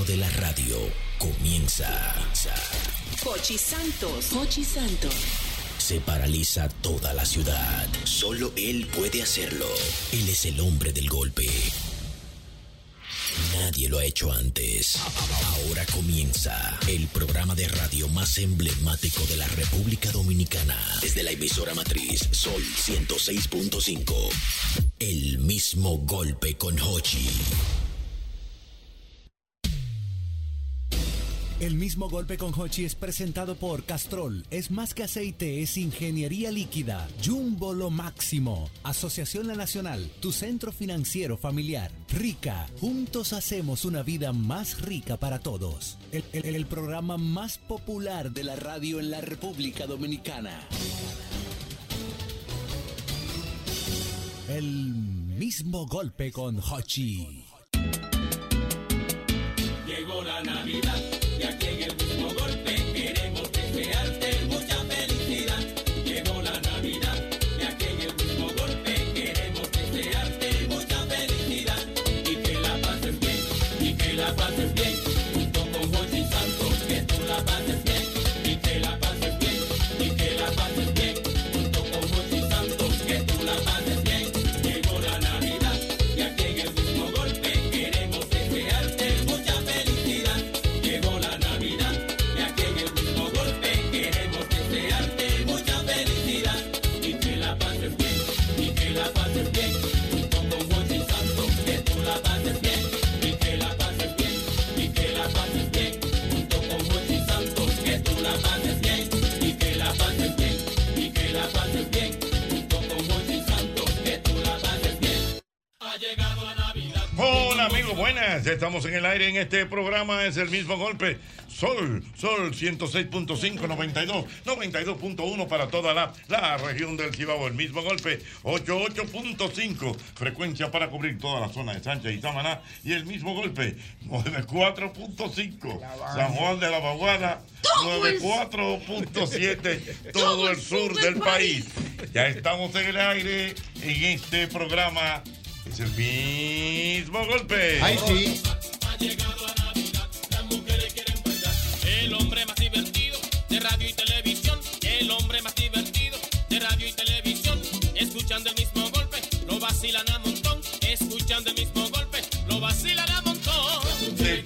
emblemático de la radio comienza. Jochi Santos. Jochi Santos. Se paraliza toda la ciudad. Solo él puede hacerlo. Él es el hombre del golpe. Nadie lo ha hecho antes. Ahora comienza el programa de radio más emblemático de la República Dominicana. Desde la emisora matriz Sol 106.5. El mismo golpe con Jochi. El mismo golpe con Jochi es presentado por Castrol. Es más que aceite, es ingeniería líquida. Jumbo lo máximo. Asociación La Nacional, tu centro financiero familiar. Rica, juntos hacemos una vida más rica para todos. El programa más popular de la radio en la República Dominicana. El mismo golpe con Jochi. Llegó la Navidad. Y aquí en el mismo golpe queremos desearte mucha felicidad. Llegó la Navidad y aquí en el mismo golpe queremos desearte mucha felicidad. Y que la pases bien, y que la pases bien, junto con Jochi Santos, que tú la pases bien. Y que la pases bien, y que la pases bien, junto con Jochi Santos, que tú la pases bien. Llegó la Navidad y aquí en el mismo golpe queremos desearte mucha felicidad. Llegó la Navidad y aquí en el mismo golpe queremos desearte mucha felicidad. Y que la pases bien, y que la pases bien, junto con Jochi Santos, que tú la pases bien. Y que la pases bien, y que la pases bien, junto con Jochi Santos, que tú la pases bien. Y que la pases bien, y que la pases bien, junto con Jochi Santos, que tú la pases bien. Ha llegado la Navidad. Hola amigos, buenas, ya estamos en el aire en este programa, es el mismo golpe, Sol 106.5, 92.1 para toda la región del Cibao, el mismo golpe, 88.5, frecuencia para cubrir toda la zona de Sánchez y Samaná, y el mismo golpe, 94.5, San Juan de la Baguada, 94.7, todo el sur del país. Ya estamos en el aire en este programa. Es el mismo golpe. ¡Ay, sí! Ha llegado la Navidad, las mujeres quieren bailar. El hombre más divertido de radio y televisión. El hombre más divertido de radio y televisión. Escuchando el mismo golpe, lo vacilan a montón. Escuchando el mismo golpe, lo vacilan a montón. De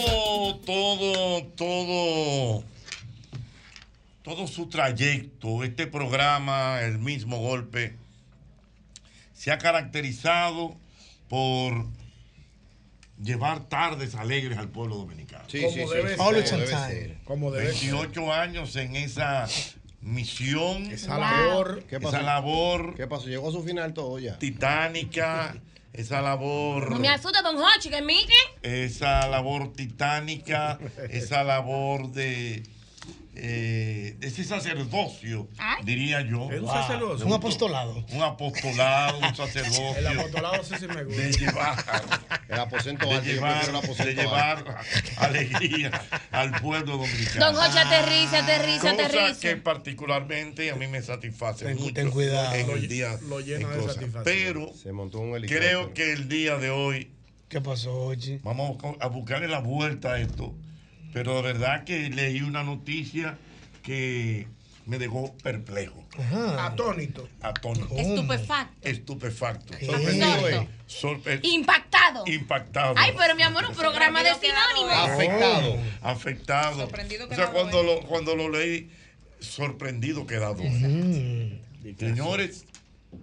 todo su trayecto, este programa, el mismo golpe, se ha caracterizado por llevar tardes alegres al pueblo dominicano. Sí, Como debe ser. Como debe 28 años en esa misión, esa labor. ¿Qué pasó? esa labor ¿Qué pasó? Llegó a su final todo ya. titánica, esa labor. No me asusta, don Jochi, que mire. Esa labor titánica, esa labor de ese sacerdocio, diría yo. Es un sacerdocio. Un apostolado, un sacerdocio. El apostolado sí me gusta. De llevar, el aposento de llevar alegría al pueblo dominicano. Don Jochi, aterriza. Cosa que particularmente a mí me satisface mucho. Ten cuidado. En el día Lo llena de cosas. satisfacción. Pero se montó un helicóptero. creo que el día de hoy, ¿Qué pasó, Jochi? vamos a buscarle la vuelta a esto. Pero de verdad que leí una noticia que me dejó perplejo. Atónito. Estupefacto. Sorprendido. Impactado. Ay, pero mi amor, un programa de sinónimos. Afectado. Sorprendido O sea, cuando lo leí, sorprendido quedado. Señores,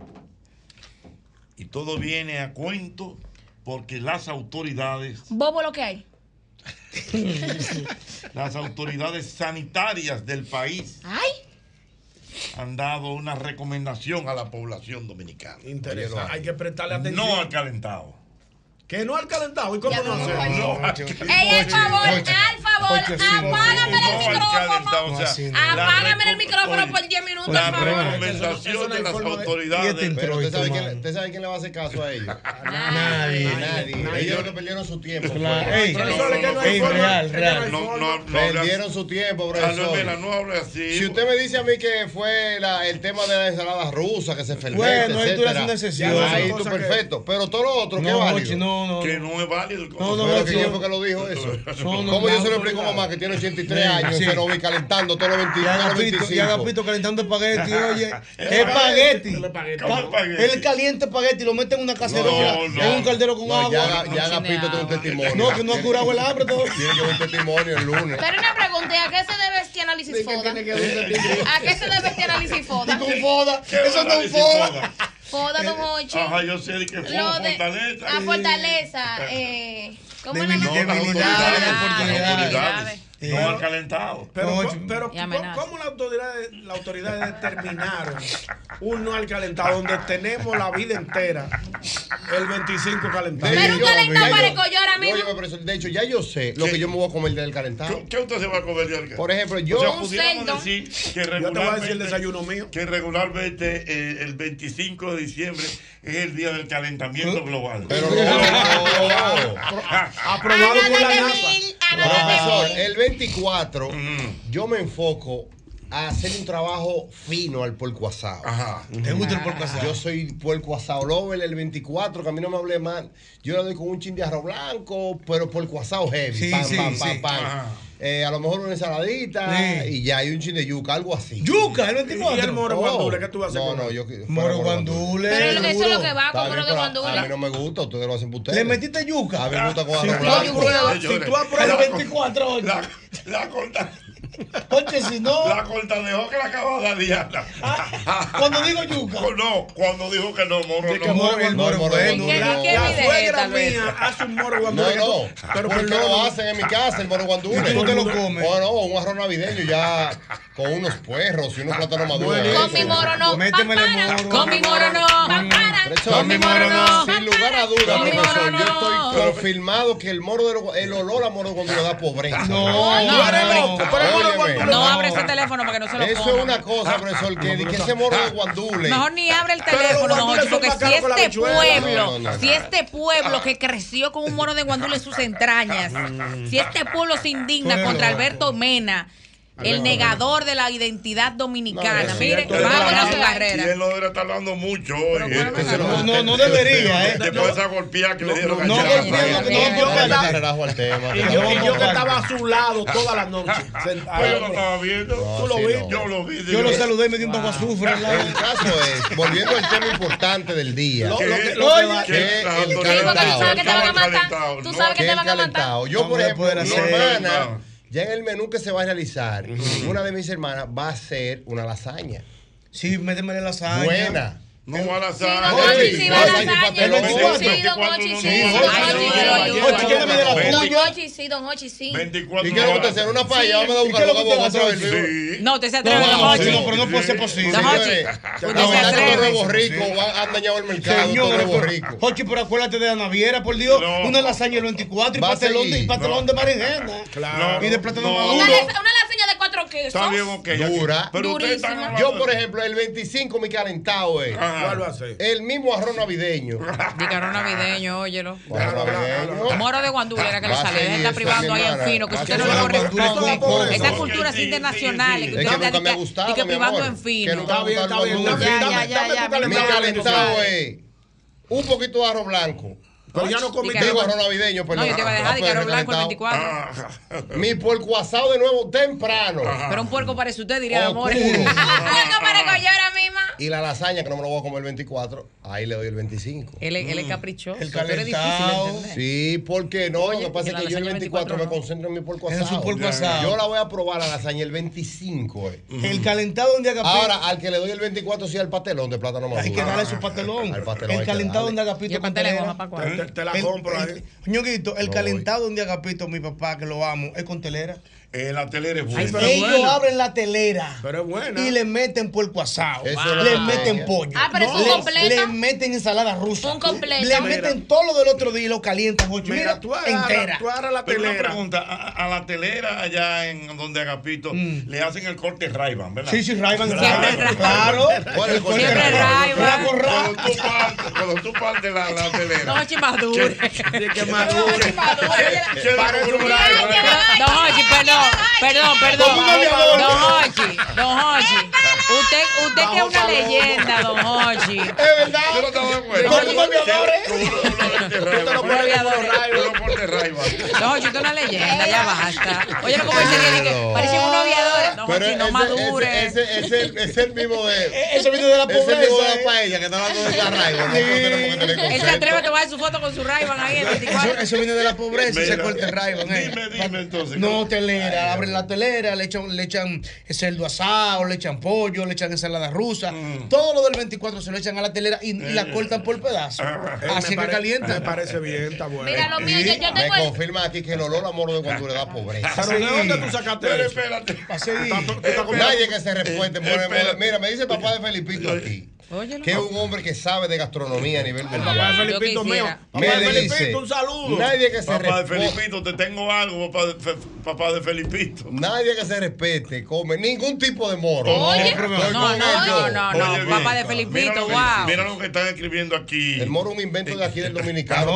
y todo viene a cuento porque las autoridades... Bobo lo que hay. Las autoridades sanitarias del país han dado una recomendación a la población dominicana. Interesante. Hay que prestarle atención. No al calentado. Que no al calentado. ¿Y cómo no hacerlo? Al favor favor, apágame el micrófono. Apágame el micrófono por 10 minutos. La recomendación de las autoridades. Pero ¿usted sabe quién le va a hacer caso a ellos? Nadie. Ellos que perdieron su tiempo. Perdieron su tiempo, profesor. No hable así. Si usted me dice a mí que fue el tema de la ensalada rusa, que se fermenta, bueno, ahí tú le haces una excepción. Ahí tú perfecto. Pero todo lo otro, ¿qué válido? Que no es válido. Pero que yo fue que lo dijo eso. ¿Cómo yo se lo explico a mamá que tiene 83 años y se lo vi calentando todos los 25? Y Agapito calentando espagueti, oye. Espagueti. Él calienta espagueti y lo mete en una cacerola, en un caldero con agua. Ya Agapito tiene un testimonio. No, que no ha curado el hambre todo. Tiene que ver un testimonio el lunes. Pero una pregunta, ¿a qué se debe este análisis FODA? ¿A qué se debe este análisis FODA? Con FODA. Eso no es un FODA. FODA, don Hochi. Ajá, yo sé que fue Fortaleza. A Fortaleza. ¿Cómo es la oportunidades. No han calentado. Pero ¿cómo la autoridad determinaron un no al calentado donde tenemos la vida entera el 25 calentado? Pero un calentado parezco yo ahora mismo. De hecho, ya yo sé lo que yo me voy a comer del calentado. ¿Qué usted se va a comer del calentado? Por ejemplo, yo pudiéramos decir que yo te voy a decir el desayuno mío. Que regularmente el 25 de diciembre es el día del calentamiento global. Pero aprobado por la NASA. Profesor, el 24 yo me enfoco a hacer un trabajo fino al puerco asado. Ajá. ¿Te gusta el puerco asado? Yo soy puerco asado lover el 24, que a mí no me hable mal. Yo le doy con un chin de arroz blanco, pero puerco asado heavy. Pam. A lo mejor una ensaladita y ya hay un chin de yuca, algo así. ¿Yuca? ¿El 24? ¿Y el moro guandule? ¿Qué tú vas a hacer? No, yo moro guandule. Pero eso es lo que va con moro de guandule. A mí no me gusta, ustedes lo hacen por ustedes. ¿Le metiste yuca? A mí me gusta con arroz blanco. Si tú apruebas el 24 hoy. La corta. Porque si no. La corta dejó que la acababa de Diana. Cuando digo yuca. No, cuando dijo que no, moro no. El moro bueno. La suegra mía hace un moro guandule. No. Pero ¿por qué lo hacen en mi casa, el moro guandule? ¿Y tú te lo comes? No, un arroz navideño ya con unos puerros y unos plátanos maduros. Con mi moro no. Métemele moro. Con mi moro no. Con mi moro no. Sin lugar a dudas, profesor, yo estoy confirmado que el olor a moro guandule da pobreza. No abre ese teléfono para que no se lo coma. Eso es una cosa, profesor, que ese moro de guandule. Mejor ni abre el teléfono, porque si este pueblo que creció con un moro de guandule en sus entrañas, si este pueblo se indigna contra Alberto Mena, el negador de la identidad dominicana. Mire, va a su carrera. Y él no debería estar hablando mucho hoy. No debería, Después de esa golpeada que le dieron no Y yo que estaba a su lado toda la noche. Yo lo estaba viendo. Tú lo viste. Yo lo vi. Yo lo saludé y me di un poco de azufre. El caso es, volviendo al tema importante del día, que el calentado. Tú sabes que te van a matar. Yo, por ejemplo, mi hermana, ya en el menú que se va a realizar, una de mis hermanas va a hacer una lasaña. Sí, méteme la lasaña. Buena. No va a lasaña. Sí, va a lasaña. Don Hochi, sí. Don Hochi, sí. 24. ¿Y qué es lo que te hacer? ¿Una paella? Vamos a buscar lo No, te se atreve, Don Hochi. No, pero no puede ser posible. Don Hochi. Los huevos ricos han dañado el mercado. Hochi, pero acuérdate de la naviera, por Dios. Una lasaña el 24 y pastelón de berenjena. Claro. Y de plátano maduro. Una lasaña de 4 quesos. Está bien, ok. Dura. Durísima. Yo, por ejemplo, el 25 mi calentado es ¿cuál va a ser? el mismo arroz navideño. Dice arroz navideño, óyelo. Navideño. Moro de guandule era que le sale. Él está privando ahí en fino, que usted no le corresponde. Esas culturas internacionales que usted nunca me ha gustado, que privando en fino. Está bien. Mi calentado es un poquito de arroz blanco. Pero ya no comí arroz navideño, perdón. No, yo te iba a dejar de arroz blanco el 24. Mi puerco asado de nuevo temprano. Pero un puerco parece usted, diría amor. Puerco parezco yo ahora misma. Y la lasaña, que no me lo voy a comer el 24, ahí le doy el 25. Él es caprichoso. El calentado. Sí, ¿por qué no? Lo que pasa es que yo el 24 me concentro en mi puerco asado. En su puerco asado. Yo la voy a probar la lasaña el 25. El calentado donde Agapito. Ahora, al que le doy el 24 sí al pastelón de plátano maduro. Hay que darle su pastelón. Al pastelón. El calentado donde Agapito. Te la compro ahí. Ñonguito, el calentado donde Agapito, mi papá, que lo amo, es con telera. La telera es buena. Ellos abren la telera. Pero es buena. Y le meten puerco asado. Wow. Le meten pollo. Pero es un completo. Le meten ensalada rusa. Un completo. Le meten todo lo del otro día y lo calientan, Jochi. Mira, tú entera. agarras la Pero telera. una pregunta, a la telera allá en donde Agapito le hacen el corte Ray-Ban, ¿verdad? Sí, Ray-Ban. Claro. Siempre Ray-Ban. Cuando tú partes la telera. Don Jochi madure. Que madure. Don Jochi, perdón. Don Jochi. Usted que es una leyenda, Don Jochi. Es verdad. Yo no estaba de acuerdo. Don Jochi, usted es una leyenda, ya basta. Oye, como dice que parecen unos aviadores. Don Jochi, no madure. Es el mismo de. Ese viene de la pobreza. Es el mismo de la paella que está hablando de Ray-Ban. Él se atreve a tomar su foto con su Ray-Ban ahí en 24. Eso viene de la pobreza y se corta el Ray-Ban. Dime entonces. No, telera. Abren la telera, le echan cerdo asado, le echan pollo, le echan ensalada rusa. Todo lo del 24 se lo echan a la telera y la cortan por pedazos. Así que calienta. Me parece bien, está bueno. Mira, lo mío, yo Me tengo confirma aquí que el olor a moro de guandule da pobreza. Pero ¿de dónde tú sacaste Pero eso? espérate. Nadie que se respete. Mira, me dice el papá de Felipito aquí. Que es un hombre que sabe de gastronomía a nivel mundial. Papá de Felipito mío. Papá de Felipito, un saludo. Nadie que se Papá de Felipito, te tengo algo, papá de Felipito. Nadie que se respete come ningún tipo de moro. Oye, no, papá de Felipito, wow. Mira lo que están escribiendo aquí. El moro es un invento de aquí del dominicano.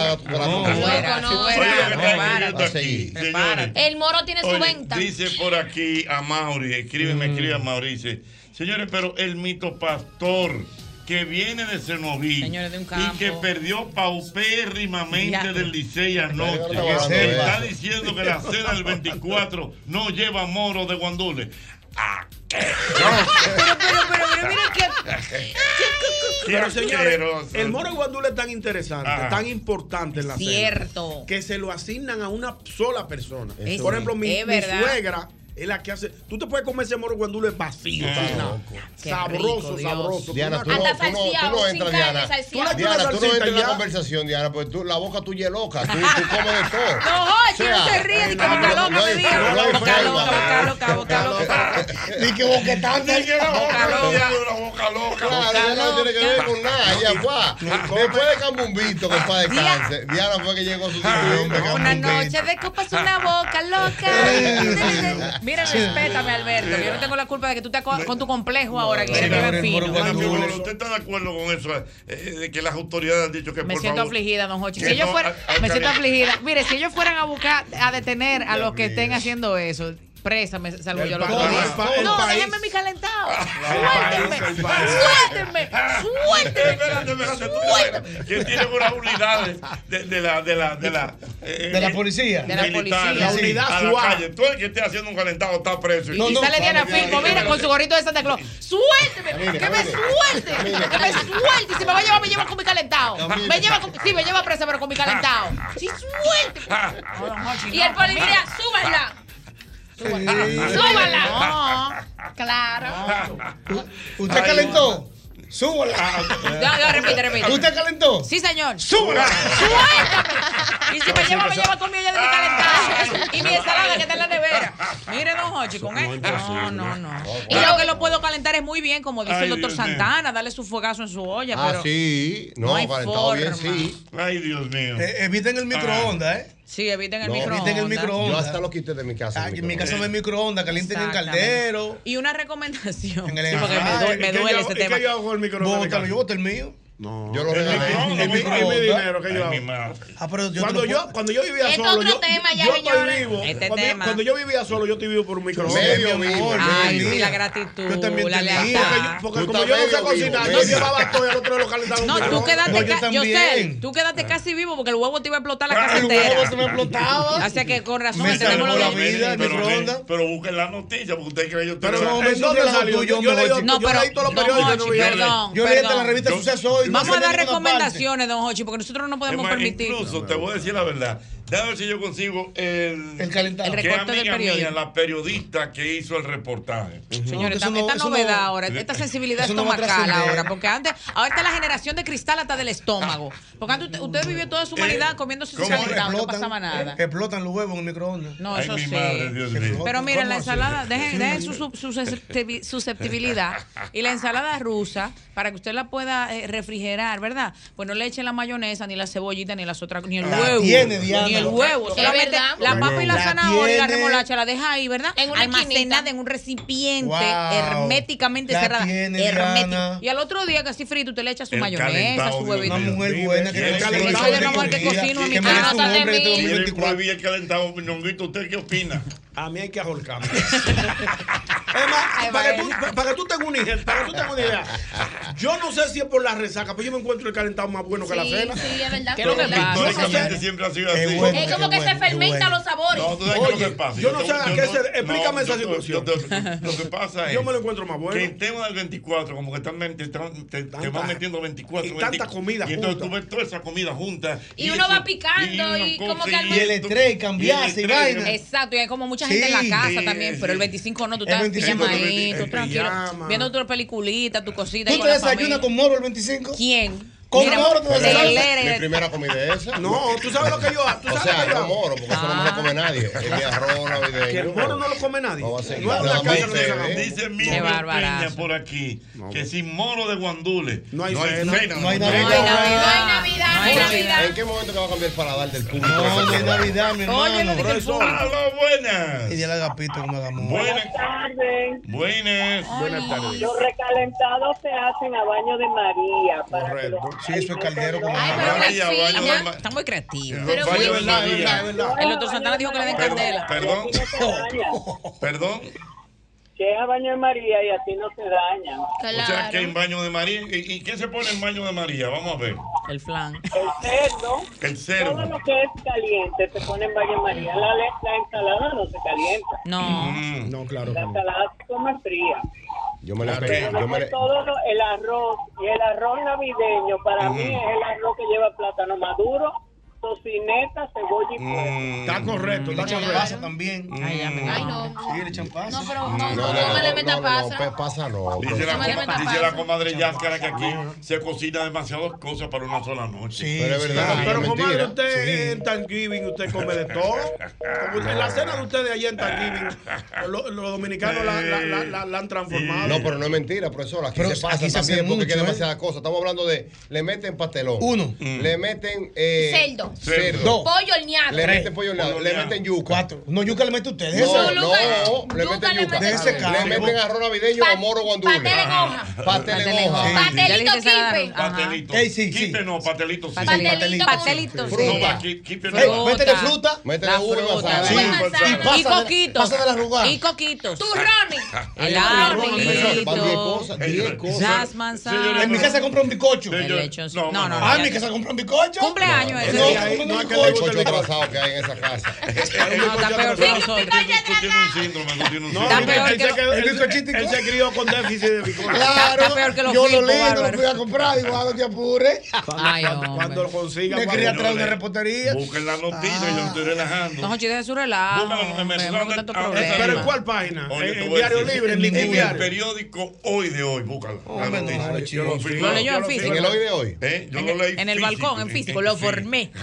El moro tiene su venta. Dice por aquí a Mauri, escribe a Mauri, dice, señores, pero el mito pastor que viene de Cenoví y que perdió paupérrimamente del Licey anoche, está diciendo que la cena del 24 no lleva moro de guandule. ¿A qué? Pero miren que... Pero señores, el moro de guandule es tan interesante, tan importante en la cena. Cierto. Que se lo asignan a una sola persona. Eso Por ejemplo, mi suegra es la que hace. Tú te puedes comer ese moro guandule vacío. Sabroso. Diana, tú no entras, Diana. Diana, tú no entras en la conversación, Diana, porque la boca tuya es loca. Tú comes de todo. No, Jochi, no se ríe ni que boca loca me diga. Boca loca. Ni que boquetante. Boca loca. Claro, no tiene que ver con nada. Ella fue. Después de Cambumbito, que para descanse, Diana fue que llegó a su sitio. Una noche de copas, una boca loca. Mira, respétame, Alberto. Yo no tengo la culpa de que tú estés con tu complejo ahora que quieres que me fino. ¿Usted está de acuerdo con eso? De que las autoridades han dicho que me siento afligida, don Jochi. Si ellos fueran, me siento afligida. Mire, si ellos fueran a buscar, a detener a los que estén haciendo eso. Presa, me salvo yo los otro día. No, déjenme mi calentado. Suéltenme. ¿Quién tiene unas unidades de la policía? De la policía. La unidad suave. Tú el que esté haciendo un calentado está preso. Y sale Diana Filmo, mira, con su gorrito de Santa Claus. Suélteme, que me suelte. Que me suelte. Si me va a llevar, me lleva con mi calentado. Sí, me lleva presa, pero con mi calentado. Sí, suélteme. Y el policía, súbala. ¡Súbala! No, claro. ¿Usted calentó? ¡Súbala! Ya, repite. ¿Usted calentó? Sí, señor. ¡Súbala! ¡Suéltame! Y si me lleva conmigo ya de mi calentado. Y mi ensalada que está en la nevera. Mire, don Jochi, con esto. No. Y lo que lo puedo calentar es muy bien, como dice el doctor Santana, darle su fuegazo en su olla. Pero sí. No, calentado bien, sí. Ay, Dios mío. Eviten el microondas, ¿eh? Sí, eviten el microondas. Eviten el microondas. Yo hasta lo quité de mi casa. En mi casa no hay microondas, calienten en caldero. Y una recomendación. En el sí, porque me duele ese tema. ¿Qué yo hago con el microondas? Yo boté el mío. No, yo lo regalé. El microondas. Mi dinero que yo hago. Pero cuando yo vivía solo, yo estoy vivo. Cuando yo vivía solo, yo estoy vivo por un microondas. Ay, sí, la gratitud. Yo también la lealtad. Porque como yo no sé cocinar, yo llevaba todo y al otro lo calentaba. No, tú quedaste casi vivo porque el huevo te iba a explotar la casa entera. El huevo se me explotaba. Así que con razón tenemos la vida, el microondas. Pero busquen la noticia porque usted cree yo. Pero ¿dónde salió? Yo leí todos los periódicos. Yo leí hasta la revista Suceso hoy. Vamos a dar recomendaciones, don Jochi, porque nosotros no podemos permitir. Incluso te voy a decir la verdad. Déjame ver si yo consigo el calentador. El recorte del periódico. La periodista que hizo el reportaje. Señores, esta novedad ahora, esta sensibilidad estomacal ahora, porque antes, ahorita la generación de cristal hasta del estómago. Porque antes usted vivió toda su humanidad comiéndose su calentado, no pasaba nada. Explotan los huevos en el microondas. No, eso sí. Pero miren, la ensalada, dejen su susceptibilidad. Y la ensalada rusa, para que usted la pueda refrigerar, ¿verdad? Pues no le echen la mayonesa, ni la cebollita, ni las otras, ni el huevo. Ni el huevo. Solamente la papa y la zanahoria y la remolacha la deja ahí, ¿verdad? Almacenada en un recipiente herméticamente cerrada. Hermética. Y al otro día, casi frito, usted le echa su mayonesa, su huevito. Una mujer buena que soy de una mujer que cocino en mi casa. ¿Quiere prohibir el calentado, Ñonguito? ¿Usted qué opina? A mí hay que ahorcarme. Para que tú tengas una idea, yo no sé si es por la resaca, pero yo me encuentro el calentado más bueno que la cena. Sí, es verdad. ¿Qué es lo que pasa? Históricamente siempre ha sido así. Es como que se fermentan los sabores. No, tú sabes qué es lo que pasa. Yo no sé a qué se... Explícame esa situación. Lo que pasa es... Yo me lo encuentro más bueno. Que el tema del 24, como que te van metiendo 24. Y tanta comida junta. Y entonces tú ves toda esa comida junta. Y uno va picando y como que... Y el estrés, cambiarse y vaina. Exacto, y hay como mucha gente en la casa también, pero el 25 no, tú estás pijamadito, tranquilo, viendo tu peliculita, tu cosita. ¿Tú te desayunas con moro el 25? ¿Quién? ¿Con moro te desayunas? Mi primera comida es esa. No, tú sabes lo que yo hago. O sea, no moro, porque eso no me lo come nadie. Es mi arroz navideño. Que el moro no lo come nadie. No va a seguir. Dice Miguel Peña por aquí que sin moro de guandules no hay cena. No hay Navidad. ¿En qué momento que va a cambiar el paladar del público? No hay Navidad, mi hermano. Oye, ¡Aló, buenas! Y dile al Agapito que me haga amor. Buenas tardes. Buenas tardes. Los recalentados se hacen a baño de María. Correcto. Sí, eso es caldero. Está muy creativo. Pero baño de María. El doctor Santana dijo que le den candela. Perdón. Que es a baño de María y así no se daña. O sea, que en baño de María. ¿Y qué se pone en baño de María? Vamos a ver. El flan. El cerdo. Todo lo que es caliente se pone en baño de María. La ensalada no se calienta. No, claro. La ensalada se come fría. Yo me la Todo el arroz y el arroz navideño para mí es el arroz que lleva plátano maduro, tocineta, cebolla y puerco. Está correcto, Le echan pasa también. Ay, no. Sí, le echan pasa. No, pero no me le meta pasa. Pasa no. Dice la comadre Yáscara que aquí se cocina demasiadas cosas para una sola noche. Sí, pero es verdad. Pero comadre, usted en Thanksgiving usted come de todo. En la cena de ustedes allá en Thanksgiving, los dominicanos la han transformado. No, pero no es mentira, profesor. Aquí se pasa también porque hay demasiadas cosas. Estamos hablando de, le meten pastelón. Le meten cerdo. Pollo horneado. Le meten pollo horneado. Le meten yuca. No, yuca le mete ustedes. No, le meten yuca. Le meten arroz navideño o moro guandule. Pastel en hoja. Pastelito kipe. Pastelito. Kipe no, pastelito sí. Pastelito sí. Fruta, kipe no. Métele fruta. Métele uva y manzana. Y coquitos. Pasa de la arrugada. Y coquitos. Turrones. El arbolito. 10 cosas. Las manzanas. En mi casa compra un bizcocho. El lechoncito. No. En mi casa compra un bizcocho. Cumpleaños ese. No es que el bizcocho atrasado que hay en esa casa. No, está peor que nosotros. Tú tienes un síndrome, tú tienes un No, síndrome. el bizcochito él se crió con déficit de bizcocho. Claro. Está peor que los Yo lo filpos, lindo lo bárbaro. fui a comprar. Digo, no te apures. Cuando lo consiga. Me quería traer una reportería. Busquen la noticia y yo estoy relajando. No, Jochi, deje su relajo. ¿Pero en cuál página? ¿En Diario Libre? ¿En ningún En el diario? periódico Hoy de Hoy, búscala. Lo leyó en físico. En el Hoy de Hoy. Yo lo leí en el balcón, en físico, lo formé.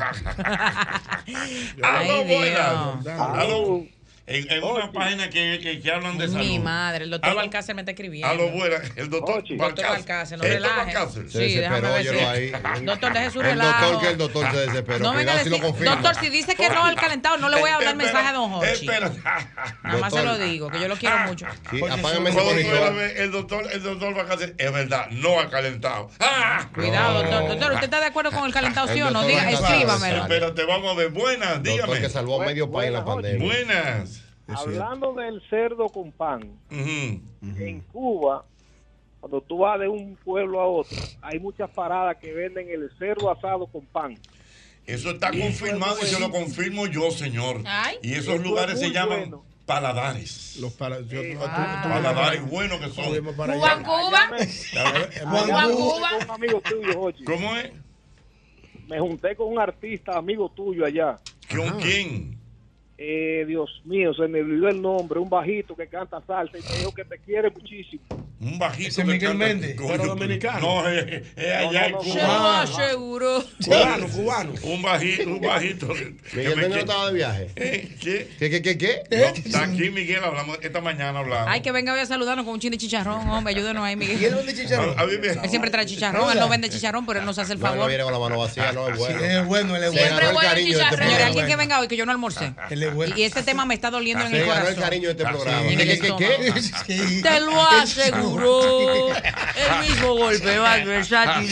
Aló, buenas. Aló. En una página que hablan de salud. Mi madre, el doctor Balcácer me está escribiendo. Aló, buenas. El doctor Balcácer, no relaje. Sí, déjame ver si... Doctor, deje su relajo. El doctor se desesperó. No venga a decir, doctor, si dice que no al calentado, no le voy a hablar mensaje a don Jochi. Nada más se lo digo, que yo lo quiero mucho. Apágame ese monitor. El doctor Balcácer, es verdad, no ha calentado. Cuidado, doctor. Doctor, ¿usted está de acuerdo con el calentado, sí o no? Diga, escríbamelo. Espérate, vamos a ver. Buenas, dígame. Doctor que salvó a medio país en la pandemia. Buenas. Hablando del cerdo con pan, en Cuba, cuando tú vas de un pueblo a otro, hay muchas paradas que venden el cerdo asado con pan. Eso está confirmado y se lo confirmo yo, señor. Y esos lugares se llaman paladares. Los paladares buenos que son. Juan Cuba. Juan Cuba. Un amigo tuyo, Jochi. ¿Cómo es? Me junté con un artista amigo tuyo allá. ¿Con quién? Dios mío, se me olvidó el nombre. Un bajito que canta salsa y me dijo que te quiere muchísimo. Un bajito. Ese Miguel Méndez, pero dominicano. No, es allá en Se lo aseguro. Cubano. Un bajito. Miguel Méndez no estaba de viaje. ¿Qué? ¿Qué? No, está aquí Miguel, hablamos, esta mañana hablamos. Ay, que venga hoy a saludarnos con un chin de chicharrón, hombre, ayúdenos ahí, Miguel. ¿Y él vende chicharrón? Él siempre trae chicharrón, él no vende chicharrón, pero él nos hace el favor. No viene con la mano vacía, no, es bueno. Sí, es bueno, él es Se bueno. ganó el cariño de este Señores, programa. alguien que venga hoy, que yo no almorcé. Él es bueno. Y ese tema me está doliendo en Se el ganó el corazón. cariño de este programa. En el ¿Qué? Sí. Te lo aseguro. El mismo golpe va versátil.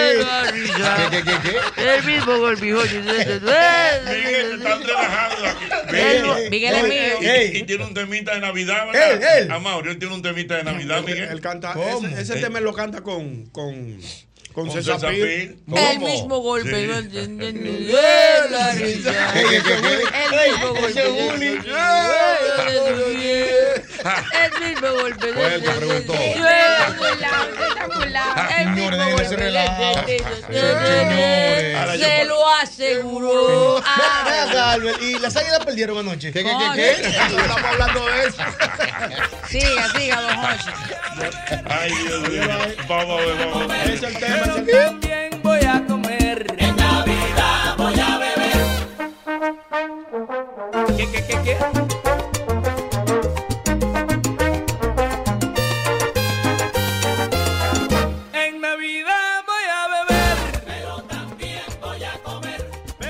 ¿Qué? El mismo golpe, hijo. Miguel, te están relajando aquí. Miguel es mío. Y tiene un temita de Navidad, ¿verdad? Él. Amaury, él tiene un temita de Navidad, Miguel. Él canta, ese tema él lo canta con César Pil. El mismo golpe. La risa. El mismo golpe. El mismo golpe. Pues él te preguntó. El mismo golpe. Señores. Se lo aseguro. ¿Y las águilas perdieron anoche? ¿Qué? Estamos hablando de eso. Siga, don Jorge. Ay, Dios mío. Vamos a ver. Ese es el tema. También voy a comer. En Navidad voy a beber. ¿Qué? En Navidad voy a beber. Pero también voy a comer.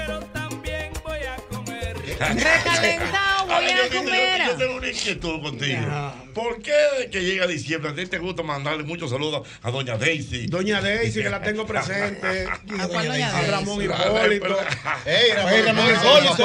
Recalentado voy a comer. Yo tengo una inquietud contigo. ¿Por qué que llega diciembre a ti te gusta mandarle muchos saludos a doña Daisy? Doña Daisy, que la tengo presente. ¿A cuál doña A Daisy? Ramón Hipólito. Ramón Hipólito.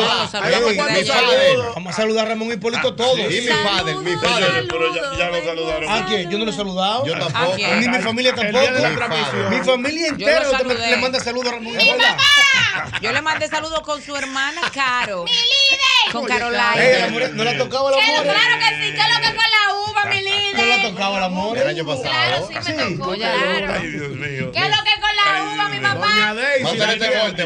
Vamos a saludar a Ramón Hipólito todos. Sí, mi padre. Pero ya lo saludaron. ¿A quién? Yo no lo he saludado. Yo tampoco. Ni mi familia tampoco. Mi familia entera Yo lo saludé. le manda saludos a Ramón Hipólito. Yo le mandé saludos con su hermana Caro. ¡Mi líder! Con Ey, Carolina. no le ha tocado el amor. Claro que sí, que es lo que con la uva, mi líder. No le ha tocado el amor. El año pasado. Claro, sí me tocó, claro. Ay, Dios mío. ¿Qué es lo que con la uva, mi papá? Doña Daisy. Mándale este corte.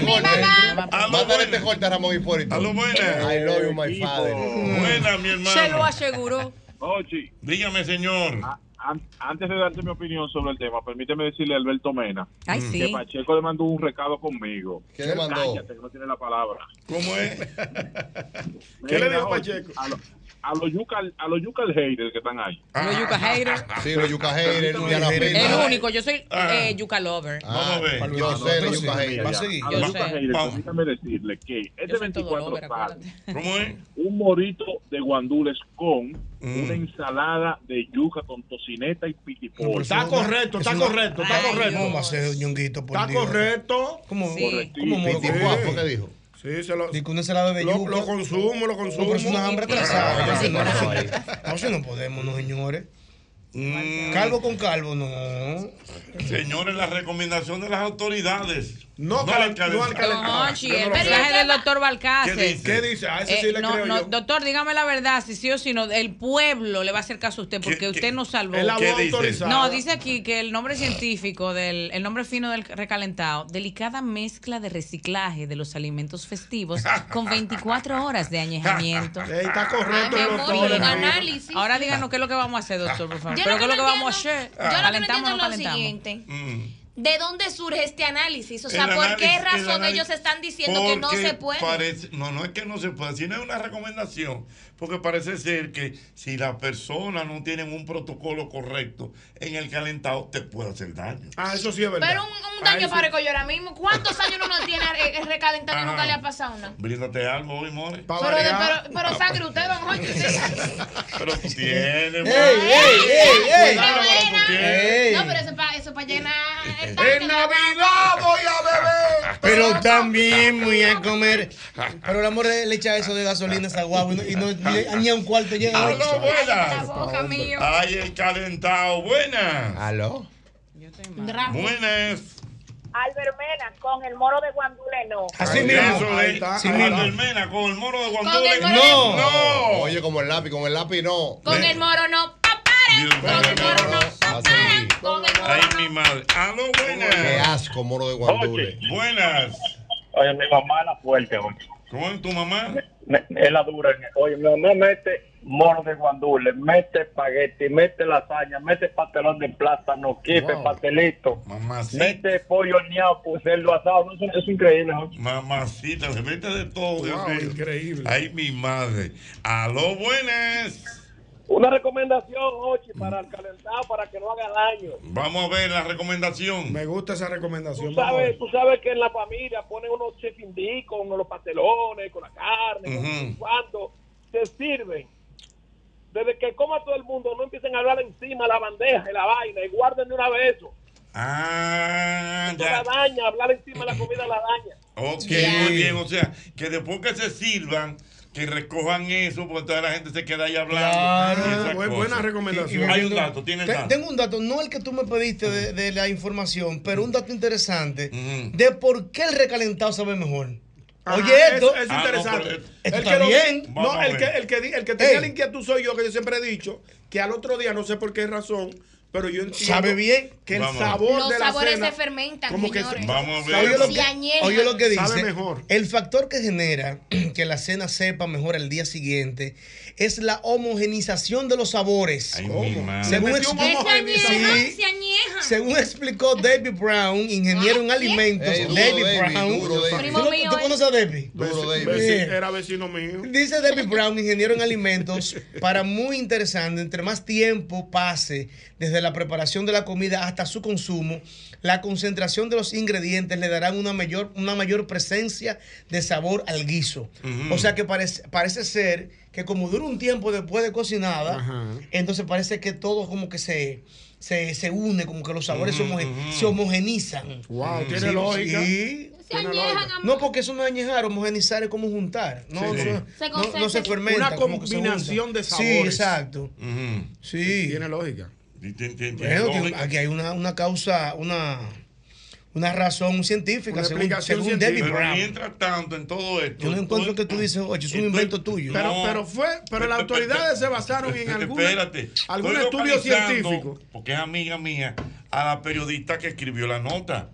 mamá. Mándale este corte a Ramón Hipólito. A lo buena. I love you, my father. Buena, mi hermano. Se lo aseguró. Ochi, Dígame, señor. antes de darte mi opinión sobre el tema, permíteme decirle a Alberto Mena Ay, sí. que Pacheco le mandó un recado conmigo. ¿Qué le mandó? Cállate, que no tiene la palabra. ¿Cómo es? ¿Qué le dijo Pacheco? A los yucal haters que están ahí. Los yuca haters. Sí, los yuca haters. El único, yo soy yuca lover. Vamos a ver. Yo sé, los yuca haters. Va a seguir. A los yuca haters, permítame decirle que este 24 sale ¿Cómo es? un morito de guandules con una ensalada de yuca con tocineta y pitipollo. Está correcto, está correcto, está correcto. ¿Cómo va a ser, ñonguito? Está correcto. ¿Cómo? Sí. ¿Cómo moro? ¿Pitipollo? ¿Qué dijo? Sí, se lo. Dice que una ensalada de yuca. Lo consumo. No, pero es una hambre atrasada. No, No, si no podemos, no, señores. Calvo con calvo, no. Señores, la recomendación de las autoridades. No, al no al calentar. Sí, el mensaje del doctor Balcácer. ¿Qué dice? A ese sí le creo yo. Doctor, dígame la verdad, si sí o si no, el pueblo le va a hacer caso a usted porque usted nos salvó. Es la voz autorizada. No, dice aquí que el nombre científico, el nombre fino del recalentado, delicada mezcla de reciclaje de los alimentos festivos con 24 horas de añejamiento. Está correcto, Ay, el mi doctor. amor, un análisis. Ahora díganos qué es lo que vamos a hacer, doctor, por favor. Yo ¿Pero lo qué que es lo no que vamos a hacer? Yo lo que no ¿Calentamos entiendo o es no lo calentamos? siguiente. ¿De dónde surge este análisis? O sea, El ¿por qué análisis- razón el análisis- ellos están diciendo que no porque se puede? No es que no se puede, sino es una recomendación, porque parece ser que si las personas no tienen un protocolo correcto en el calentado, te puede hacer daño. Ah, eso sí es verdad. Pero un daño para yo ahora mismo. ¿Cuántos años uno tiene recalentando y nunca le ha pasado nada? Bríndate algo hoy, more. Pero sangre usted, don Jorge. Pero tú tienes, ¡Ey! ¡Ey! No, pero eso para llenar. En Navidad voy a beber. Pero también voy a comer. Pero el amor le echa eso de gasolina a esa guagua y no ni a un cuarto llega. ¡Aló, La buenas! boca mío. ¡Ay, el calentado! ¡Buenas! ¿Aló? ¡Buenas! Albert Mena con el moro de Guandule no. Así mismo. Eso es. Así Albert Mena con el moro de Guandule. el moro No. Oye, como el lápiz, con el lápiz no. Con el moro no. Dios Con el moro no. Así. Con el moro Ay, no. mi madre. ¡Aló, Qué buenas! asco, moro de guandule. Buenas. Oye, mi mamá la fuerte hoy. ¿Cómo es tu mamá? Es la dura. Oye, mi mamá mete mono de guandule, mete espagueti, mete lasaña, mete pastelón de plátano, kife, pastelito, mete pollo horneado, pues cerdo asado. No, es increíble, Jochi. Mamacita, se mete de todo. Dios mío. Increíble. Ay, mi madre. Aló, buenas. Una recomendación, Jochi, para el calentado, para que no haga daño. Vamos a ver la recomendación. Me gusta esa recomendación. Tú sabes que en la familia ponen unos chef indí con los pastelones, con la carne, cuando se sirven. Desde que coma todo el mundo, no empiecen a hablar encima la bandeja y la vaina y guarden de una vez eso. Ya. La daña, hablar encima de la comida la daña. Ok, muy bien. O sea, que después que se sirvan, que recojan eso, porque toda la gente se queda ahí hablando. Claro, buena recomendación. Hay un dato, ¿tienes dato? Tengo un dato, no el que tú me pediste de la información, pero un dato interesante de por qué el recalentado sabe mejor. Oye, esto es interesante. Esto está bien. No, el que tenía la inquietud soy yo, que yo siempre he dicho que al otro día, no sé por qué razón, pero yo entiendo sabe bien que el sabor de la Los sabores cena se fermentan, como que señores. Vamos a ver. Oye lo que dice. Sabe mejor. El factor que genera que la cena sepa mejor al día siguiente es la homogenización de los sabores. Ay, según explicó David Brown, ingeniero en alimentos. David Brown. ¿Tú conoces a David? Era vecino mío. Dice David Brown, ingeniero en alimentos, para muy interesante, entre más tiempo pase desde la preparación de la comida hasta su consumo, la concentración de los ingredientes le darán una mayor presencia de sabor al guiso. O sea que parece ser que como dura un tiempo después de cocinada, entonces parece que todo como que se une, como que los sabores se homogenizan. Wow, tiene lógica. Sí. No, porque eso no es añejar, homogenizar es como juntar. No se fermenta. Una combinación de sabores. Sí, exacto. Sí. Tiene lógica. Bueno, aquí hay una causa, una razón científica, según David Brown. Pero mientras tanto, en todo esto. Yo no encuentro que tú dices, oye, es un invento tuyo. Pero las autoridades se basaron en algún estudio científico. Porque es amiga mía, a la periodista que escribió la nota.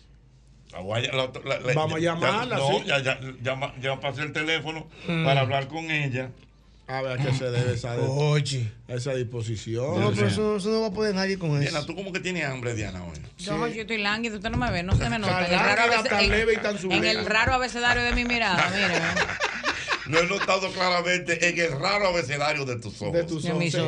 Vamos a llamarla. Ya pasé el teléfono para hablar con ella. A ver a qué se debe esa disposición. No, pero eso no va a poder nadie con eso. Diana, tú como que tienes hambre, Diana, hoy. No, yo estoy lánguido, usted no me ve, no se me nota. En el raro abecedario de mi mirada, mire. Lo he notado claramente en el raro abecedario de tus ojos. Es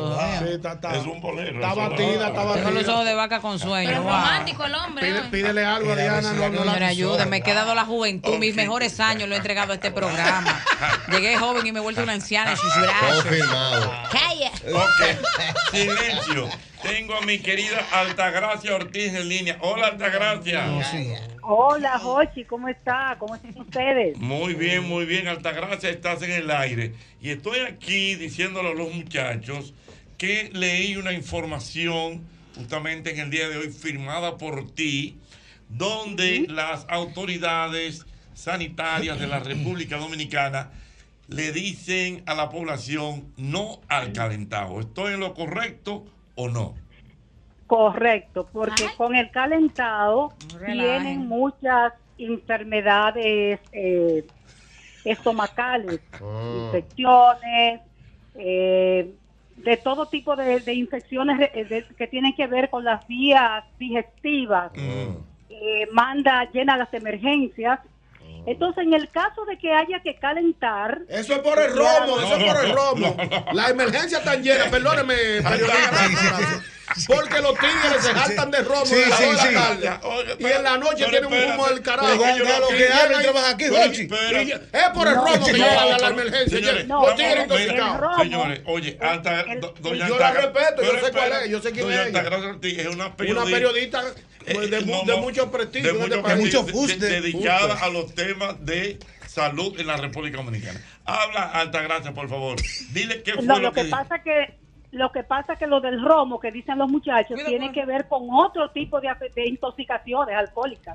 un bolero. Está batida. Tengo los ojos de vaca con sueño. Pero romántico el hombre. Pídele algo a Diana. Señora, ayúdame. He quedado la juventud. Mis mejores años lo he entregado a este programa. Llegué joven y me he vuelto una anciana. Confirmado. ¡Calla! Ok. Silencio. Tengo a mi querida Altagracia Ortiz en línea. Hola, Altagracia. Hola, Jochi, ¿cómo está? ¿Cómo están ustedes? Muy bien, Altagracia, estás en el aire. Y estoy aquí diciéndole a los muchachos que leí una información justamente en el día de hoy firmada por ti, donde las autoridades sanitarias de la República Dominicana le dicen a la población no al calentado. ¿Estoy en lo correcto o no? Correcto, porque con el calentado tienen muchas enfermedades estomacales, infecciones, de todo tipo de infecciones que tienen que ver con las vías digestivas. Llena las emergencias. Entonces, en el caso de que haya que calentar... Eso es por el romo, La emergencia está llena, perdóneme, periodista. Porque los tigres se saltan de romo y en la noche tienen un humo del carajo. Lo que hagan trabaja aquí, Jochi. Es por el romo que lleva la emergencia. Los tigres intoxicados. Señores, oye, yo la respeto, yo sé cuál es, yo sé quién es ella. Es una periodista de mucho prestigio, de mucho fuste, dedicada a los temas de salud en la República Dominicana. Habla, Altagracia, por favor. Dile qué fue lo que pasa que lo del romo que dicen los muchachos tiene que ver con otro tipo de intoxicaciones alcohólicas.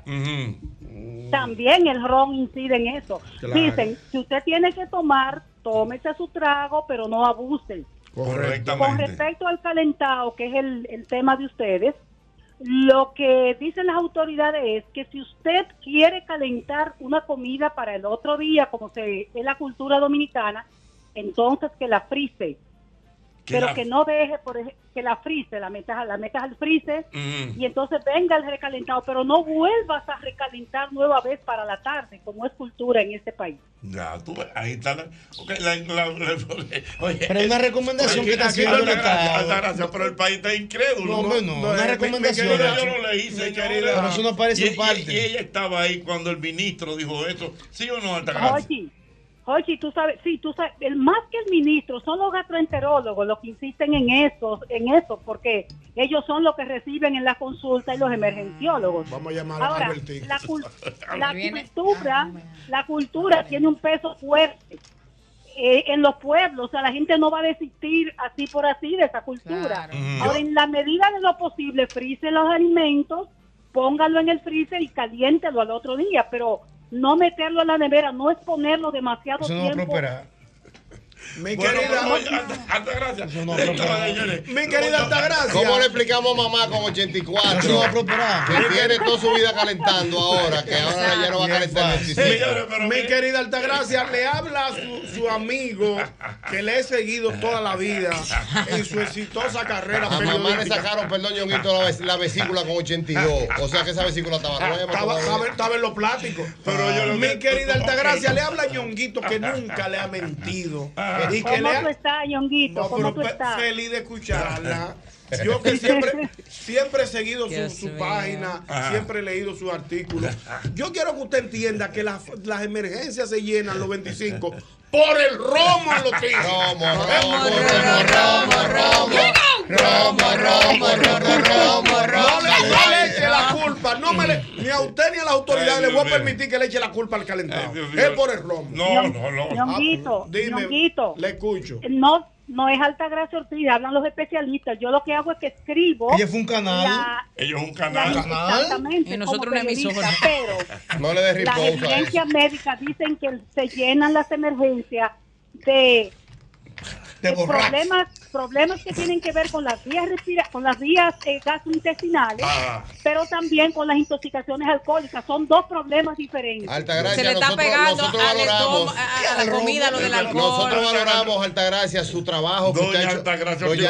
También el ron incide en eso. Claro. Dicen, si usted tiene que tomar, tómese su trago, pero no abuse. Correctamente. Con respecto al calentado, que es el tema de ustedes, Lo que dicen las autoridades es que si usted quiere calentar una comida para el otro día, como es la cultura dominicana, entonces que la frise. Pero que no deje, que la frise, la metas al freezer y entonces venga el recalentado, pero no vuelvas a recalentar nueva vez para la tarde, como es cultura en este país. Ya, tú ves, ahí está. Oye, pero hay una recomendación que está haciendo el Estado. Gracias, pero el país está incrédulo. No, una recomendación. Yo no leí, señora. Pero eso no aparece en parte. Y ella estaba ahí cuando el ministro dijo eso. ¿Sí o no, Altagracia? Oye, tú sabes, más que el ministro, son los gastroenterólogos los que insisten en eso, porque ellos son los que reciben en la consulta y los emergenciólogos. Vamos a llamar a Albertín. La cultura tiene un peso fuerte en los pueblos, o sea, la gente no va a desistir así por así de esa cultura. Claro. Ahora, en la medida de lo posible, fríe los alimentos, póngalo en el freezer y caliéntelo al otro día, pero no meterlo en la nevera, no exponerlo demasiado tiempo. Mi querida Altagracia. Mi querida Altagracia. ¿Cómo le explicamos a mamá con 84? Eso no va a prosperar. Que tiene toda su vida calentando ahora, que ahora ya no va a calentar 25. Mi querida Altagracia, le habla a su amigo que le he seguido toda la vida en su exitosa carrera periodística. A mamá le sacaron, perdón, Ñonguito, la vesícula con 82. O sea que esa vesícula estaba nueva. Estaba en los plásticos. Mi querida Altagracia, le habla a Ñonguito que nunca le ha mentido. Y que ¿cómo tú estás, Ñonguito? ¿Cómo tú estás? Feliz de escucharla. Yo que siempre he seguido su página, siempre he leído sus artículos. Yo quiero que usted entienda que las emergencias se llenan los 25 por el romo en los tigres. Romo. No le eche la culpa, ni a usted ni a las autoridades le voy a permitir que le eche la culpa al calentado. Es por el romo. No. Ñonguito, le escucho. No es Altagracia Ortiz, hablan los especialistas. Yo lo que hago es que escribo. Ella fue un canal. Ellos un canal. Exactamente. Y nosotros una emisora. Pero no le dé las evidencias médicas dicen que se llenan las emergencias de problemas que tienen que ver con las vías gastrointestinales, pero también con las intoxicaciones alcohólicas. Son dos problemas diferentes. Altagracia, se le está pegando a la comida lo del alcohol. Nosotros valoramos, Altagracia, su trabajo que usted ha hecho. Doña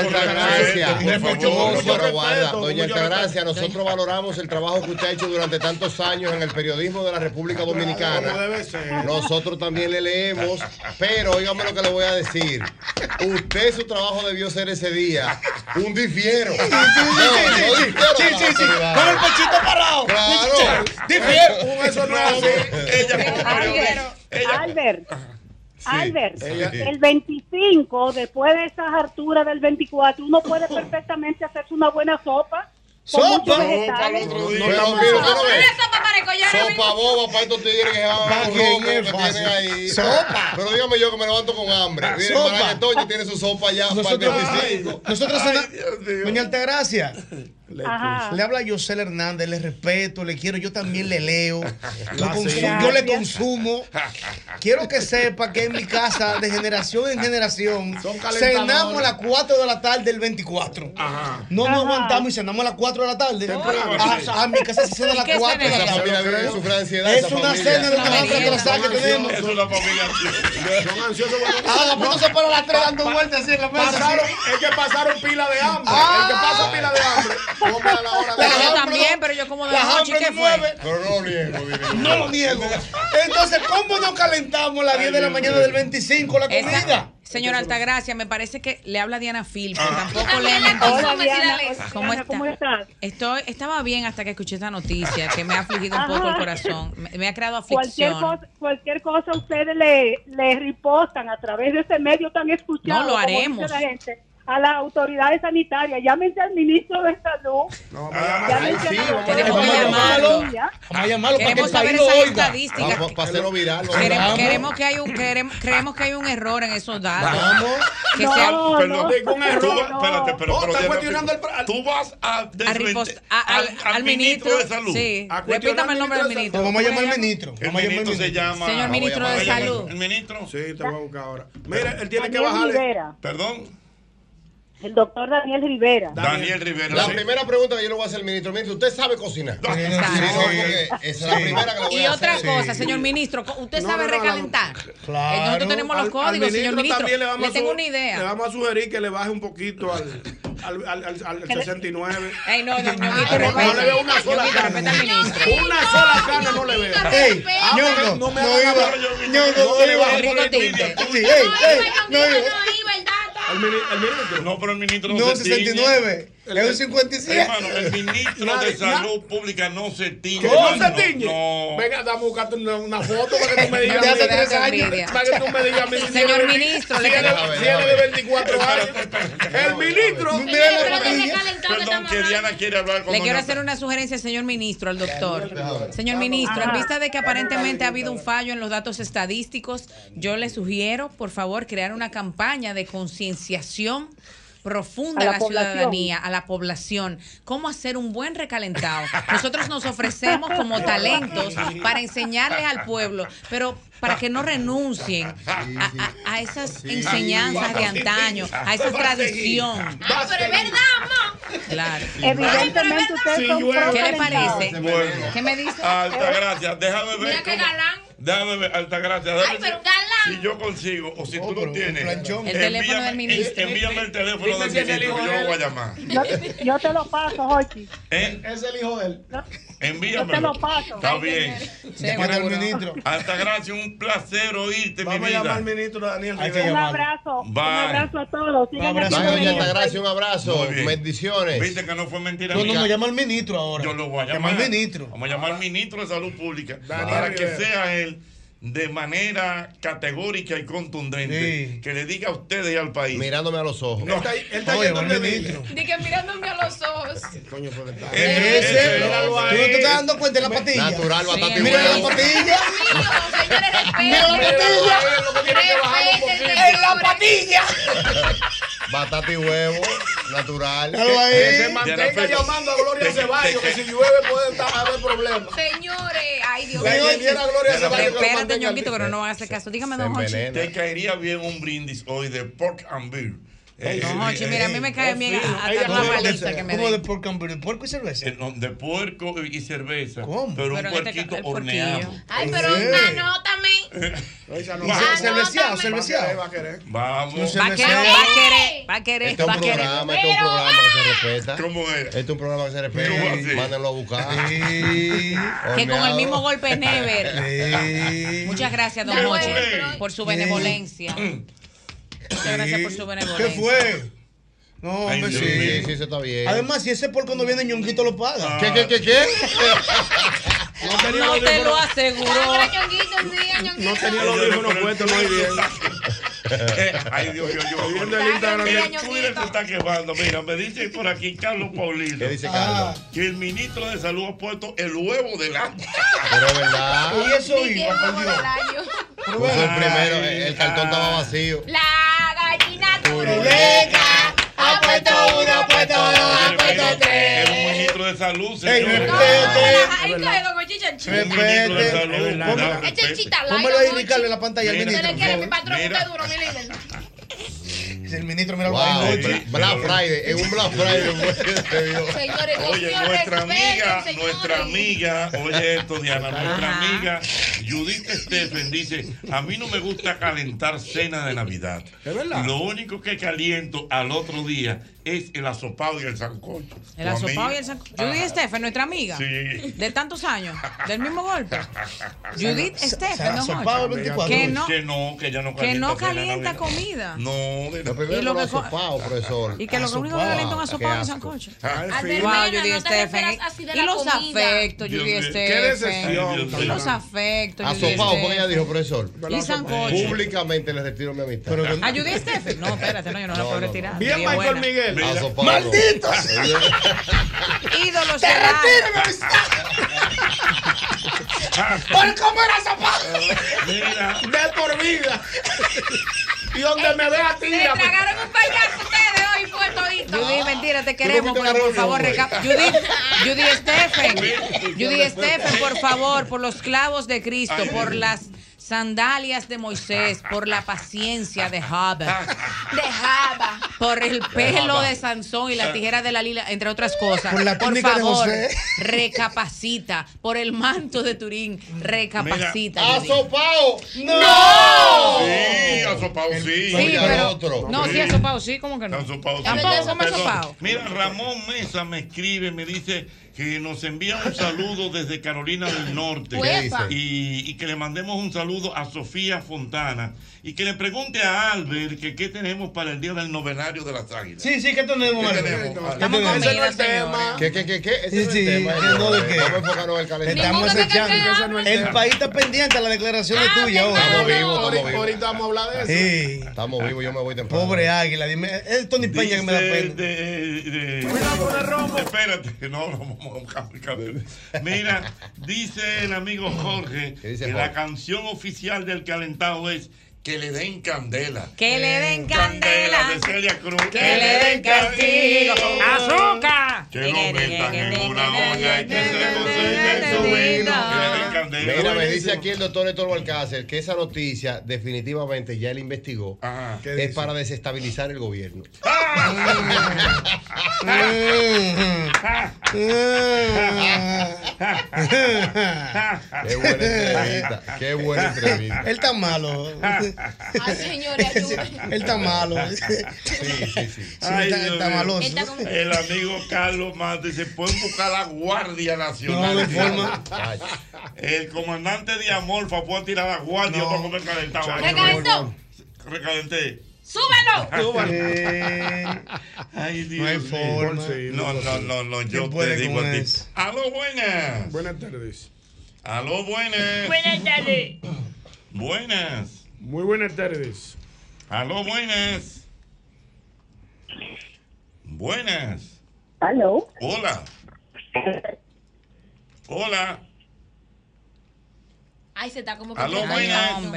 Altagracia, nosotros valoramos el trabajo que usted ha hecho durante tantos años en el periodismo de la República Dominicana. Nosotros también le leemos, pero óigame lo que le voy a decir. Usted, su trabajo debió ser ese día un difiero. Sí. Con el pechito parado. Claro. Difiero. Eso no es así. Albert, el 25, después de esas alturas del 24, uno puede perfectamente hacerse una buena sopa. Sopa. Sopa boba para estos tigres que tienen ahí. Sopa. Pero dígame yo que me levanto con hambre. Miren, para que Toño tiene su sopa ya para el 25. Nosotros, doña Altagracia, le habla a Yosel Hernández, le respeto, le quiero, yo también le leo, yo le consumo. Quiero que sepa que en mi casa, de generación en generación, cenamos a las 4 de la tarde el 24. No nos aguantamos y cenamos a las 4 de la tarde. A mi casa se cena a las 4 de la tarde. Es una cena de una atrasada que tenemos. Es una familia. Son ansiosos. No se para las 3 dando vueltas así en la mesa. Es que pasaron pila de hambre. El que pasa pila de hambre. Yo también, pero yo como de noche, ¿qué fue? Pero no lo niego. No lo niego. Entonces, ¿cómo nos calentamos a las 10 de la mañana del 25 la comida? Señora Altagracia, me parece que le habla Diana Phil, pero tampoco le he ¿Cómo estás? Estaba bien hasta que escuché esta noticia, que me ha afligido un poco el corazón. Me ha creado aflicción. Cualquier cosa ustedes le ripostan a través de ese medio tan escuchado. No lo haremos. A las autoridades sanitarias, llámense al ministro de Salud. Queremos llamarlo. Vamos a llamarlo para que el saber país lo esas oiga. estadísticas. Para hacerlo viral. Creemos que hay un error en esos datos. Perdón, un error. Espérate, pero tú vas al ministro de Salud. Sí. Repítame el nombre del ministro. Vamos a llamar al ministro. El ministro se llama. Señor ministro de Salud. El ministro. Sí, te voy a buscar ahora. Mira, él tiene que bajarle. Perdón. El doctor Daniel Rivera. Daniel Rivera. La primera pregunta que yo le voy a hacer al ministro, ¿usted sabe cocinar? Exacto. Esa es la primera que le voy Y a otra hacer. cosa, señor ministro, ¿usted sabe recalentar? Claro. Nosotros tenemos los códigos, señor ministro. También le tengo una idea. Le vamos a sugerir que le baje un poquito al 69. Ey, no, No le veo una sola cana. Una sola cana no le veo. Ey, Ñongo, no me hagas el ministro. No, pero el ministro no se tiñe. 69. Es un 57. Hermano, el ministro de Salud Pública no se tiñe. ¿No se tiñe? No. Venga, dame a buscarte una foto para que tú me digas. De hace 3 años. Para que tú me digas. Señor ministro, si tiene de 24 años. El ministro. Perdón, que Diana quiere hablar con Le quiero hacer una sugerencia, señor ministro, al doctor. Señor ministro, en vista de que aparentemente ha habido un fallo en los datos estadísticos, yo le sugiero, por favor, crear una campaña de concienciación profunda a la ciudadanía, a la población, cómo hacer un buen recalentado. Nosotros nos ofrecemos como talentos para enseñarles al pueblo, pero para que no renuncien a esas enseñanzas de antaño, a esa tradición. Pero es verdad, mamá. Claro. Evidentemente ustedes son ¿Qué le parece? Bueno, ¿Qué me dice? Altagracia, déjame ver. Mira qué galán. Déjame ver, Altagracia. Ay, pero galán. Si yo consigo, o si tú lo tienes, El teléfono del ministro. Envíame el teléfono del ministro, que yo lo voy a llamar. Yo te lo paso, Jochi. Es el hijo de él. Envíame. Yo te lo paso. Está bien. Para el ministro. Altagracia, un placer oírte, mi Vamos a vida. llamar al ministro Daniel Un Rivera. abrazo. Bye. Un abrazo a todos. Sigan así. Doña Altagracia, un abrazo. Muy bien. Bendiciones. Viste que no fue mentira No, mía. me llama al ministro ahora. Yo lo voy a Llama llamar. al ministro. Vamos a llamar al ministro de Salud Pública Daniel para que Rivera. sea él de manera categórica y contundente que le diga a ustedes y al país. Mirándome a los ojos. Él está yendo al ministro. Dije mirándome a los ojos. Coño, puede estar. Ese. ¿Tú no te estás dando cuenta de la patilla? Natural, batata y Mira la huevo. patilla. Señores, Mira la patilla. En la patilla. Batata y huevo, natural. Se mantenga llamando a Gloria Ceballos, que si llueve puede haber problemas. Señores, ay Dios La mío. ingeniera Gloria Ceballos. Espérate, Ñonguito, que no van a hacer caso. Dígame, don Jochi. Te caería bien un brindis hoy de pork and beer. Don Jochi, mira, a mí me cae bien hasta una paliza que me ¿Cómo de den. porco and beer? ¿De puerco y cerveza? De puerco y cerveza. ¿Cómo? Pero un Pero en este puerquito el horneado. puerquillo. Ay, pero anótame. Cerveceado, cerveceado. Vamos. Va a querer, va a querer, Este es va a un querer. programa, este es un programa que se respeta. ¿Cómo es? Este es un programa que se ¿Cómo así? respeta. Mándenlo a buscar. Que con el mismo golpe Never. Muchas gracias, don Jochi, por su benevolencia. Muchas gracias por su benevolencia. ¿Qué fue? No, Ay, hombre, Dios sí. mío. Sí, eso está bien. Además, si ese porco no viene, Ñonguito lo paga. ¿Qué? No te lo aseguró. Ahora, Ñonguito, un día, Ñonguito. No tenía los audífonos puestos, muy bien. Ay, Dios mío, yo Viendo el Instagram. Mira, Twitter se está quemando. Mira, me dice por aquí Carlos Paulino. ¿Qué dice Carlos? Que el ministro de Salud ha puesto el huevo del año. Pero es verdad. Y eso Dije, iba, por huevo Dios. del año. Puso el primero, el cartón estaba vacío. La gallina Turuleca. Ha puesto uno, ha puesto dos, ha puesto Es un tres. ministro de Salud, Ey, señor. Ahí cae don Chicha. Un ministro de Salud. Es chichita, Póngalo ahí, Ricardo, en la pantalla al Mira. Se le ministro. quiere mi patrón, Mira. usted duro, mi líder. Es el ministro, mira lo Wow, que Black Friday, en un Black Friday. Señores, Dios Oye, mío, nuestra amiga, respeten, nuestra señores. amiga, oye esto, Diana, nuestra amiga Judith Stephen dice, a mí no me gusta calentar cena de Navidad. ¿Es verdad? Lo único que caliento al otro día es el asopado y el sancocho. El asopado y el sancocho. Judith Stephen, nuestra amiga. Sí. De tantos años. Del mismo golpe. Judith Stephen, no asopado Jochi. 24. Que no, que ella no que no cena de calienta Navidad. comida. No, Lo primero Y lo fue que co- asopado, profesor. Y que lo único que calienta es un asopado y Qué asco. sancocho. Albermena, Wow, no Judith te Stephen. refieras así de Y la los comida. afectos, Dios Judith mío. Qué Stephen. decepción. Y los afectos, Judith Asopado, porque ella Stephen. dijo, profesor. Y sancocho. Públicamente le retiro mi amistad. ¿A Judith Stephen? No, espérate, no, yo no la puedo retirar. Bien, Ella es Michael buena. Miguel. Asopado. ¡Malditos! Ídolo ¡Te será. retiro mi amistad! ¡Por comer asopado! Mira, De por vida. Y donde me vea Se tira. tragaron un payaso ustedes hoy, fue todito. Judith, mentira, te queremos, fuiste pero por una favor, reunión, Judith Stephen, por favor, por los clavos de Cristo, por las Sandalias de Moisés por la paciencia de Job. Por el pelo de Sansón y la tijera de la Lila, entre otras cosas. Por favor, recapacita. Por el manto de Turín, recapacita. ¡Asopao! ¡No! Sí, asopao sí. Sí, pero no, sí, asopao sí, ¿cómo que no? Asopao sí. Tampoco come asopao. Mira, Ramón Mesa me escribe, me dice que nos envía un saludo desde Carolina del Norte y que le mandemos un saludo a Sofía Fontana y que le pregunte a Albert que qué tenemos para el día del novenario de las águilas. Sí, ¿qué tenemos? Estamos con ese no es el tema. ¿Qué? Ese no es el tema. No, ¿de qué? Vamos a enfocarnos en el calendario. Estamos echando. El país está pendiente a las declaraciones tuyas hoy. Estamos vivos. Ahorita vamos a hablar de eso. Sí. Estamos vivos, yo me voy temprano. Pobre águila, dime, es Tony Peña que me da pena. Cuidado con el rombo. Espérate, no. Mira, dice el amigo Jorge que la canción oficial del calentado es Que le den candela. Que le den candela. De Celia Cruz. Que le den castigo. ¡Azúcar! Que lo metan en una olla y que se cocine su vino. Que le den candela. Mira, me dice aquí el doctor Héctor Balcácer que esa noticia definitivamente ya él investigó. Es para desestabilizar el gobierno. Qué buena entrevista. Él está malo. Ay, señores, ayúdenme. Él está malo. Sí. Ay, está maloso. El amigo Carlos Mate se puede buscar la Guardia Nacional. No, de forma. El comandante de Amorfa puede tirar la guardia para comer calentado. ¿Recalentó? Recalenté. ¡Súbelo! Ay, Dios. No hay forma. No, yo te digo a ti. Aló, buenas. Buenas tardes. Aló, buenas. Buenas tardes. Buenas. Muy buenas tardes. Aló, buenas. Buenas. Aló. Hola. Hola. Ay, se está como que... Aló, buenas.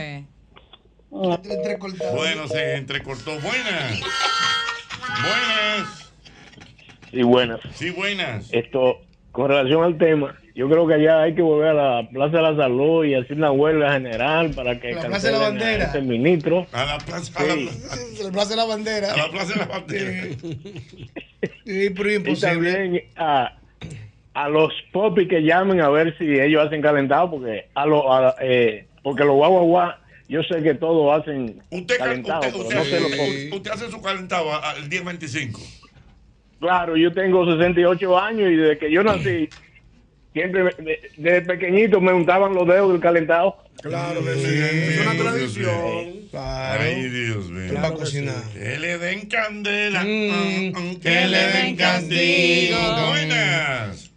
Bueno, se entrecortó. Buenas. Buenas. Sí, buenas. Sí, buenas. Esto, con relación al tema, yo creo que allá hay que volver a la Plaza de la Salud y hacer una huelga general para que la Plaza de la Bandera. Este ministro. A la Plaza, La Plaza de la Bandera. A la Plaza de la Bandera. Sí, pero imposible. Y también a los popis que llamen a ver si ellos hacen calentado, porque porque los guaguaguá, yo sé que todos hacen calentado. Usted hace su calentado el día 25. Claro, yo tengo 68 años y desde que yo nací, siempre desde pequeñito me untaban los dedos del calentado. Claro que sí. Es una tradición. Claro. Ay, Dios mío. Para cocinar. Que le den candela. Que le den castigo. Buenas.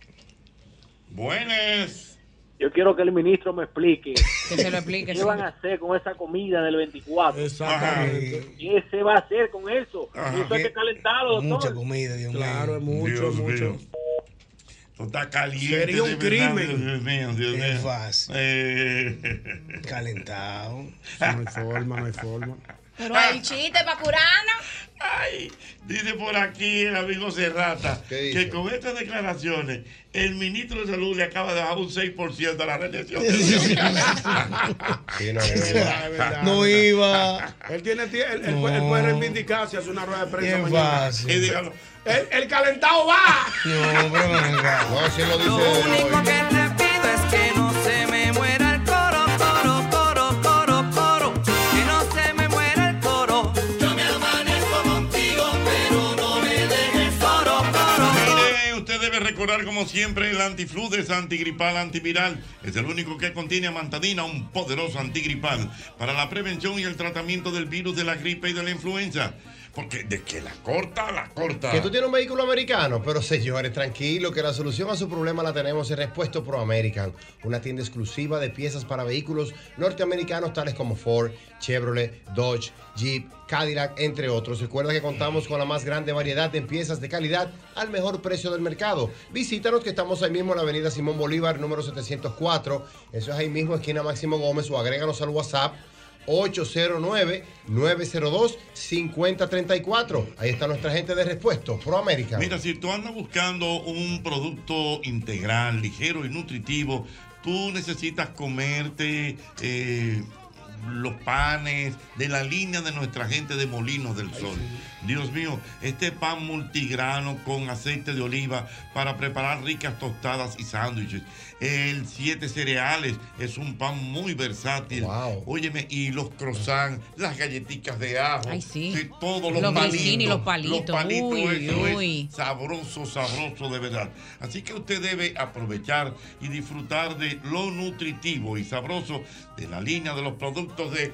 Buenas. Yo quiero que el ministro me explique. Que se lo explique. ¿Qué van a hacer con esa comida del 24? Exactamente. ¿Qué se va a hacer con eso? Eso hay que calentarlo, doctor. Mucha comida, Dios mío. Claro, es mucho. Esto está caliente. Sería un crimen. Dios mío. Es fácil. Calentado. No hay forma. Pero hay chiste para curarnos. Ay, dice por aquí el amigo Serrata que con estas declaraciones el ministro de Salud le acaba de bajar un 6% a la reelección. Sí, no iba. Él puede reivindicarse, hace una rueda de prensa mañana. Y dígalo. El calentado va. No, pero venga. No, si lo dice. Lo único que te pido es que no se me muera el coro, coro, coro, coro, coro. Que no se me muera el coro. Yo me amanezco contigo, pero no me dejes coro, coro. Mire, usted debe recordar como siempre el antifludes, antigripal, antiviral. Es el único que contiene amantadina, un poderoso antigripal para la prevención y el tratamiento del virus de la gripe y de la influenza. Porque de que la corta. Que tú tienes un vehículo americano, pero señores, tranquilo, que la solución a su problema la tenemos en Repuesto Pro American, una tienda exclusiva de piezas para vehículos norteamericanos tales como Ford, Chevrolet, Dodge, Jeep, Cadillac, entre otros. Recuerda que contamos con la más grande variedad de piezas de calidad al mejor precio del mercado. Visítanos, que estamos ahí mismo en la avenida Simón Bolívar, número 704. Eso es ahí mismo, esquina Máximo Gómez, o agréganos al WhatsApp 809-902-5034. Ahí está nuestra gente de Repuesto Pro American. Mira, si tú andas buscando un producto integral, ligero y nutritivo tú necesitas comerte los panes de la línea de nuestra gente de Molinos del Sol. Dios mío, este pan multigrano con aceite de oliva para preparar ricas tostadas y sándwiches. El 7 cereales es un pan muy versátil. Óyeme, y los croissants, las galletitas de ajo, de todos los palitos. Y los palitos. Los palitos, Uy. Es sabroso de verdad. Así que usted debe aprovechar y disfrutar de lo nutritivo y sabroso de la línea de los productos de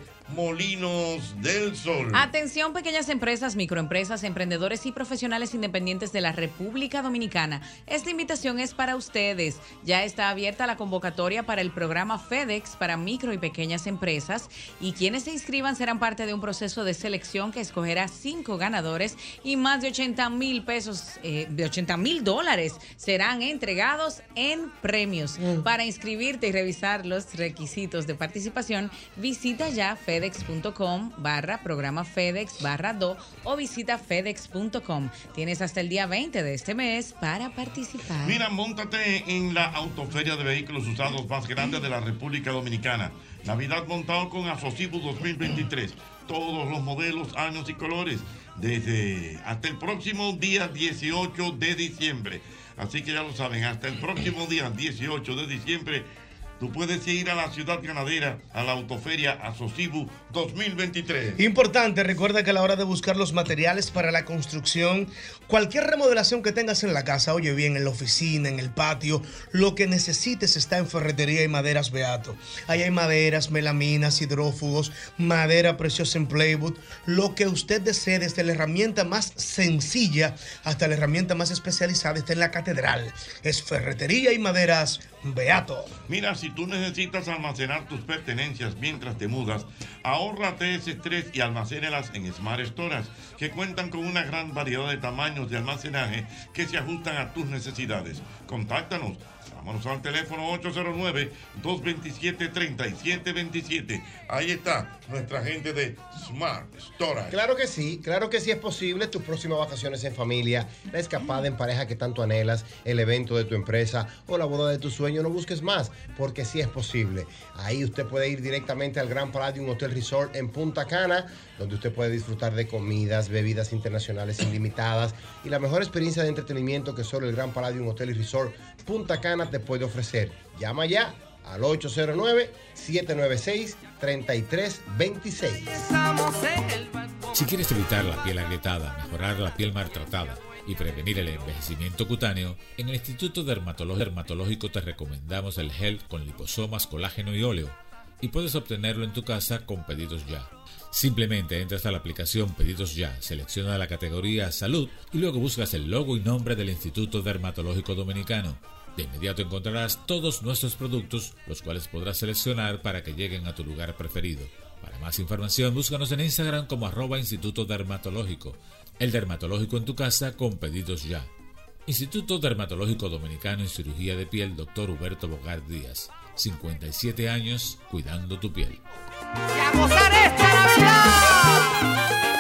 Molinos del Sol. Atención, pequeñas empresas, microempresas, emprendedores y profesionales independientes de la República Dominicana. Esta invitación es para ustedes. Ya está abierta la convocatoria para el programa FedEx para micro y pequeñas empresas, y quienes se inscriban serán parte de un proceso de selección que escogerá 5 ganadores y más de 80,000 pesos, de $80,000 serán entregados en premios. Para inscribirte y revisar los requisitos de participación, visita ya fedex.com/programa FedEx/do o visita fedex.com. Tienes hasta el día 20 de este mes para participar. Mira, móntate en la autoferia de vehículos usados más grande de la República Dominicana. Navidad montado con Asocibu 2023. Todos los modelos, años y colores, desde hasta el próximo día 18 de diciembre. Así que ya lo saben, hasta el próximo día 18 de diciembre tú puedes ir a la ciudad ganadera, a la autoferia Asocibu 2023. Importante, recuerda que a la hora de buscar los materiales para la construcción, cualquier remodelación que tengas en la casa, oye bien, en la oficina, en el patio, lo que necesites está en Ferretería y Maderas Beato. Ahí hay maderas, melaminas, hidrófugos, madera preciosa en Playwood, lo que usted desee, desde la herramienta más sencilla hasta la herramienta más especializada, está en la Catedral. Es Ferretería y Maderas Beato. Mira, si tú necesitas almacenar tus pertenencias mientras te mudas, ahórrate ese estrés y almacénelas en Smart Storage, que cuentan con una gran variedad de tamaños de almacenaje que se ajustan a tus necesidades. Contáctanos. Vámonos al teléfono 809-227-3727. Ahí está nuestra gente de Smart Storage. Claro que sí es posible. Tus próximas vacaciones en familia, la escapada en pareja que tanto anhelas, el evento de tu empresa o la boda de tu sueño. No busques más, porque sí es posible. Ahí usted puede ir directamente al Grand Palladium Hotel Resort en Punta Cana, donde usted puede disfrutar de comidas, bebidas internacionales ilimitadas y la mejor experiencia de entretenimiento que solo el Grand Palladium Hotel Resort Punta Cana te puede ofrecer. Llama ya al 809-796-3326. Si quieres evitar la piel agrietada, mejorar la piel maltratada y prevenir el envejecimiento cutáneo, en el Instituto Dermatológico te recomendamos el gel con liposomas, colágeno y óleo, y puedes obtenerlo en tu casa con Pedidos Ya. Simplemente entras a la aplicación Pedidos Ya, selecciona la categoría Salud y luego buscas el logo y nombre del Instituto Dermatológico Dominicano. De inmediato encontrarás todos nuestros productos, los cuales podrás seleccionar para que lleguen a tu lugar preferido. Para más información, búscanos en Instagram como @Instituto Dermatológico. El dermatológico en tu casa con Pedidos Ya. Instituto Dermatológico Dominicano en Cirugía de Piel, Dr. Huberto Bogart Díaz. 57 años cuidando tu piel. ¡Y a gozar esta Navidad!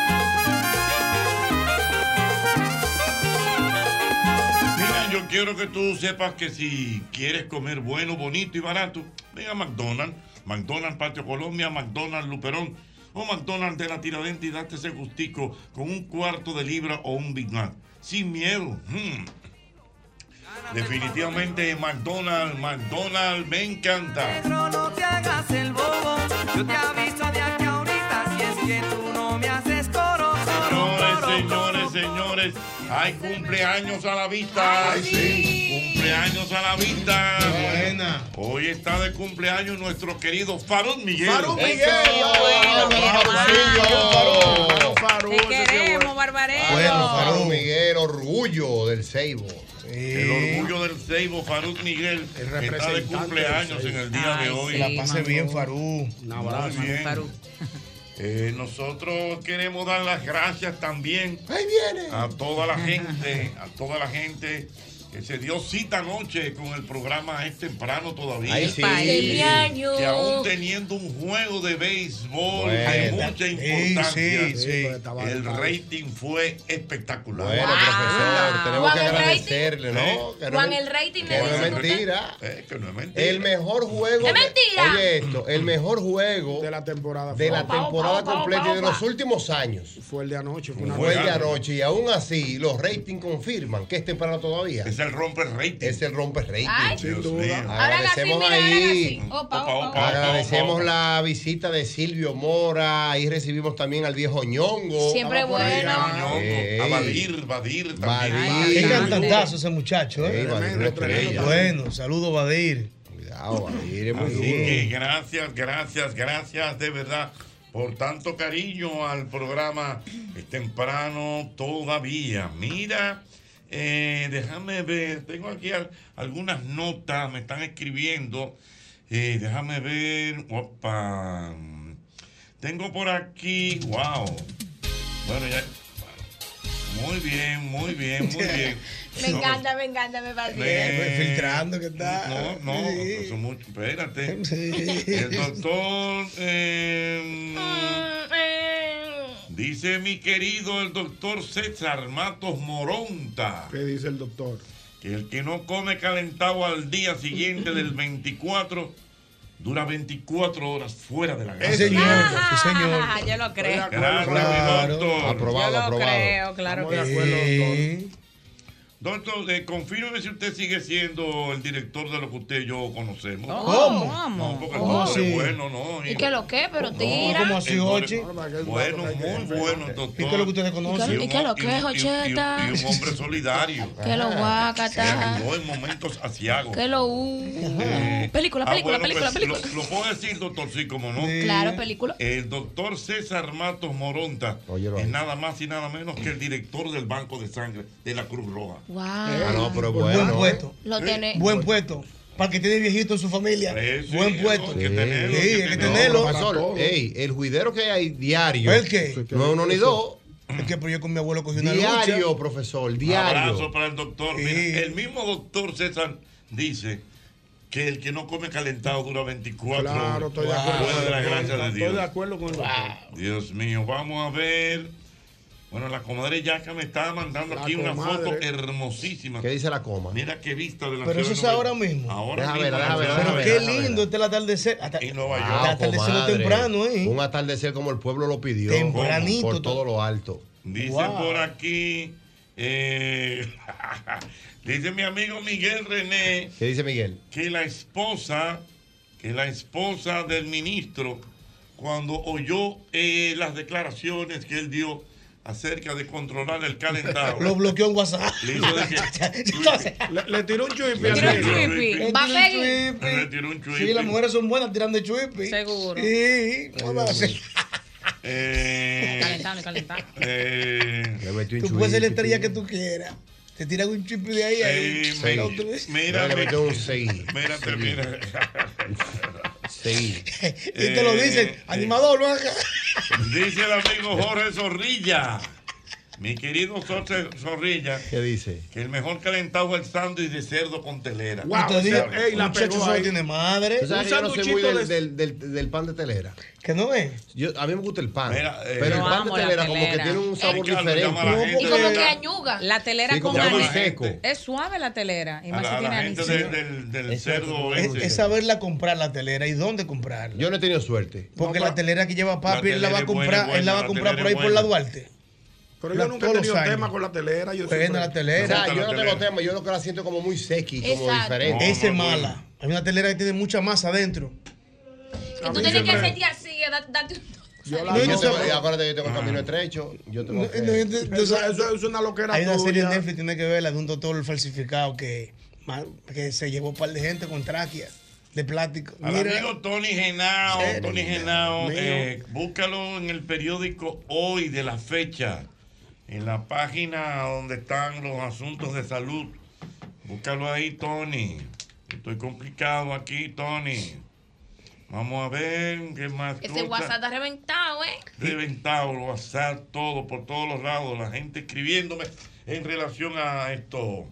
Yo quiero que tú sepas que si quieres comer bueno, bonito y barato, ven a McDonald's, Patio Colombia, McDonald's Luperón o McDonald's de la Tiradentes y date ese gustico con un cuarto de libra o un Big Mac. Sin miedo. Definitivamente McDonald's me encanta. Pedro, no te hagas el bobo, yo te aviso de aquí ahorita, si es que tú no me haces coro. Señores, hay cumpleaños a la vista. Ay, sí. Cumpleaños a la vista. Buena. Hoy está de cumpleaños nuestro querido Farud Miguel. Farud Miguel. Te queremos, Barbarero. Bueno, Farud Miguel, orgullo del Ceibo. El orgullo del Ceibo, Farud Miguel, está de cumpleaños en el día de hoy. Que la pase bien, Farud. Un abrazo. Muy bien. Farud. Nosotros queremos dar las gracias también ahí viene a toda la gente que se dio cita anoche con el programa Es Temprano Todavía. Ay, sí. Que aún teniendo un juego de béisbol de mucha importancia, el rating fue espectacular. Bueno, profesor, tenemos que agradecerle, ¿no? Juan, el rating que no es mentira. Que no es mentira. El mejor juego. ¡Es mentira! Oye esto, el mejor juego de la temporada completa y de los últimos años. Fue el de anoche. Fue el de anoche y aún así los ratings confirman que es temprano todavía. Es el romper rating. Es el romper rating. Ay, sin duda. Agradecemos ahí. Agradecemos la visita de Silvio Mora. Ahí recibimos también al viejo Ñongo. Siempre bueno. A Badir también. Qué cantantazo ese muchacho, ¿eh? Bueno, saludo Badir. Cuidado, Badir es muy Así duro. que gracias de verdad por tanto cariño al programa Es Temprano Todavía. Mira, déjame ver, tengo aquí algunas notas, me están escribiendo. Déjame ver, opa. Tengo por aquí, wow. Bueno, ya. Muy bien. Me encanta, me parece. Filtrando que está. No, eso es mucho. Espérate. El doctor. Dice mi querido el doctor César Matos Moronta. ¿Qué dice el doctor? Que el que no come calentado al día siguiente del 24 dura 24 horas fuera de la casa. Sí, señor. Yo lo creo. Gracias, Claro. doctor. Aprobado. Creo, claro que sí. Doctor, confírmeme si usted sigue siendo el director de lo que usted y yo conocemos. ¿Cómo? No, porque el ¿Cómo doctor así? es bueno, ¿no? ¿Y qué lo que? Pero tira. ¿Cómo así, Jochi? Bueno, muy bueno, doctor. ¿Y qué es lo que ustedes conocen? ¿Y qué lo que, Jocheta? Y un hombre solidario. ¿Qué lo guacata? Que ayudó en momentos asiagos. ¿Qué lo película. Lo puedo decir, doctor, sí, como no. Claro, película. El doctor César Matos Moronta es nada más y nada menos que el director del Banco de Sangre de la Cruz Roja. Wow. No, pero bueno. Buen puesto. Lo tiene. Buen puesto. Para que tiene viejito en su familia. Buen puesto. Hay que tenerlo. Sí, hay que tenerlo. Profesor, el juidero que hay diario. ¿El qué? No es uno ni dos. Es que yo con mi abuelo cogí una lucha. Diario, profesor, diario. Abrazo para el doctor. Mira, el mismo doctor César dice que el que no come calentado dura 24 horas. Claro, estoy de acuerdo. De la gracia de Dios. Estoy de acuerdo con el doctor. Dios mío, vamos a ver. Bueno, la comadre Yaca me estaba mandando aquí una foto hermosísima. ¿Qué dice la coma? Mira qué vista de la Pero eso es ahora mismo. Ahora Déjame ver. Pero qué lindo este el atardecer. En Nueva York. El atardecer temprano, ¿eh? Un atardecer como el pueblo lo pidió. Tempranito. Por todo lo alto. Dice por aquí. Dice mi amigo Miguel René. ¿Qué dice Miguel? Que la esposa del ministro, cuando oyó las declaraciones que él dio acerca de controlar el calentado, lo bloqueó en WhatsApp. Le hizo decir, le tiró un chuipi. Le tiró un chuipi. Sí, las mujeres son buenas tirando chuipi. Seguro. Sí, ¿cómo va a ser? Calentado. Tú puedes ser la estrella que tú quieras. Te tiran un chuipi de ahí. Mira, le metió un 6. Mira. Sí. Y te lo dicen, animador, ¿no? Dice el amigo Jorge Zorrilla. Mi querido Jorge Zorrilla. ¿Qué dice? Que el mejor calentado es el sándwich de cerdo con telera. Wow, la muchacho solo tiene madre. ¿Tú sabes que yo no soy muy del pan de telera? ¿Que no es? A mí me gusta el pan. Mira, pero el pan de telera como que tiene un sabor diferente. Y como que añuga. La telera como muy seco. Es suave la telera. Y más si tiene la gente del cerdo es saberla comprar la telera y dónde comprarla. Yo no he tenido suerte. Porque la telera que lleva papi, él la va a comprar, él la va a comprar por ahí por la Duarte. Pero yo nunca he tenido tema con la telera. Yo la telera. O sea, yo no tengo tema, yo lo que la siento como muy sequi, como diferente. Esa es mala. Hay una telera que tiene mucha masa adentro. Y tú tienes que hacerte así, date un... Acuérdate que yo tengo camino estrecho. Eso es una loquera. Hay una serie de Netflix, tiene que verla, de un doctor falsificado que se llevó un par de gente con tráquea de plástico. Al amigo Tony Genao, búscalo en el periódico Hoy de la Fecha, en la página donde están los asuntos de salud. Búscalo ahí, Tony. Estoy complicado aquí, Tony. Vamos a ver qué más. Ese WhatsApp está reventado, Reventado, el WhatsApp, todo, por todos los lados. La gente escribiéndome en relación a esto.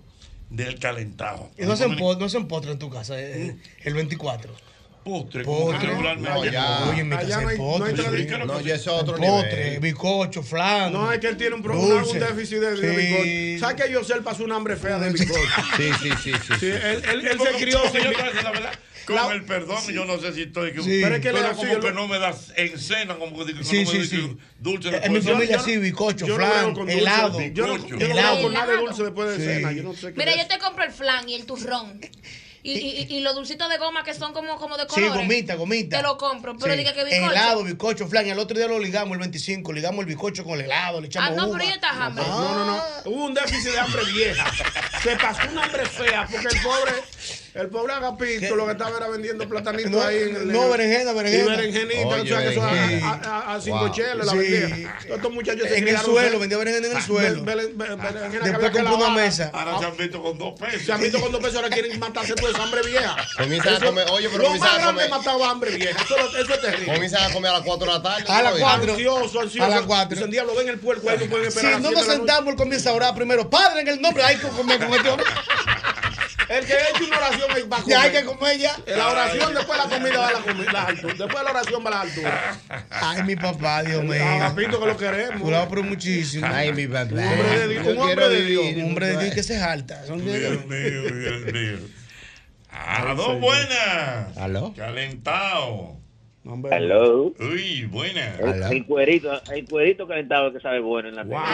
del calentado. Y no hacen postre en tu casa el 24. Postre. No, ya. Oye, me allá hace postre. No, ya eso es otro postre, nivel. bizcocho, flan. No, es que él tiene un déficit de bizcocho. ¿Sabes que Yosel pasó una hambre fea de bizcocho? Sí. Él se crió sin la verdad. Con el perdón, yo no sé si estoy pero es que como que no me das en cena, como que no me das dulce. En mi familia sí, bizcocho, flan, helado. Yo no hago con nada de dulce después de cena. Yo no sé qué. Mira, yo te compro el flan y el turrón. Y los dulcitos de goma que son como de colores. Sí, gomita. Te lo compro, pero diga que bizcocho. Helado, bizcocho, flan. Y al otro día lo ligamos el 25. Ligamos el bizcocho con el helado, le echamos no, pero ya estás hambre. No. Hubo un déficit de hambre vieja. Se pasó una hambre fea porque el pobre Agapito lo que estaba era vendiendo platanitos ahí en el. No, berenjena. Y berenjenita, o sea que eso a 5 cheles la vendía. Estos muchachos en el suelo, vendía berenjena en el suelo. Después compró una mesa. Ahora se han visto con 2 pesos. Se han visto con 2 pesos, ahora quieren matarse toda esa hambre vieja. Comienzan a comer, oye, pero lo más grande mataba hambre vieja. Eso es terrible. Comienzan a comer a las 4 de la tarde. A las 4. Ansioso. A las 4. Dicen, diablo, ven el puerco ahí, no pueden esperar. Si no nos sentamos, él comienza a orar primero. Padre, en el nombre, hay que comer con este hombre. El que eche una oración va a comer. Ya hay que comer ya. La oración, después la comida va a la altura. Después de la oración va a la altura. Ay, mi papá, Dios mío. Agapito, que lo queremos. Tú lo amo muchísimo. Ay, mi papá. Un hombre de Dios. Un hombre de Dios que se jalta. Dios mío. ¡Aló, buenas! ¿Aló? Calentado. Hello. Uy, buena. El cuerito calentado que sabe bueno en la tele.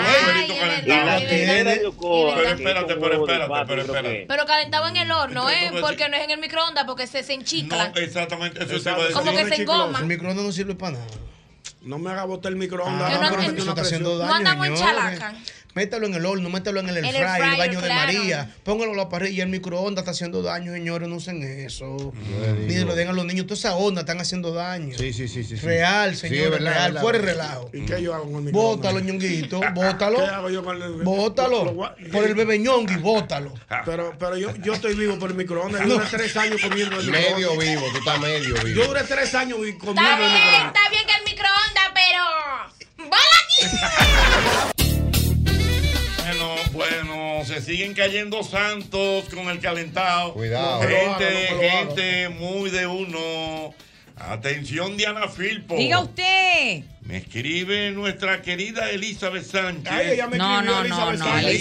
Pero espérate. Pero calentado en el horno, porque no es en el microondas, porque se enchicla. No, exactamente, eso se va a decir. Como que se engoma. El microondas no sirve para nada. No me haga botar el microondas. Eso está haciendo daño. No andamos en chalaca. Métalo en el horno, métalo en el air fryer, el baño de María. Póngalo a la parrilla, el microondas está haciendo daño, señores. No usen eso. Ni lo den a los niños. Toda esa onda están haciendo daño. Sí. Real, señor. Real. Fuera el relajo. ¿Y qué yo hago con el microondas? Bótalo, ñonguito. Bótalo. ¿Qué hago yo con el Bótalo. Por el bebé ñongui, bótalo. Pero yo estoy vivo por el microondas. Yo duré 3 años comiendo el microondas. Medio vivo, tú estás medio vivo. Yo duré 3 años comiendo el microondas. Está bien que el microondas, pero. ¡Bola aquí! Bueno, se siguen cayendo santos con el calentado. Cuidado. Gente muy de uno. Atención, Diana Filpo. Diga usted. Me escribe nuestra querida Elizabeth Sánchez. Ay, ella me escribió Elizabeth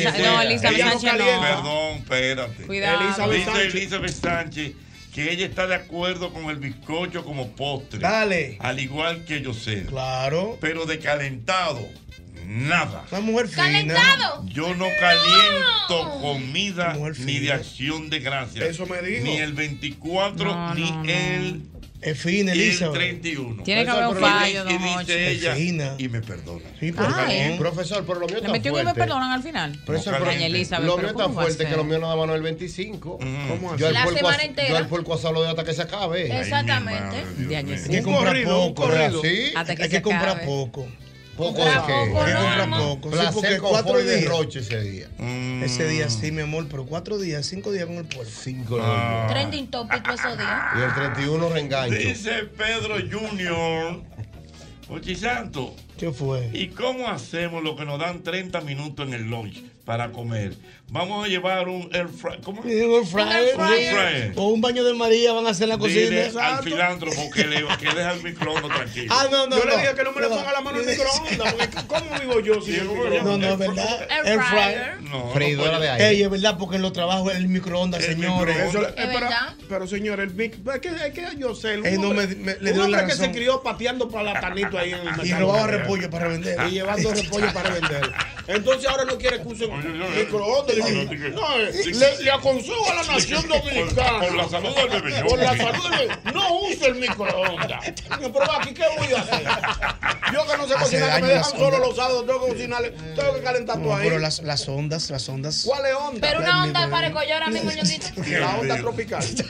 Sánchez no. Perdón, espérate. Cuidado. Dice Elizabeth Sánchez que ella está de acuerdo con el bizcocho como postre. Dale. Al igual que yo sé. Claro. Pero de calentado, nada. Una mujer fina. ¿Calentado? Yo no caliento comida ni de acción de gracias. Eso me dijo. Ni el 24 ni el Es fina, Elizabeth. El 31. Tiene que haber un fallo, don Y dice ella, fina. y me perdona. Sí, profesor, pero lo mío Le está metió que fuerte. me perdonan al final. Profesor, Doña Elizabeth, lo pero mío está ¿cómo va a fuerte ser? que lo mío nada más no es el 25. ¿Cómo así? Yo La semana entera. Yo al puerco asado lo doy hasta que se acabe. Exactamente. Hay que comprar poco. ¿Sí? Hasta que Hay se que comprar acabe. poco. Poco de Hay que qué. comprar poco. Sí, Placer, porque confort 4 y días. derroche ese día. Ese día sí, mi amor, pero 4 días, 5 días con el puerco. 5 días. Trending topic esos días. Y el 31 reengancho. Dice Pedro Junior, Ochi Santo, ¿Qué fue? ¿y cómo hacemos lo que nos dan 30 minutos en el lunch para comer? Vamos a llevar un air fryer. ¿Cómo? Un air fryer. O un baño de María van a hacer en la cocina. Dile al filántropo que deja el microondas tranquilo. Yo le dije que no me le ponga la mano en el microondas. Porque ¿cómo vivo yo sin el microondas? No, es verdad. Air fryer. No, Freidora de aire. Ey, es verdad, porque en los trabajos el microondas, señores. Pero señor, es que yo sé. Le dio un la hombre que se razón. crió pateando platanito ahí en el mercado. Y robaba repollo para revender. Y llevando repollo para revender. Entonces ahora no quiere que use microondas. No, le aconsejo a la nación dominicana. Por la salud del bebé. Por la salud del bebé. No use el microondas. Pero aquí, ¿qué voy a hacer? Yo que no sé cocinar, que me dejan solo los sábados, tengo que cocinar, tengo que calentar todo ahí. Pero las ondas. ¿Cuál es onda? Pero una onda para el collo ahora mismo, ñonguito. La onda tropical.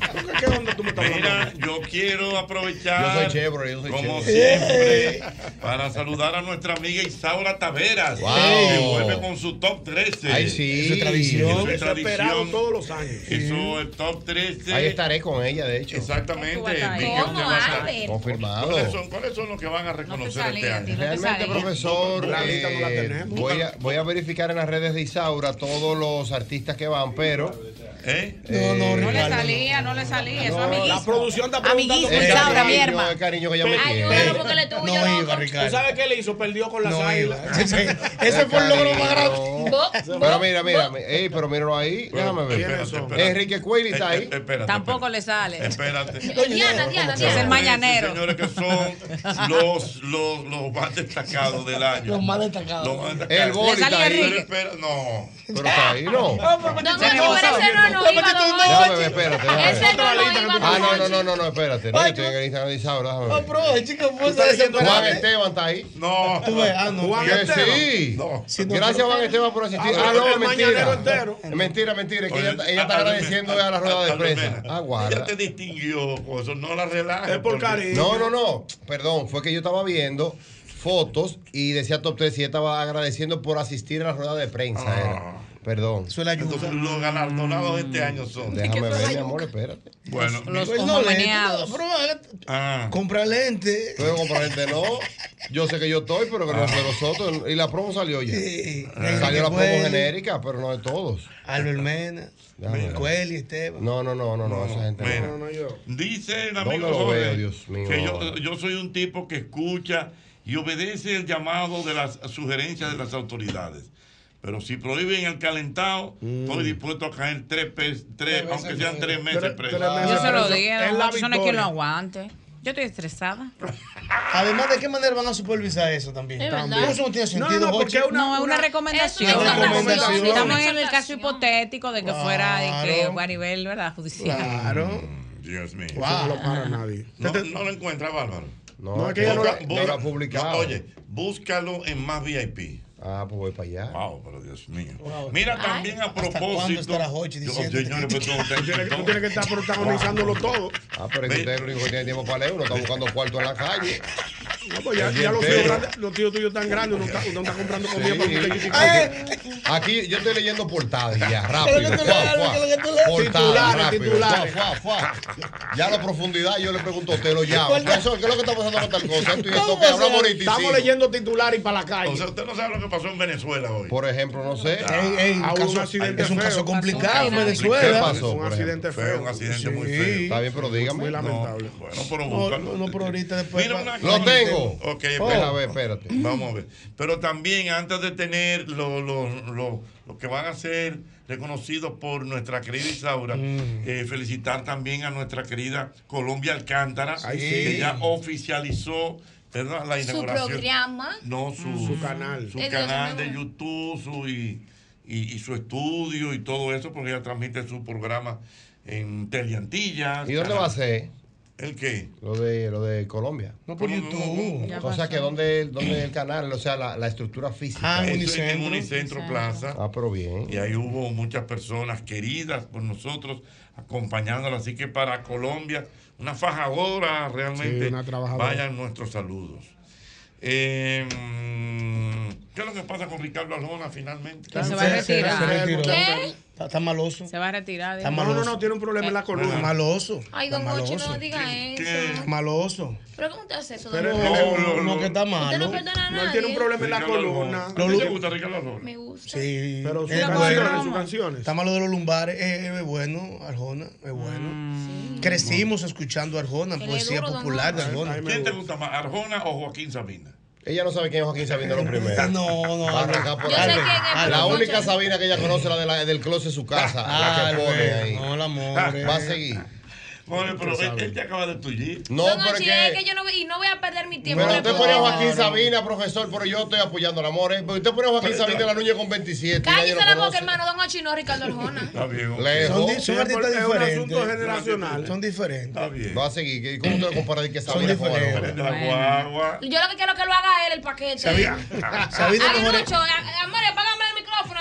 ¿Qué onda tú me estás Mira, hablando? yo quiero aprovechar, Yo soy Chevrolet, yo soy como Chevrolet. siempre, para saludar a nuestra amiga Isaura Taveras, Wow. que vuelve con su top 13. Ay, sí. Eso es tradición. Eso es Eso es esperado tradición. todos los años. Eso es top 13. Ahí estaré con ella, de hecho. Exactamente. ¿Cómo, Vi que usted va a estar- Albert? Confirmado. ¿Cuáles son los que van a reconocer salía, este año? tío. Realmente, sale. profesor, La lista no la tenemos. voy a verificar en las redes de Isaura todos los artistas que van, pero No le salía, no le salía. Eso La amiguísimo. producción está preguntando. Amiguísimo, el Isaura, mi cariño, hermano. el cariño que ella me Ayúdalo tiene. porque le tuyo, No loco. iba, ¿Tú Ricardo. sabes qué le hizo? Perdió con las No águilas. iba. Ese fue el logro más grande. Pero mira, ey, pero míralo ahí, déjame ver. Espérate. Enrique Cuelli está ahí. Espérate. Tampoco le sale. Espérate. Diana. Es el mañanero. Señores, que son los más destacados del año. Los más destacados. Los más destacados. El Boli Le salía está ahí. Enrique. No. Pero está ahí, no. Don Ochi, pero ese no iba, Don Déjame Ochi. ver, espérate. déjame ver. Ese no iba, Ah, Don Ochi. no, espérate. No, yo estoy en el Instagram de Isaura, déjame ver. Bro, chico, pues Juan Esteban está ahí. No. Tú ves, no. Juan Que Esteban. sí. No. Gracias, Juan Esteban, por asistir. Ah, Ah, no, el mañanero entero. mentira. Es que ella está Albert agradeciendo Mena. a la rueda de Albert prensa. Mena. Ah, Ella guarda. te distinguió, con eso no la relajes. Es por porque- cariño. No. Perdón, fue que yo estaba viendo fotos y decía top 3 y ella estaba agradeciendo por asistir a la rueda de prensa. Era. Perdón. Eso es la ayuda. Entonces, los galardonados de este año son. Déjame ver, mi amor, espérate. Bueno, Los Pues ojos no, meneados. Compra lente. Pero componente no. Yo sé que yo estoy, pero que no es de nosotros. Y la promo salió ya. Sí. Salió la promo genérica, pero no de todos. Albert Mena, Déjame ver. Cueli, Esteban. No, esa gente mira, no. dice el ¿Dónde amigo lo Jorge veo, Dios mío? que yo soy un tipo que escucha y obedece el llamado de las sugerencias de las autoridades. Pero si prohíben el calentado, estoy dispuesto a caer aunque sean 3 meses preso. Yo se lo dije, Es Don la Ochi, eso no es quien lo victoria. aguante. Yo estoy estresada. Además, ¿de qué manera van a supervisar eso también? Es verdad. Eso no tiene sentido, No, porque Jochi. No, es una recomendación. Es una recomendación. Estamos en el caso hipotético de que fuera de que Claro. a nivel, ¿verdad? Judicial. Claro. Dios mío. Eso no lo para nadie. No lo encuentra, Bárbaro. No, es que ella no lo ha publicado. Oye, búscalo en Más VIP. Ah, pues voy para allá. Wow, pero Dios mío. Mira, también a ¿Hasta cuándo propósito. estará Jochi diciendo? Señores, pues, Tú tienes que estar protagonizándolo todo. Ah, pero es que usted es el único que tiene tiempo para leer. Uno está buscando cuarto en la calle. No, pues ya los tíos tuyos tan grandes, uno está comprando comida Sí. para usted chiquito. Aquí yo estoy leyendo portadas ya, rápido. Pero que tú leas, Portadas, rápido. titulares. Fuá. Ya la profundidad, yo le pregunto a usted, lo llamo. Profesor, ¿qué es lo que está pasando con tal cosa? Esto y esto, que hablamos ahorita y Estamos sigo. leyendo titulares y para la O calle. sea, usted no sabe lo que pasó en Venezuela hoy. Por ejemplo, no sé. Un accidente Es un caso feo. complicado en ¿Qué Venezuela. pasó? Un por accidente Fue feo. un accidente muy Sí. feo. Está bien, pero dígame. Muy lamentable. Bueno, pero No, búscalo. no, pero ahorita después. Mira una Lo tengo. Ok, A ver, espérate. Vamos a ver. Pero también, antes de tener lo que van a ser reconocidos por nuestra querida Isaura, felicitar también a nuestra querida Colombia Alcántara, Ay, sí. que ya oficializó, ¿verdad?, la Su inauguración. programa. No, su canal. Su Es canal Dios de mío. YouTube, y su estudio y todo eso, porque ella transmite su programa en Teleantillas. ¿Y dónde va a ser? ¿El qué? Lo de Colombia. No por YouTube. Ya O sea, pasó. que ¿dónde el canal? O sea, la estructura física. Ah, Eso es en Unicentro. Unicentro Plaza. Ah, pero bien. Y ahí hubo muchas personas queridas por nosotros acompañándola. Así que para Colombia, una fajadora realmente. Sí, una trabajadora. Vayan nuestros saludos. ¿Qué es lo que pasa con Ricardo Arjona finalmente? Que se va a retirar. Se retiró. ¿Qué? Está maloso. Se va a retirar. Está digo. maloso. Tiene un problema en la Está columna. maloso. Ay, don Está Ochi, no maloso. diga eso. Maloso. ¿Pero cómo te hace eso, Pero don él- Ochi? No, que está Usted no malo. perdona a No, nadie. él tiene un problema en la Ricardo columna. Arjona. ¿A ti te gusta Ricardo Arjona? Me gusta. Sí. Pero sus Es canciones, bueno. sus canciones. Está malo de los lumbares. Es bueno, Arjona. Es bueno. Crecimos escuchando Arjona, Él es poesía duro, don popular de Ay, Arjona. ay, ¿Quién te gusta más, Arjona o Joaquín Sabina? Ella no sabe quién es Joaquín Sabina lo primero. No, Va a arrancar por Yo sé ahí. quién es, La pero única mucho- Sabina que ella conoce es la del closet de su casa. La que pone ahí. No, la more. Va a seguir. Bueno, pero él te acaba de tullir. No, Don pero Ochi, es que yo no voy a perder mi tiempo. Pero con usted el pone a programa. Joaquín Sabina, profesor, pero yo estoy apoyando el amor. Porque usted pone a Joaquín Sabina en la Núñez con 27. y nadie Cállese lo la boca, conoce. hermano. Don Ochi no, Ricardo Arjona. Está bien. ok. Lejos. Son artistas Es un diferentes. asunto generacional. Son diferentes. Está bien. Va a seguir. ¿Cómo usted lo compara de que Son Sabina con diferentes. Arjona? La guagua. Yo lo que quiero es que lo haga él, el paquete. Sabina Ay, mejor. Lucho, amor, apágame el micrófono.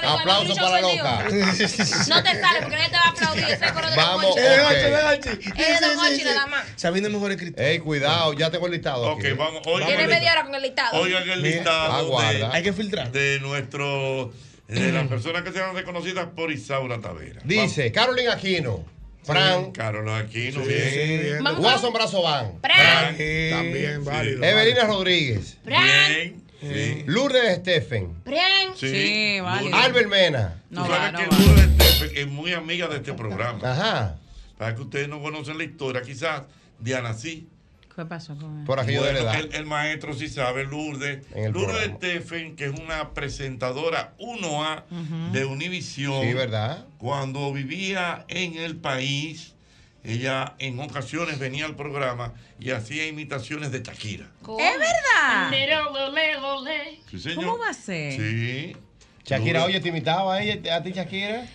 igual. Aplauso Mucho para la ofendido. loca. No te sale porque nadie te va a aplaudir. Ese coro de Vamos, Don Hochi. ok. Es de Don Hochi nada más. Sabina mejor escritor. Ey, cuidado, ya tengo el listado. Ok, aquí. vamos. Tiene media hora con el listado. Oigan el listado Aguarda. Hay que filtrar. de nuestro de las personas que serán reconocidas por Isaura Tavera. Dice Carolina Aquino, Fran, Carlos Aquino, Sí, bien. bien. Mamá. Watson Brazován, Fran. También válido. Evelina Rodríguez, Bien. Sí. Lourdes Stephen, Fran. Sí, válido. Albert Mena. Tú No sabes va, no que va. Lourdes Estefan es muy amiga de este programa. Ajá. Para que ustedes no conocen la historia, quizás Diana sí. ¿Qué pasó con él? Por aquello de la Bueno, edad. el maestro sí sabe, Lourdes. En el Lourdes programa. Stephen, que es una presentadora 1A de Univisión. Sí, ¿verdad? Cuando vivía en el país, ella en ocasiones venía al programa y hacía imitaciones de Shakira. ¿Es verdad? Sí, señor. ¿Cómo va a ser? Sí. Shakira, Lourdes- oye, ¿te imitaba a ella, a ti, Shakira?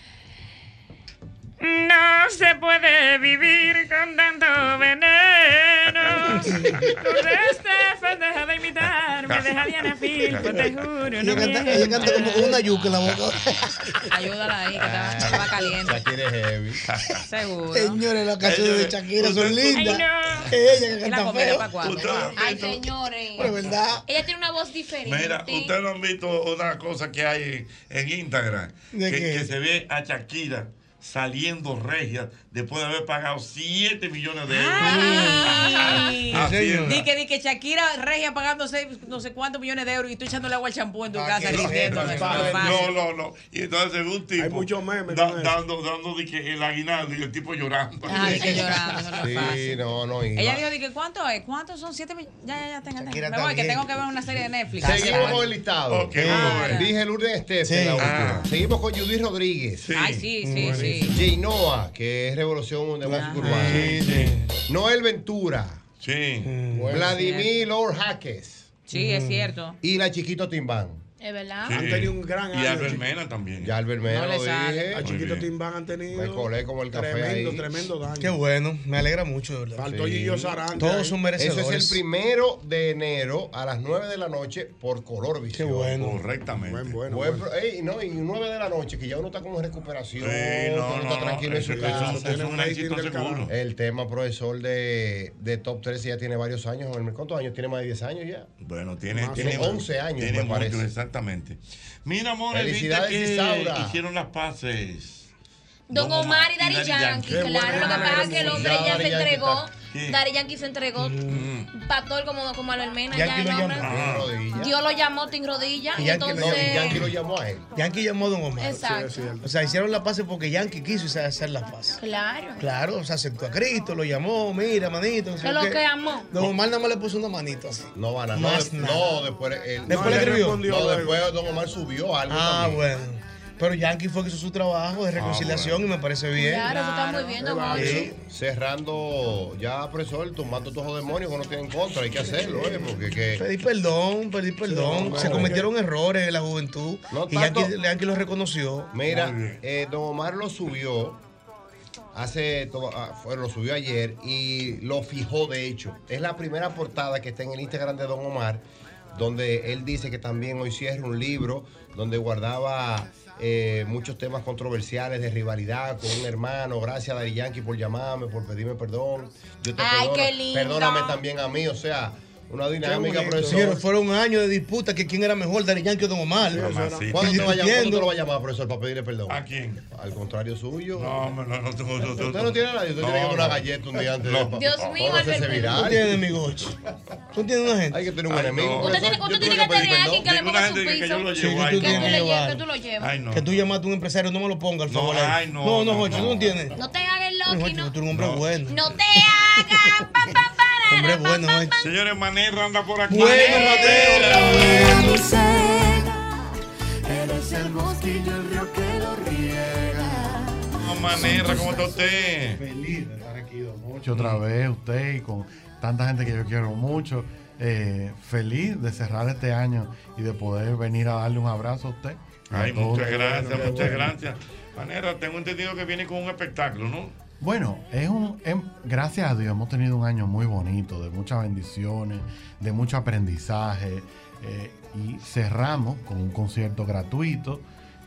No se puede vivir con tanto veneno. Stefan, deja de imitarme, deja Diana Filpo, te juro. No Ella canta como con una yuca en la boca. Ayúdala ahí, que estaba caliente. Shakira es heavy. Seguro. Señores, las canciones de Shakira son lindas. Ay, no. Ella que ¿Y la canta comida feo. para cuándo? Ustedes han Ay, visto- señores. Pero es verdad. Ella tiene una voz diferente. Mira, ustedes no han visto una cosa que hay en Instagram, ¿De qué? que se ve a Shakira saliendo regia después de haber pagado 7 millones de euros. Ay. Hacienda. Di que Shakira regia pagándose no sé cuántos millones de euros y tú echándole agua al champú en tu casa que diciendo sepa, eso no es fácil. No. Y entonces se ve un tipo Hay muchos memes con eso. dando de que el aguinaldo y el tipo llorando. Ay, que llorando, eso no es Sí, fácil. no. Ella dijo, que ¿cuánto es? ¿Cuántos son? 7 millones. Ya, tenga. Shakira Me voy, que también. tengo que ver una serie de Netflix. Seguimos con el listado. Ok, vamos a ver. Dije Lourdes Stephen, Sí. la última. Ah. Seguimos con Judy Rodríguez. Sí. Ay, sí. Jay Noah, que es Revolución de Música Urbana. Noel Ventura. Sí. Vladimir Lord Jaques. Sí, es cierto. Y la Chiquito Timbán. Es verdad. Sí. Han tenido un gran Y año, Albert chico. Mena también. Ya Albert Mena No le lo sale. dije. A Chiquito bien. Timbán han tenido. Me colé como el café Tremendo daño. Qué bueno, me alegra mucho, de verdad. Faltó Sí. Gillo Sarante. Todos son Eso merecedores. es el 1 de enero a las 9 de la noche por Color Qué Visión. bueno. Correctamente. Bueno. Ey, no, y 9 de la noche, que ya uno está como en recuperación, Sí, que uno está tranquilo en su casa. Eso es un éxito del seguro. carajo. El tema profesor de Top 13 ya tiene varios años. ¿Cuántos años? Tiene más de 10 años ya. Bueno, tiene Tiene 11 años, Tiene me mucho, parece. exactamente. Mira, amores, viste Felicidades, que Isaura. hicieron las paces. Don Omar y Daddy Yankee. Qué Claro, buena lo que pasa es manera que el de hombre Ya ya Daddy se Yankee entregó. Sí. Daddy Yankee se entregó. Pastor como a la hermana. Yankee Ya lo el hombre. llamó. Ah. Rodilla. Dios lo llamó sin rodillas. Y Y Yankee entonces. No, y Yankee lo llamó a él. Yankee llamó a Don Omar. Exacto. O sea, hicieron la paz porque Yankee quiso hacer la paz. Claro. Claro, o sea, aceptó a Cristo, lo llamó, mira, manito. no sé Es lo qué. que amó. Don Omar nada más le puso una manito así. No van a Más nada. No, después él. Después no, le escribió. respondió No, luego. después Don Omar subió algo. Ah, también. bueno. Pero Yankee fue que hizo su trabajo de reconciliación y me parece bien. Claro, eso está muy bien, Don Omar. Sí. Cerrando ya, profesor, tumbando todos los demonios que uno tiene en contra. Hay que hacerlo, porque que. Pedí perdón. Se cometieron errores en la juventud No y tanto- Yankee lo reconoció. Mira, Don Omar lo subió lo subió ayer y lo fijó, de hecho. Es la primera portada que está en el Instagram de Don Omar, donde él dice que también hoy cierra un libro donde guardaba muchos temas controversiales de rivalidad con un hermano. Gracias, Daddy Yankee, por llamarme, por pedirme perdón. Yo te Ay, perdono. qué lindo. Perdóname también a mí, o sea, una dinámica, Señores, profesor. fueron años de disputa que quién era mejor, Daddy Yankee o Don Omar. Mamacita. ¿Cuándo te lo va a llamar, Discutiendo. profesor, para pedirle perdón? ¿A quién? Al contrario suyo. No, no tengo. Usted no tiene a nadie, usted tiene que dar una galleta un día antes. No. Dios mío, hacerse Albert. viral. Tú tienes enemigo. Tú tienes una gente. Hay que tener un Ay, enemigo. no. Usted profesor. tiene Yo que tuve tener pedir a alguien que le Ninguna ponga su gente que yo lo piso. llevo Sí, ahí. tú Que tú tienes le que lleves, llevar. que tú lo llevas. Ay, no. Que tú llamaste a un empresario, no me lo pongas, al No, favor. ay, no, no, no, Jochi, tú no tienes. No te hagas el loqui, No, no. tú eres un hombre bueno. No te hagas. Hombre bueno, Jochi. Señores, Manera anda por aquí. Bueno, Mateo. Eres el mosquillo, el río que lo riega. Manera, ¿cómo está usted? Feliz de estar aquí, don Mocho, otra vez, usted y con tanta gente que yo quiero mucho. Feliz de cerrar este año y de poder venir a darle un abrazo a usted. Ay, A todos. muchas gracias, muchas gracias. Manera, tengo entendido que viene con un espectáculo, ¿no? Bueno, gracias a Dios hemos tenido un año muy bonito, de muchas bendiciones, de mucho aprendizaje y cerramos con un concierto gratuito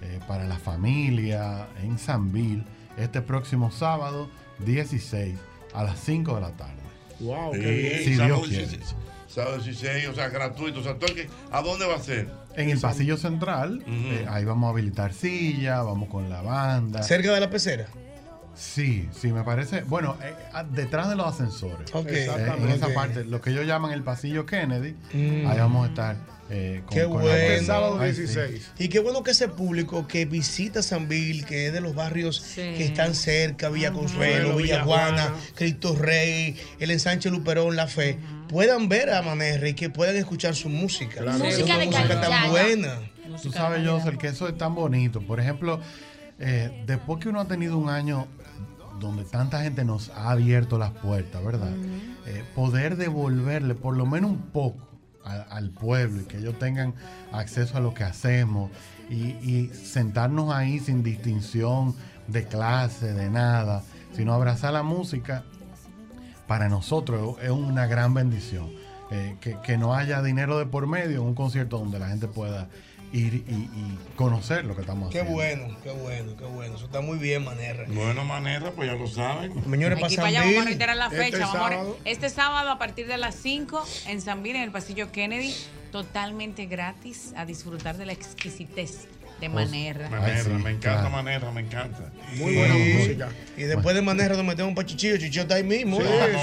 para la familia en Sanville este próximo sábado 16 a las 5 de la tarde. Wow, qué bien. Si Dios quiere. Sábado 16, o sea, gratuito. O sea, ¿a dónde va a ser? En el pasillo central, ahí vamos a habilitar sillas, vamos con la banda. ¿Cerca de la pecera? Sí, me parece. Bueno, detrás de los ascensores. Exactamente. En esa parte, lo que ellos llaman el pasillo Kennedy, ahí vamos a estar. Qué bueno. El sábado 16. Y qué bueno que ese público que visita Sanville, que es de los barrios que están cerca, Villa Consuelo, Villa Juana, Cristo Rey, el Ensanche Luperón, La Fe, puedan ver a Manerra y que puedan escuchar su música. Claro. Música de música tan buena. Tú sabes, José, que eso es tan bonito. Por ejemplo, después que uno ha tenido un año donde tanta gente nos ha abierto las puertas, ¿verdad? Poder devolverle por lo menos un poco al pueblo y que ellos tengan acceso a lo que hacemos y sentarnos ahí sin distinción de clase, de nada, sino abrazar la música, para nosotros es una gran bendición. Que no haya dinero de por medio en un concierto donde la gente pueda ir y conocer lo que estamos haciendo. Qué bueno. Eso está muy bien, Manerra. Bueno, Manerra, pues ya lo saben. Señores, Aquí para allá vamos a reiterar la fecha. sábado. Este sábado a partir de las 5 en Sanville, en el pasillo Kennedy, totalmente gratis, a disfrutar de la exquisitez de Manerra. Manerra, me encanta Manerra, me encanta. Muy buena música. Y después de Manerra nos metemos un pachichillo, Chicho está ahí mismo.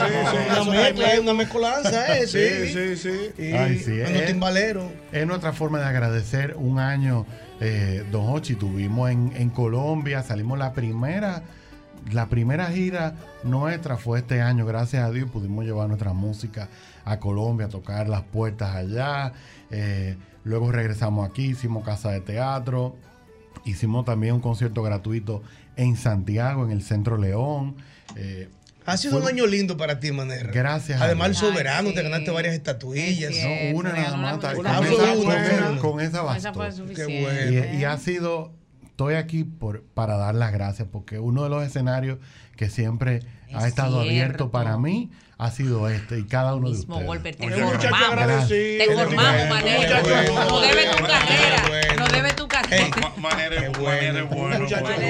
Una mezcolanza, sí. Ay, sí, Unos timbaleros. Es nuestra forma de agradecer un año, Don Hochi. Tuvimos en Colombia, salimos la primera gira nuestra fue este año, gracias a Dios pudimos llevar nuestra música a Colombia, tocar las puertas allá. Luego regresamos aquí, hicimos casa de teatro, hicimos también un concierto gratuito en Santiago, en el Centro León. Ha sido un año lindo para ti, Manerra. Gracias. Además, el soberano, te ganaste varias estatuillas. No, una nada más. Con esa bastó. Qué bueno. Y ha sido, estoy aquí para dar las gracias, porque uno de los escenarios que siempre ha estado abierto para mí ha sido este, y cada uno de ustedes. Golpe, te formamos, Manerra. No debe tu carrera. No debe tu carrera. Manerra es bueno.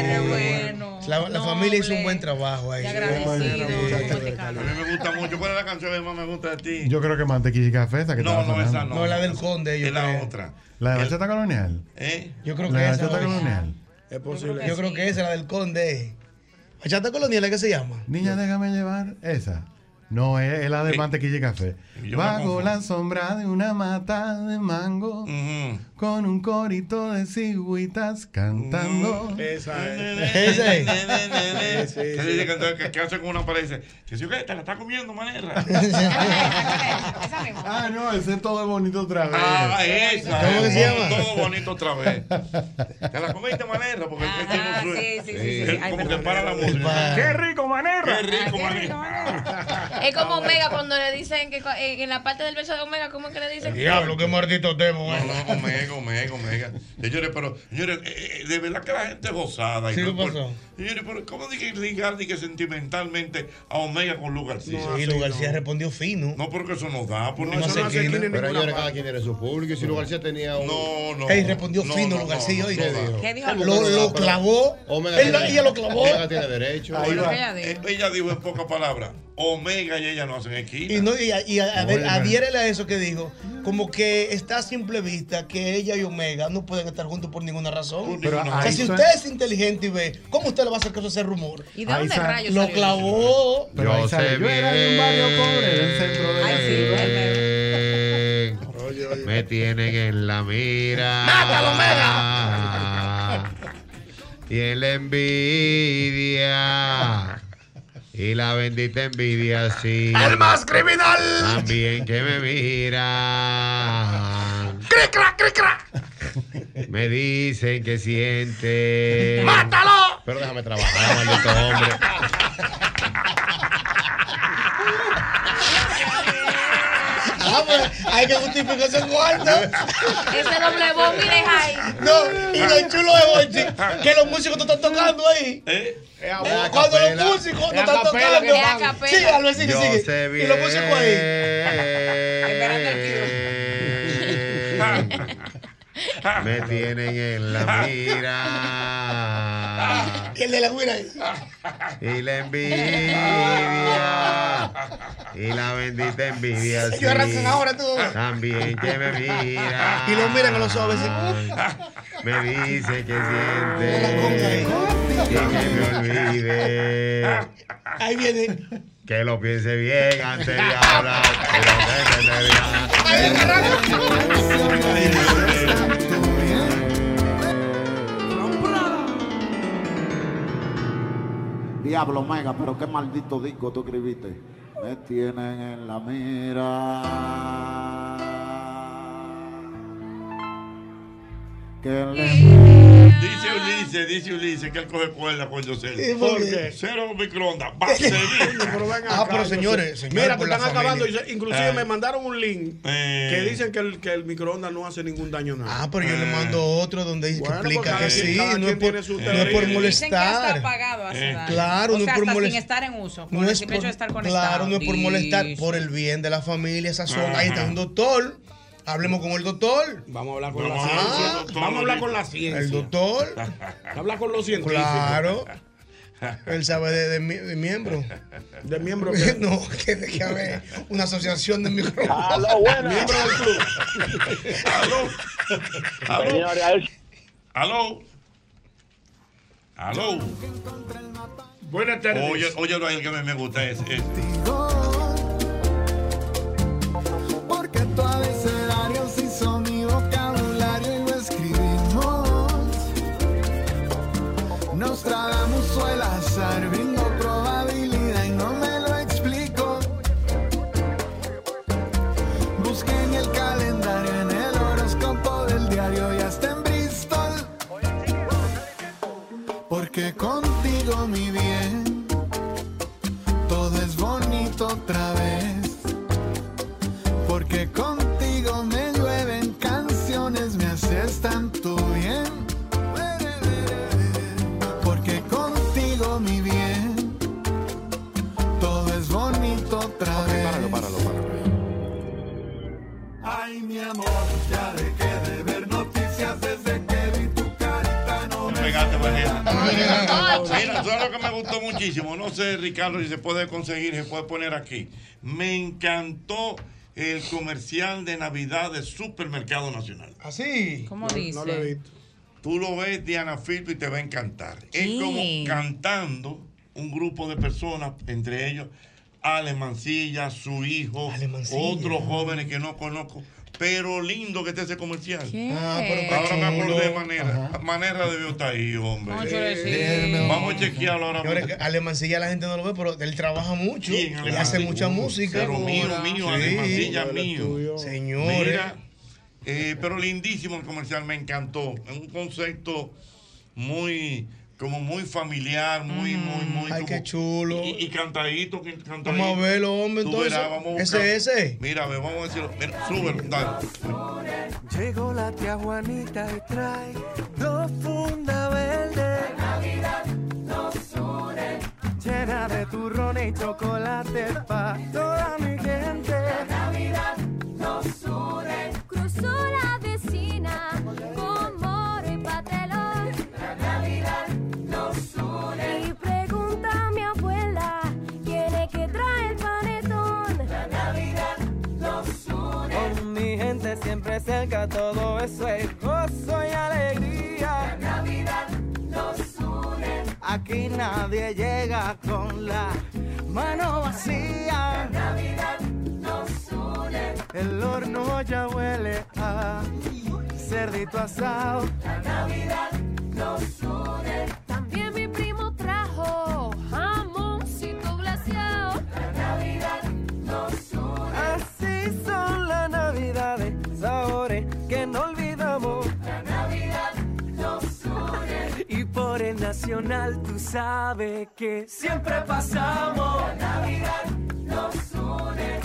La familia hizo un buen trabajo ahí. A mí me gusta mucho. ¿Cuál es la canción que más me gusta de ti? Yo creo que Mantequilla y Café, esa que No, esa no. No, la del Conde. Es la otra. ¿La de Bachata Colonial? Yo creo ¿La que de esa. Bachata Colonial? Es posible. Yo creo que esa es la del Conde. ¿Bachata Colonial es que se llama? Niña, déjame llevar. Esa. No, es la de Mantequilla y Café. Bajo la sombra de una mata de mango, con un corito de cigüitas cantando. Esa es. Se dice que hace con una pared y dice, que si te la está comiendo, Manerra. No, ese es Todo Bonito otra vez. Esa. ¿Cómo que se llama? Todo Bonito otra vez. Te la comiste, Manerra, porque sí. Como que para la música. ¡Qué rico, Manerra! ¡Qué rico, Manerra! Es como Omega cuando le dicen que en la parte del verso de Omega, ¿cómo es que le dicen? Diablo, qué maldito tema. No, Omega. Señores, de verdad que la gente es gozada. ¿Qué pasó? Señores, pero ¿cómo ligar sentimentalmente a Omega con Lu García? Y Lu García respondió fino. No, porque eso nos da. Pero señores, cada quien tiene su público. Y si Lu García tenía un... No. Ey, respondió fino Lu García. ¿Qué dijo? Lo clavó. Ella lo clavó. Omega tiene derecho. Ella dijo en pocas palabras, Omega y ella no hacen equipo. Y adhiérele a eso que dijo, como que está a simple vista que ella y Omega no pueden estar juntos por ninguna razón. O sea, si usted es inteligente y ve, ¿cómo usted le va a hacer caso a ese rumor? ¿Y de dónde rayos lo clavó? Pero ahí sale. Yo era de un barrio pobre del centro de la ciudad. Me tienen en la mira. ¡Mátalo, Omega! Y en la envidia. Y la bendita envidia, sí. ¡El más criminal! También que me miran. ¡Cricra, cricra! Me dicen que siente. ¡Mátalo! Pero déjame trabajar, maldito hombre. Hay que justificar ese cuarto. Ese doble voz, mire, ahí. No, y lo chulo de Hochi, que los músicos te están tocando ahí. Cuando los músicos te están tocando. Sí, Albert, sigue. Y los músicos ahí. me tienen en la mira. ¿Y el de la guira? Y la envidia. Y la bendita envidia. Ellos arrancan ahora tú. También que me mira. Y lo miran a los ojos. Me dice que siente. Y que me olvide. Ahí viene. Que lo piense bien antes de hablar. Diablo, Mega, pero qué maldito disco tú escribiste. Me tienen en la mira. Dice Ulises que él coge cuerda con Yosel. ¿Y por qué? Cero microondas. Va a seguir. Pero señores, mira, te por la están acabando. familia. Inclusive me mandaron un link que dicen que el microondas no hace ningún daño a nada. Pero yo le mando otro donde dice que explica que sí, no es por Dicen que molestar. está apagado hace daño. Claro, o no sea, es por hasta sin molestar. estar en uso, por el simple hecho de estar conectado. Claro, no es por molestar, por el bien de la familia, esa zona. Ahí está un doctor. Hablemos con el doctor. Vamos a hablar con la ciencia. Vamos a hablar con la ciencia. El doctor. Habla con los científicos. Claro. Él sabe de miembro. ¿De miembro qué? No, que de que haber una asociación de microondas. Aló, buenas. Miembro del club. Aló. Buenas tardes. Oye, lo que me gusta es porque tu abecedario se hizo mi vocabulario y lo escribimos. Nostradamus o el azar, brindo probabilidad y no me lo explico. Busqué en el calendario, en el horóscopo del diario y hasta en Bristol. Porque contigo, mi bien, todo es bonito otra vez. Porque contigo me llueven canciones, me haces tanto bien. Porque contigo, mi bien, todo es bonito otra vez. Páralo. Ay, mi amor, ya dejé de ver noticias desde que vi tu carita. No me pegaste. Mira, eso es lo que me gustó muchísimo. No sé, Ricardo, si se puede conseguir, se puede poner aquí. Me encantó el comercial de Navidad del Supermercado Nacional. ¿Así? ¿Cómo dice? No lo he visto. Tú lo ves, Diana Filpo, y te va a encantar. Es como cantando un grupo de personas, entre ellos Ale Mancilla, su hijo, otros jóvenes que no conozco. Pero lindo que esté ese comercial. Pero ahora me acordé de manera debió estar ahí, hombre. Vamos a chequearlo ahora mismo. Ale Mancilla la gente no lo ve, pero él trabaja mucho. Y hace mucha música. Pero mío, Ale Mancilla mío. Señores. Mira, pero lindísimo el comercial, me encantó. Es un concepto muy familiar, muy ay, qué chulo. Y cantadito. Vamos a verlo, hombre, entonces. Ese. Mira, vamos a decirlo. Súbelo, dale. Llegó la tía Juanita y trae 2 fundas verdes. La Navidad nos une. Llena de turrones y chocolate pa' toda mi gente. La Navidad nos une. Cruzó la vecina con moro y patelón. La Navidad nos une. Y pregunta a mi abuela quién es que trae el panetón. La Navidad nos une. Con mi gente siempre cerca, todo eso es gozo y alegría. La Navidad nos une. Aquí nadie llega con la mano vacía. La Navidad nos une. El horno ya huele a cerdito asado. La Navidad nos une. También mi primo trajo jamoncito glaseado. La Navidad nos une. Así son las Navidades, sabores que no olvidamos. La Navidad nos une. Y por el Nacional tú sabes que siempre pasamos. La Navidad nos une.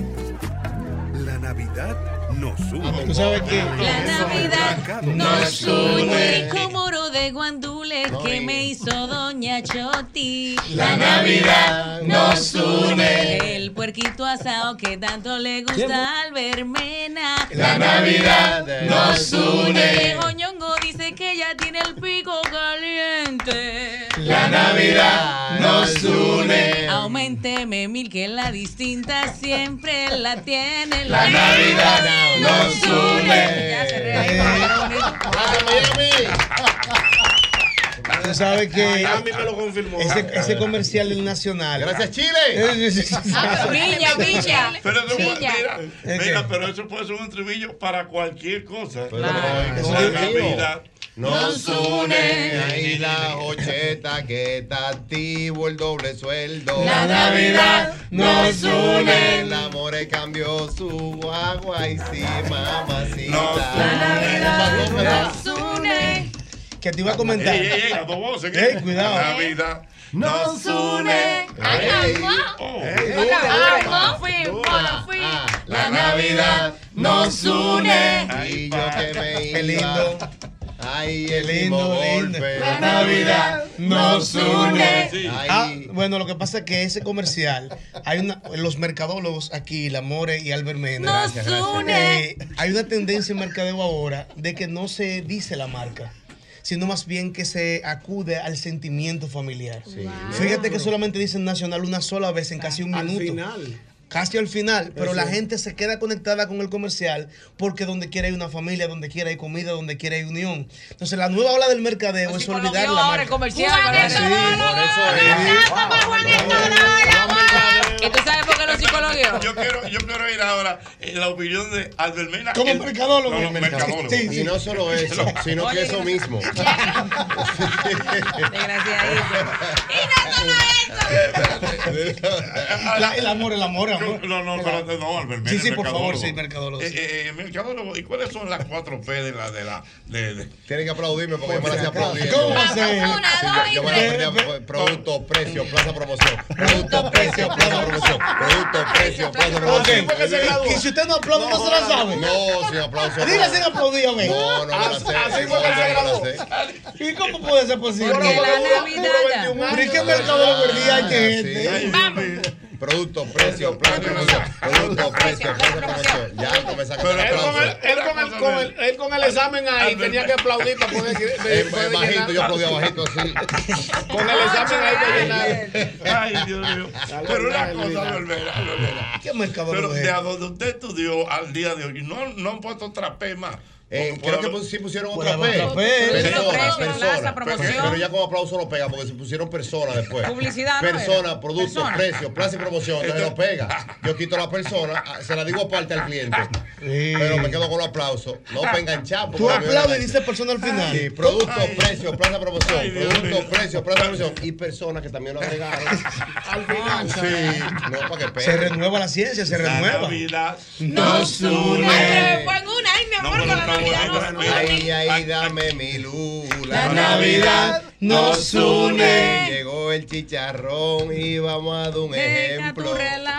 La Navidad nos une. ¿Tú sabes qué? La Navidad nos une como oro de de guandules que me hizo Doña Choti. La Navidad nos une. El puerquito asado que tanto le gusta al Bermena. La Navidad nos une. Ñongo dice que ya tiene el pico caliente. La Navidad nos une. Aumenteme 1000 que la distinta siempre la tiene. La Navidad nos une. Ya cerré ahí. Tú sabes que Miami me lo confirmó. ese comercial del Nacional. Gracias, Chile. Piña. Pero eso puede, Piña. mira, pero eso puede ser un estribillo para cualquier cosa. La Navidad nos une. Ahí la ocheta que está activo el doble sueldo. La Navidad nos une. El amor cambió su agua y sí, mamacita. La Navidad nos une. Que te iba a comentar. Las dos voces. Cuidado. La Navidad nos une. La Navidad nos une. Y yo que me iba. Qué lindo. Ay, Qué lindo, golpe. La Navidad nos une. Bueno, lo que pasa es que ese comercial, los mercadólogos aquí, la More y Albert Mena, Nos une. hay una tendencia en mercadeo ahora de que no se dice la marca, sino más bien que se acude al sentimiento familiar. Fíjate que solamente dicen Nacional una sola vez en casi un minuto. Al final. Casi al final, pero Eso. la gente se queda conectada con el comercial porque donde quiera hay una familia, donde quiera hay comida, donde quiera hay unión. Entonces la nueva ola del mercadeo es olvidar la marca. comercial. ¿Y tú sabes por qué lo psicologió? Yo quiero ir ahora en la opinión de Albert Mena. Como mercadólogo. No, mercadólogo. Sí. Y no solo eso, sino que eso mismo. El amor. No, Albert Mena. Sí, por favor, sí, mercadólogo. Mercadólogo, ¿y cuáles son las 4 P de la. Tienen que aplaudirme porque yo me las hacía aplaudir. ¿Cómo va a ser? Yo me las aprendía producto, precio, plaza, promoción. Producto, precio, plaza, promoción. Producto, precio, plaza, promoción. Y si usted no aplaude, no se la sabe. No, sin aplauso. Diga sin aplaudir, a ver. No me la sé. Así fue que se graduó. ¿Y cómo puede ser posible? Porque la Navidad. ¿Pero y qué mercadólogo el día hay que gente? Producto, precio, plaza, promoción. Producto, precio, plaza, promoción. Ya, me saca el aplauso. Él con el examen ahí tenía que aplaudir para poder bajito, yo aplaudía bajito así. Con el examen ahí para llenar. Ay, Dios mío. Pero una cosa, Albert. ¿Qué mercadólogo Pero es? de a donde usted estudió al día de hoy, no han puesto otra P más. Creo que sí pusieron otra Pues, P. otra P. Plaza, promoción. Pero ya como aplauso lo pega porque se pusieron personas después. Publicidad, ¿no Persona, era? producto, Persona. precio, plaza y promoción. Entonces lo pega. Yo quito la persona, se la digo aparte al cliente. Pero me quedo con los aplausos. No para enganchar. Tú aplaudes y dices persona al final. Sí, producto, precio, plaza, promoción. Producto, precio, plaza, promoción. Y personas que también lo agregaron. Al final. Sí, no para que pegue. Se renueva la ciencia, se La renueva. Navidad nos une. Ay, mi amor, con la Navidad nos une. Ay, dame mi luz. La Navidad nos une. Llegó el chicharrón y vamos a dar un ejemplo.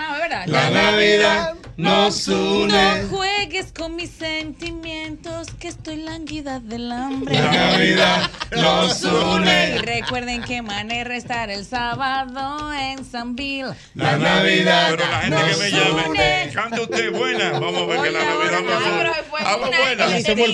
La Navidad nos une. No juegues con mis sentimientos, que estoy lánguida del hambre. La Navidad nos une. Y recuerden que maneja estar el sábado en San Bill. La Navidad Pero la gente que me llame, canta usted buena. Vamos a ver que la Navidad nos une. Hablo buena.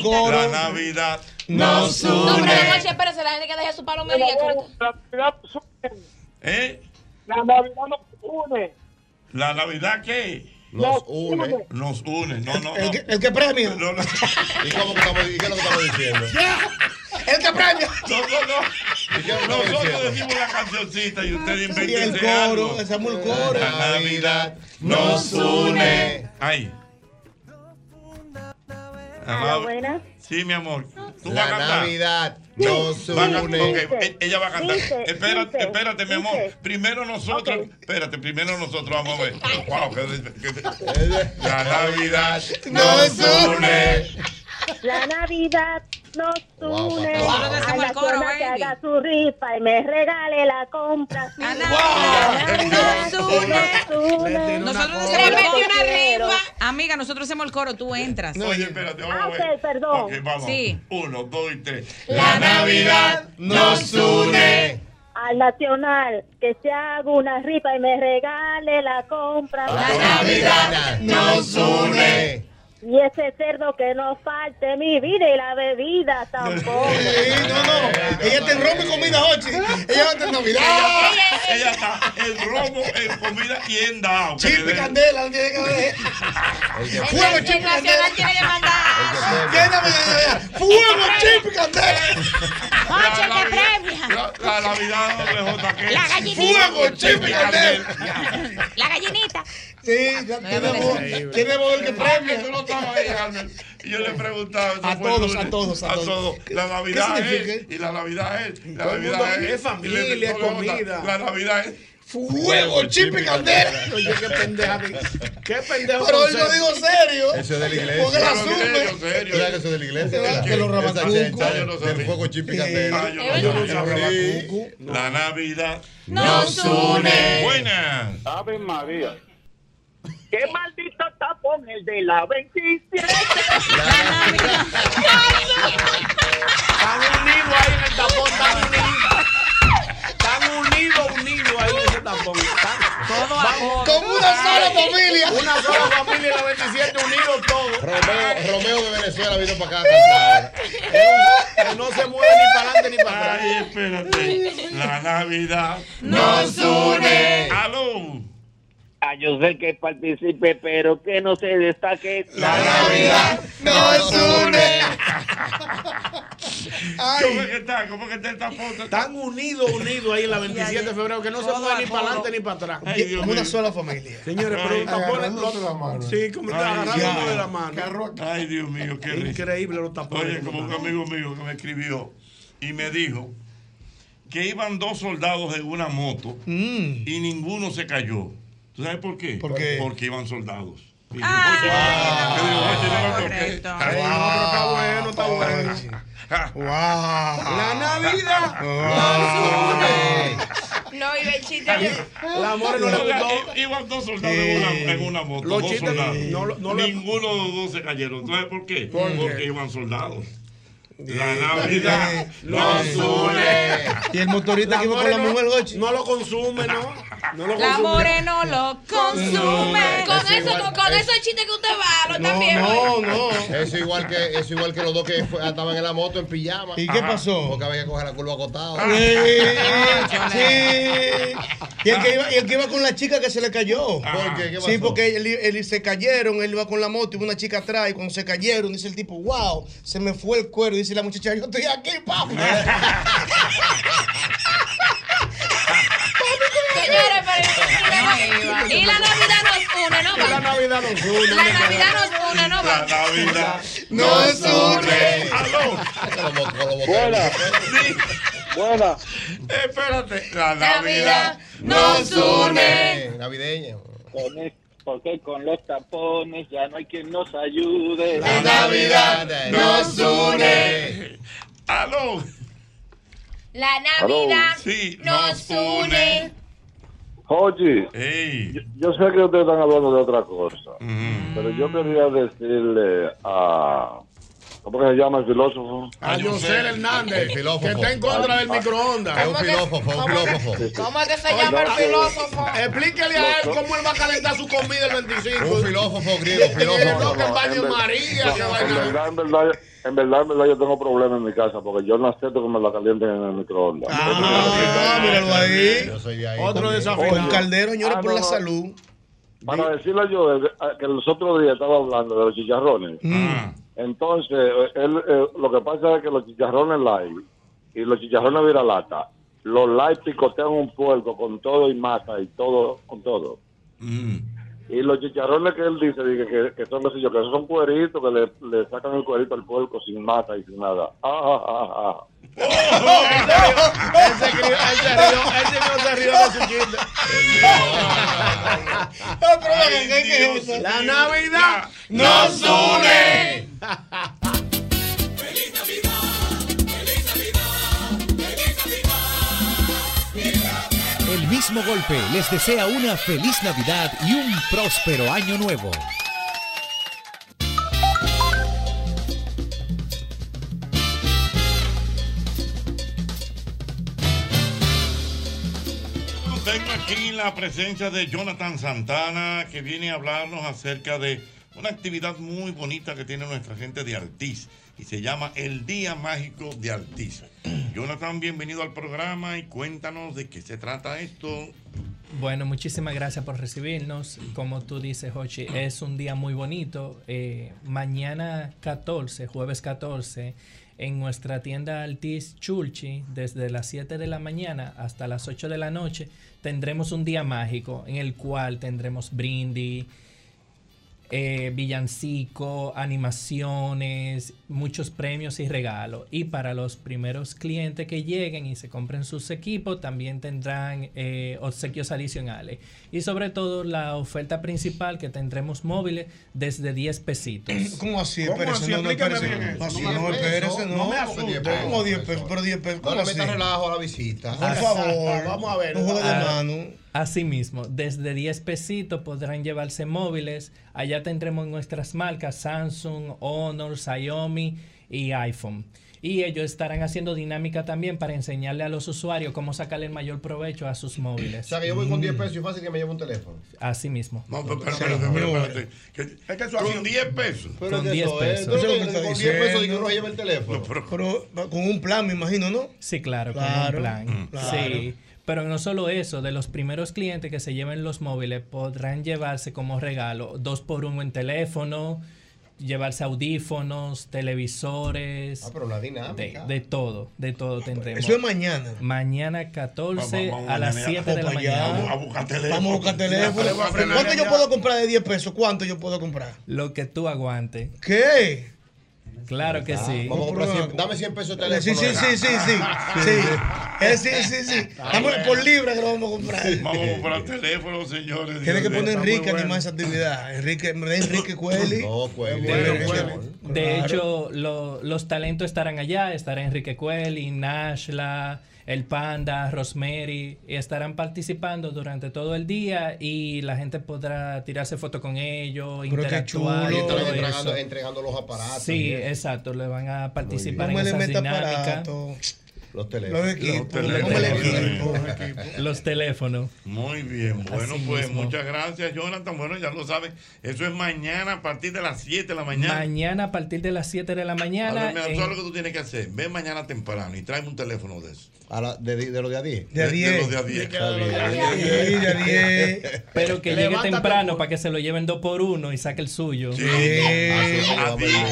La Navidad nos une. No, pero noche, espérese, la gente que deje su palomería. La Navidad nos une. ¿Eh? La Navidad nos une. ¿La Navidad qué? Nos une. Nos une. No. El que premia. No. ¿Y qué es lo que estamos diciendo? El que premia. No. Nosotros decimos la cancioncita y ustedes Y inventan el coro, hacemos el coro. La Navidad nos une. Ay. Buenas. Sí, mi amor. ¿Tú vas a La cantar? Navidad nos une. Ok, ella va a cantar. Dice, Espérate, mi amor. dice. Primero nosotros. Ok. Espérate, primero nosotros vamos a ver. Wow, la Navidad nos une. La Navidad nos une. Nosotros decimos el coro, Nacional que baby. haga su rifa y me regale la compra. Nosotros hacemos una rifa. Amiga, nosotros hacemos el coro, tú entras. Oye, espérate, vamos a ver. Ok, perdón. Ok, vamos. Sí. 1, 2 y 3. La Navidad nos une. Al Nacional que se haga una rifa y me regale la compra. La Navidad nos une. Y ese cerdo que no falte mi vida y la bebida tampoco. Ella está en romo y comida, Jochi. Ella está en Navidad. Ella está en romo, en comida y en dao. Chip y candela, no tiene que ver. Fuego, chip y candela. Tiene que mandar. Fuego, chip y candela. Oye, que premia. La Navidad no dejó taquero. La gallinita. Fuego, chip y candela. La gallinita. Sí, ya tiene voz que premia. Tú no estabas ahí, Albert. Y yo le preguntaba. A todos. La Navidad ¿Qué es. significa? Y la Navidad es. La Todo el mundo Navidad es familia, y le pregunta, comida. La Navidad es. Fuego, chip y candela. Oye, qué pendeja. Qué pendejo. Pero hoy lo digo serio. Eso es de la iglesia. Porque la Claro, asume. serio. Claro que eso es de la iglesia. De los rabacucos. Del fuego chip y candela. Yo no sabía. La Navidad nos une. Buenas. Ave María. ¡Qué maldito tapón el de la 27! Están unidos ahí en el tapón, están unidos ahí en ese tapón. Como una sola familia. Una sola familia en la 27, unidos todos. Romeo de Venezuela vino para acá a cantar. Que no se mueve ni para adelante ni para atrás. Ay, espérate. La Navidad nos une. ¡Aló! Yo sé que participe, pero que no se destaque. La Navidad nos une. ¿Cómo que está el tapón? Están unidos ahí en la 27 de febrero, que no se mueve ni para adelante ni para atrás. Como una sola familia. Señores, pero los tapones. Agarrándose la mano. Sí, como agarrándose de la mano. Ay, Dios mío, qué risa. Increíble los tapones. Oye, como un amigo mío que me escribió y me dijo que iban 2 soldados en una moto y ninguno se cayó. ¿Tú sabes por qué? ¿Por qué? Porque iban soldados. Y Está bueno. La Navidad. No, y el chiste. La amor no le gustó. Iban 2 soldados en una moto. Los 2 chistes soldados. no Ninguno de los 2 se cayeron. ¿Tú sabes por qué? Porque iban soldados. La Navidad nos une. Y el motorista que iba con la mujer, Jochi. No lo consume, ¿no? La Moreno lo consume. Con eso el chiste que usted va, lo está bien. No. Eso igual que los dos que estaban en la moto en pijama. ¿Y qué pasó? Porque había que coger la curva acostado. Sí. Y el que iba con la chica que se le cayó. ¿Por qué? ¿Qué pasó? Sí, porque él se cayeron, él iba con la moto y una chica atrás. Y cuando se cayeron, dice el tipo, wow, se me fue el cuero. Dice la muchacha, yo estoy aquí, papi. Señores, y la Navidad nos une, ¿no? La Navidad nos une. La Navidad nos une, ¿no? La Navidad nos une. Buena. Espérate. La Navidad nos une. Navideña. Porque con los tapones ya no hay quien nos ayude. La Navidad nos une. ¡Aló! La Navidad Sí, nos une. Oye, Hey. yo sé que ustedes están hablando de otra cosa, pero yo quería decirle a... ¿Cómo que se llama el filósofo? A Yosel Hernández, El filósofo. que está en contra del microondas. Es un filósofo. ¿Cómo es que se llama el filósofo? Explíquele a él cómo él va a calentar su comida el 25. Un filósofo griego, No, filósofo. que en baño María, que vaina. En verdad yo tengo problemas en mi casa porque yo no acepto que me la calienten en el microondas. Míralo ahí. Yo soy de ahí. Otro desafío. Con Caldero, señores, por la salud. Para decirle yo que los otros días estaba hablando de los chicharrones. Entonces, lo que pasa es que los chicharrones light y los chicharrones viralata, los light picotean un puerco con todo y masa y todo, con todo. Y los chicharrones que él dice que son, qué sé yo, que son cueritos, que le sacan el cuerito al puerco sin masa y sin nada. Él se rió de su chiste. La Navidad nos une. Feliz Navidad, feliz Navidad. Mismo Golpe les desea una feliz Navidad y un próspero año nuevo. Tengo aquí la presencia de Jonathan Santana, que viene a hablarnos acerca de una actividad muy bonita que tiene nuestra gente de Altiz y se llama el Día Mágico de Altiz. Jonathan, bienvenido al programa y cuéntanos de qué se trata esto. Bueno, muchísimas gracias por recibirnos. Como tú dices, Jochi, es un día muy bonito. Mañana 14, jueves 14, en nuestra tienda Altiz Chulchi, desde las 7 de la mañana hasta las 8 de la noche, tendremos un día mágico en el cual tendremos brindis, villancico, animaciones, muchos premios y regalos. Y para los primeros clientes que lleguen y se compren sus equipos, también tendrán obsequios adicionales. Y sobre todo la oferta principal, que tendremos móviles desde 10 pesitos. ¿Cómo así? Espérese, no, espérese. No, espérese, no. No me asuste. ¿Cómo 10 pesos? Pero 10 pesos, No ¿cómo le así? metas relajo a la visita. Por favor, vamos a ver. Un juego de mano. Asimismo, desde 10 pesitos podrán llevarse móviles. Allá tendremos nuestras marcas Samsung, Honor, Xiaomi y iPhone. Y ellos estarán haciendo dinámica también para enseñarle a los usuarios cómo sacarle el mayor provecho a sus móviles. O sea, que yo voy con 10 pesos y fácil que me lleve un teléfono. Así mismo. No, pero espérate. Es que eso con 10 pesos. Pero con 10 pesos. Con 10 pesos y que uno lleve el teléfono. Pero con un plan, me imagino, ¿no? Sí, claro, con un plan. Sí. Pero no solo eso, de los primeros clientes que se lleven los móviles podrán llevarse como regalo 2x1 en teléfono, llevarse audífonos, televisores. Pero la dinámica. De todo tendremos. Eso es mañana. Mañana 14 a las 7 de la mañana. Vamos a buscar teléfono. Vamos a buscar teléfono. ¿Cuánto yo puedo comprar de 10 pesos? ¿Cuánto yo puedo comprar? Lo que tú aguantes. ¿Qué? Claro que sí. Vamos a comprar 100, dame 100 pesos de teléfono. Sí. Dame por libre que lo vamos a comprar. Vamos a comprar teléfono, señores. Tiene que poner Enrique a animar esa actividad. Enrique Cueli. No, Cueli. De hecho, los talentos estarán allá. Estará Enrique Cueli, Nashla, el Panda, Rosemary, y estarán participando durante todo el día y la gente podrá tirarse fotos con ellos, interactuar. Y estarán entregando los aparatos. Sí, exacto, le van a participar en esas dinámicas. Los teléfonos. Los teléfonos. Muy bien. Bueno, Así pues mismo. muchas gracias, Jonathan. Bueno, ya lo saben. Eso es mañana a partir de las 7 de la mañana. Mañana a partir de las 7 de la mañana. ¿Sabes lo que tú tienes que hacer? Ven mañana temprano y tráeme un teléfono de eso. ¿De los de a 10? De a 10. De los de a 10. De a 1010. Pero que llegue temprano para que se lo lleven 2x1 y saque el suyo. Sí. A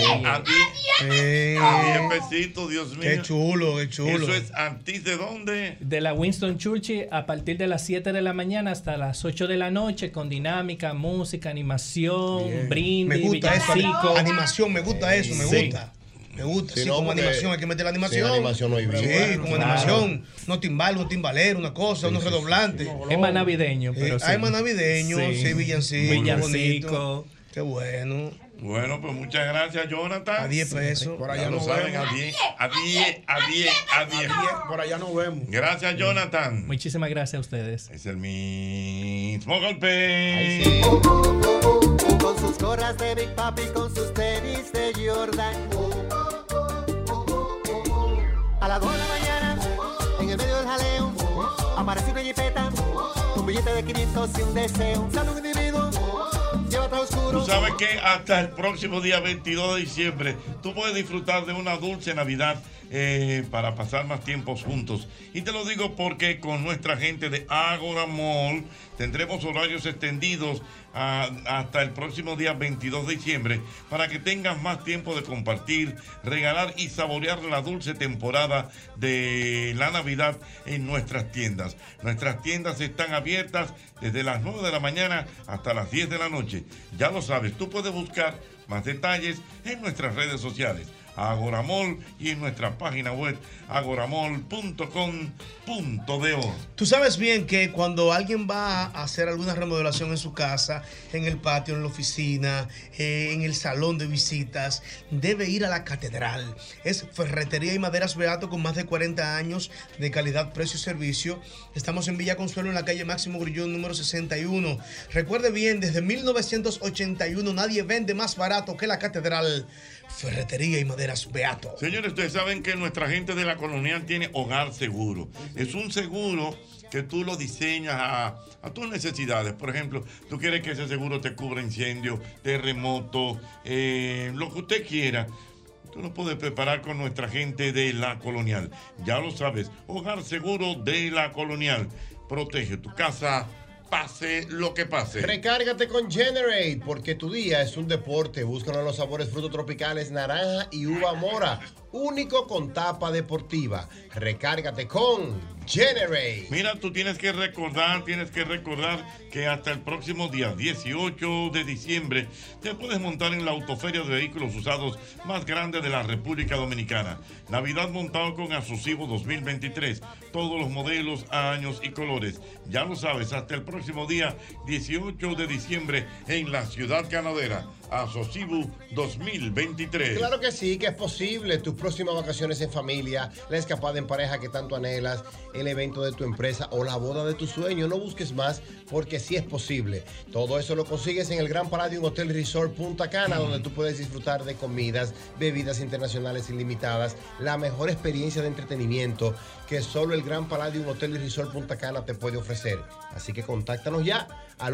10 pesitos, Dios mío. Qué chulo, qué chulo. ¿Eso es Altiz de dónde? De la Winston Churchill a partir de las 7 de la mañana hasta las 8 de la noche con dinámica, música, animación, brindis, Me gusta eso. villancico. Animación, me gusta eso, me Sí. gusta. Me gusta, Sí, sí, no, como porque animación, hay que meter la animación. sin animación no hay vida. Sí, como animación. No timbal, un timbalero, una cosa, unos redoblantes. Es más navideño, pero sí. Hay más navideño, sí, villancico. Villancico. Bonito. Qué bueno. Bueno, pues muchas gracias, Jonathan. A 10 pesos. Por allá Ya lo nos saben, vemos. a 10. Por allá nos vemos. Gracias, Jonathan. Muchísimas gracias a ustedes. Es el mismo golpe. Con sus gorras de Big Papi, con sus tenis de Jordan. A las 2 de la mañana, en el medio del jaleo, aparece una jipeta, un billete de 500 y un deseo. Sale un individuo, lleva traje oscuro. Tú sabes que hasta el próximo día 22 de diciembre tú puedes disfrutar de una dulce Navidad para pasar más tiempos juntos. Y te lo digo porque con nuestra gente de Agora Mall tendremos horarios extendidos hasta el próximo día 22 de diciembre para que tengas más tiempo de compartir, regalar y saborear la dulce temporada de la Navidad en nuestras tiendas. Nuestras tiendas están abiertas desde las 9 de la mañana hasta las 10 de la noche. Ya lo sabes, tú puedes buscar más detalles en nuestras redes sociales. Agoramall y en nuestra página web agoramall.com.do. Tú sabes bien que cuando alguien va a hacer alguna remodelación en su casa, en el patio, en la oficina, en el salón de visitas, debe ir a la catedral. Es Ferretería y Maderas Beato con más de 40 años de calidad, precio y servicio. Estamos en Villa Consuelo, en la calle Máximo Grullón, número 61. Recuerde bien, desde 1981 nadie vende más barato que la catedral. Ferretería y Maderas Beato. Señores, ustedes saben que nuestra gente de la colonial tiene Hogar Seguro. Es un seguro que tú lo diseñas a tus necesidades. Por ejemplo, tú quieres que ese seguro te cubra incendios, terremotos, lo que usted quiera. Tú lo puedes preparar con nuestra gente de la colonial. Ya lo sabes, Hogar Seguro de la colonial. Protege tu casa, pase lo que pase. Recárgate con Generate, porque tu día es un deporte. Búscalo en los sabores frutos tropicales, naranja y uva mora. Único con tapa deportiva. Recárgate con Generate. Mira, tú tienes que recordar que hasta el próximo día 18 de diciembre te puedes montar en la autoferia de vehículos usados más grande de la República Dominicana. Navidad montado con Asocivo 2023. Todos los modelos, años y colores. Ya lo sabes, hasta el próximo día 18 de diciembre en la Ciudad Ganadera. Asocivo 2023. Claro que sí, que es posible. Tus próximas vacaciones en familia, la escapada en pareja que tanto anhelas, el evento de tu empresa o la boda de tu sueño. No busques más, porque sí es posible. Todo eso lo consigues en el Gran Palladium Hotel Resort Punta Cana, donde tú puedes disfrutar de comidas, bebidas internacionales ilimitadas, la mejor experiencia de entretenimiento que solo el Gran Palladium Hotel Resort Punta Cana te puede ofrecer. Así que contáctanos ya al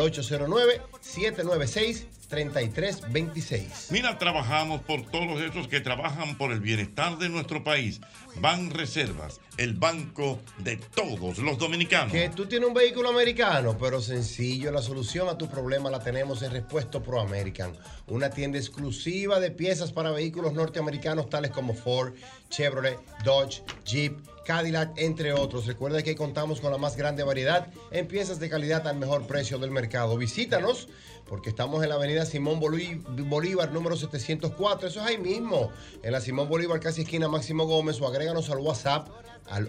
809-796-3326. Mira, trabajamos por todos esos que trabajan por el bienestar de nuestro país. Banreservas, el banco de todos los dominicanos. Que tú tienes un vehículo americano, pero sencillo, la solución a tu problema la tenemos en Repuesto Pro American, una tienda exclusiva de piezas para vehículos norteamericanos tales como Ford, Chevrolet, Dodge, Jeep, Cadillac, entre otros. Recuerda que ahí contamos con la más grande variedad en piezas de calidad al mejor precio del mercado. Visítanos porque estamos en la avenida Simón Bolívar, número 704. Eso es ahí mismo, en la Simón Bolívar, casi esquina Máximo Gómez, o agréganos al WhatsApp al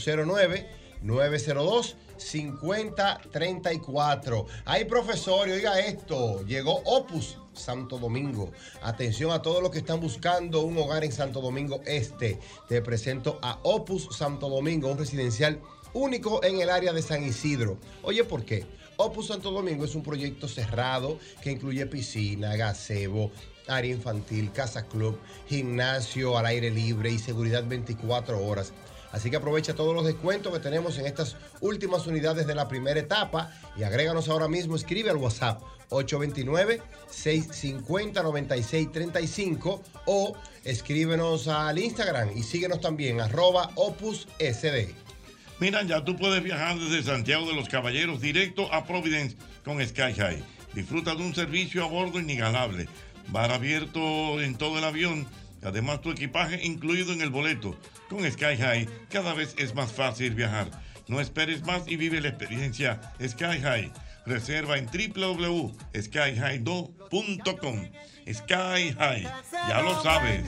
809-902-5034. Ay, profesor, oiga esto, llegó Opus Santo Domingo. Atención a todos los que están buscando un hogar en Santo Domingo Este. Te presento a Opus Santo Domingo, un residencial único en el área de San Isidro. Oye, ¿por qué? Opus Santo Domingo es un proyecto cerrado que incluye piscina, gazebo, área infantil, casa club, gimnasio al aire libre y seguridad 24 horas. Así que aprovecha todos los descuentos que tenemos en estas últimas unidades de la primera etapa y agréganos ahora mismo. Escribe al WhatsApp 829-650-9635 o escríbenos al Instagram y síguenos también @OpusSD. Mira, ya tú puedes viajar desde Santiago de los Caballeros directo a Providence con Sky High. Disfruta de un servicio a bordo inigualable, bar abierto en todo el avión, además tu equipaje incluido en el boleto. Con Sky High cada vez es más fácil viajar. No esperes más y vive la experiencia Sky High. Reserva en www.skyhigh2.com. Sky High, ya lo sabes.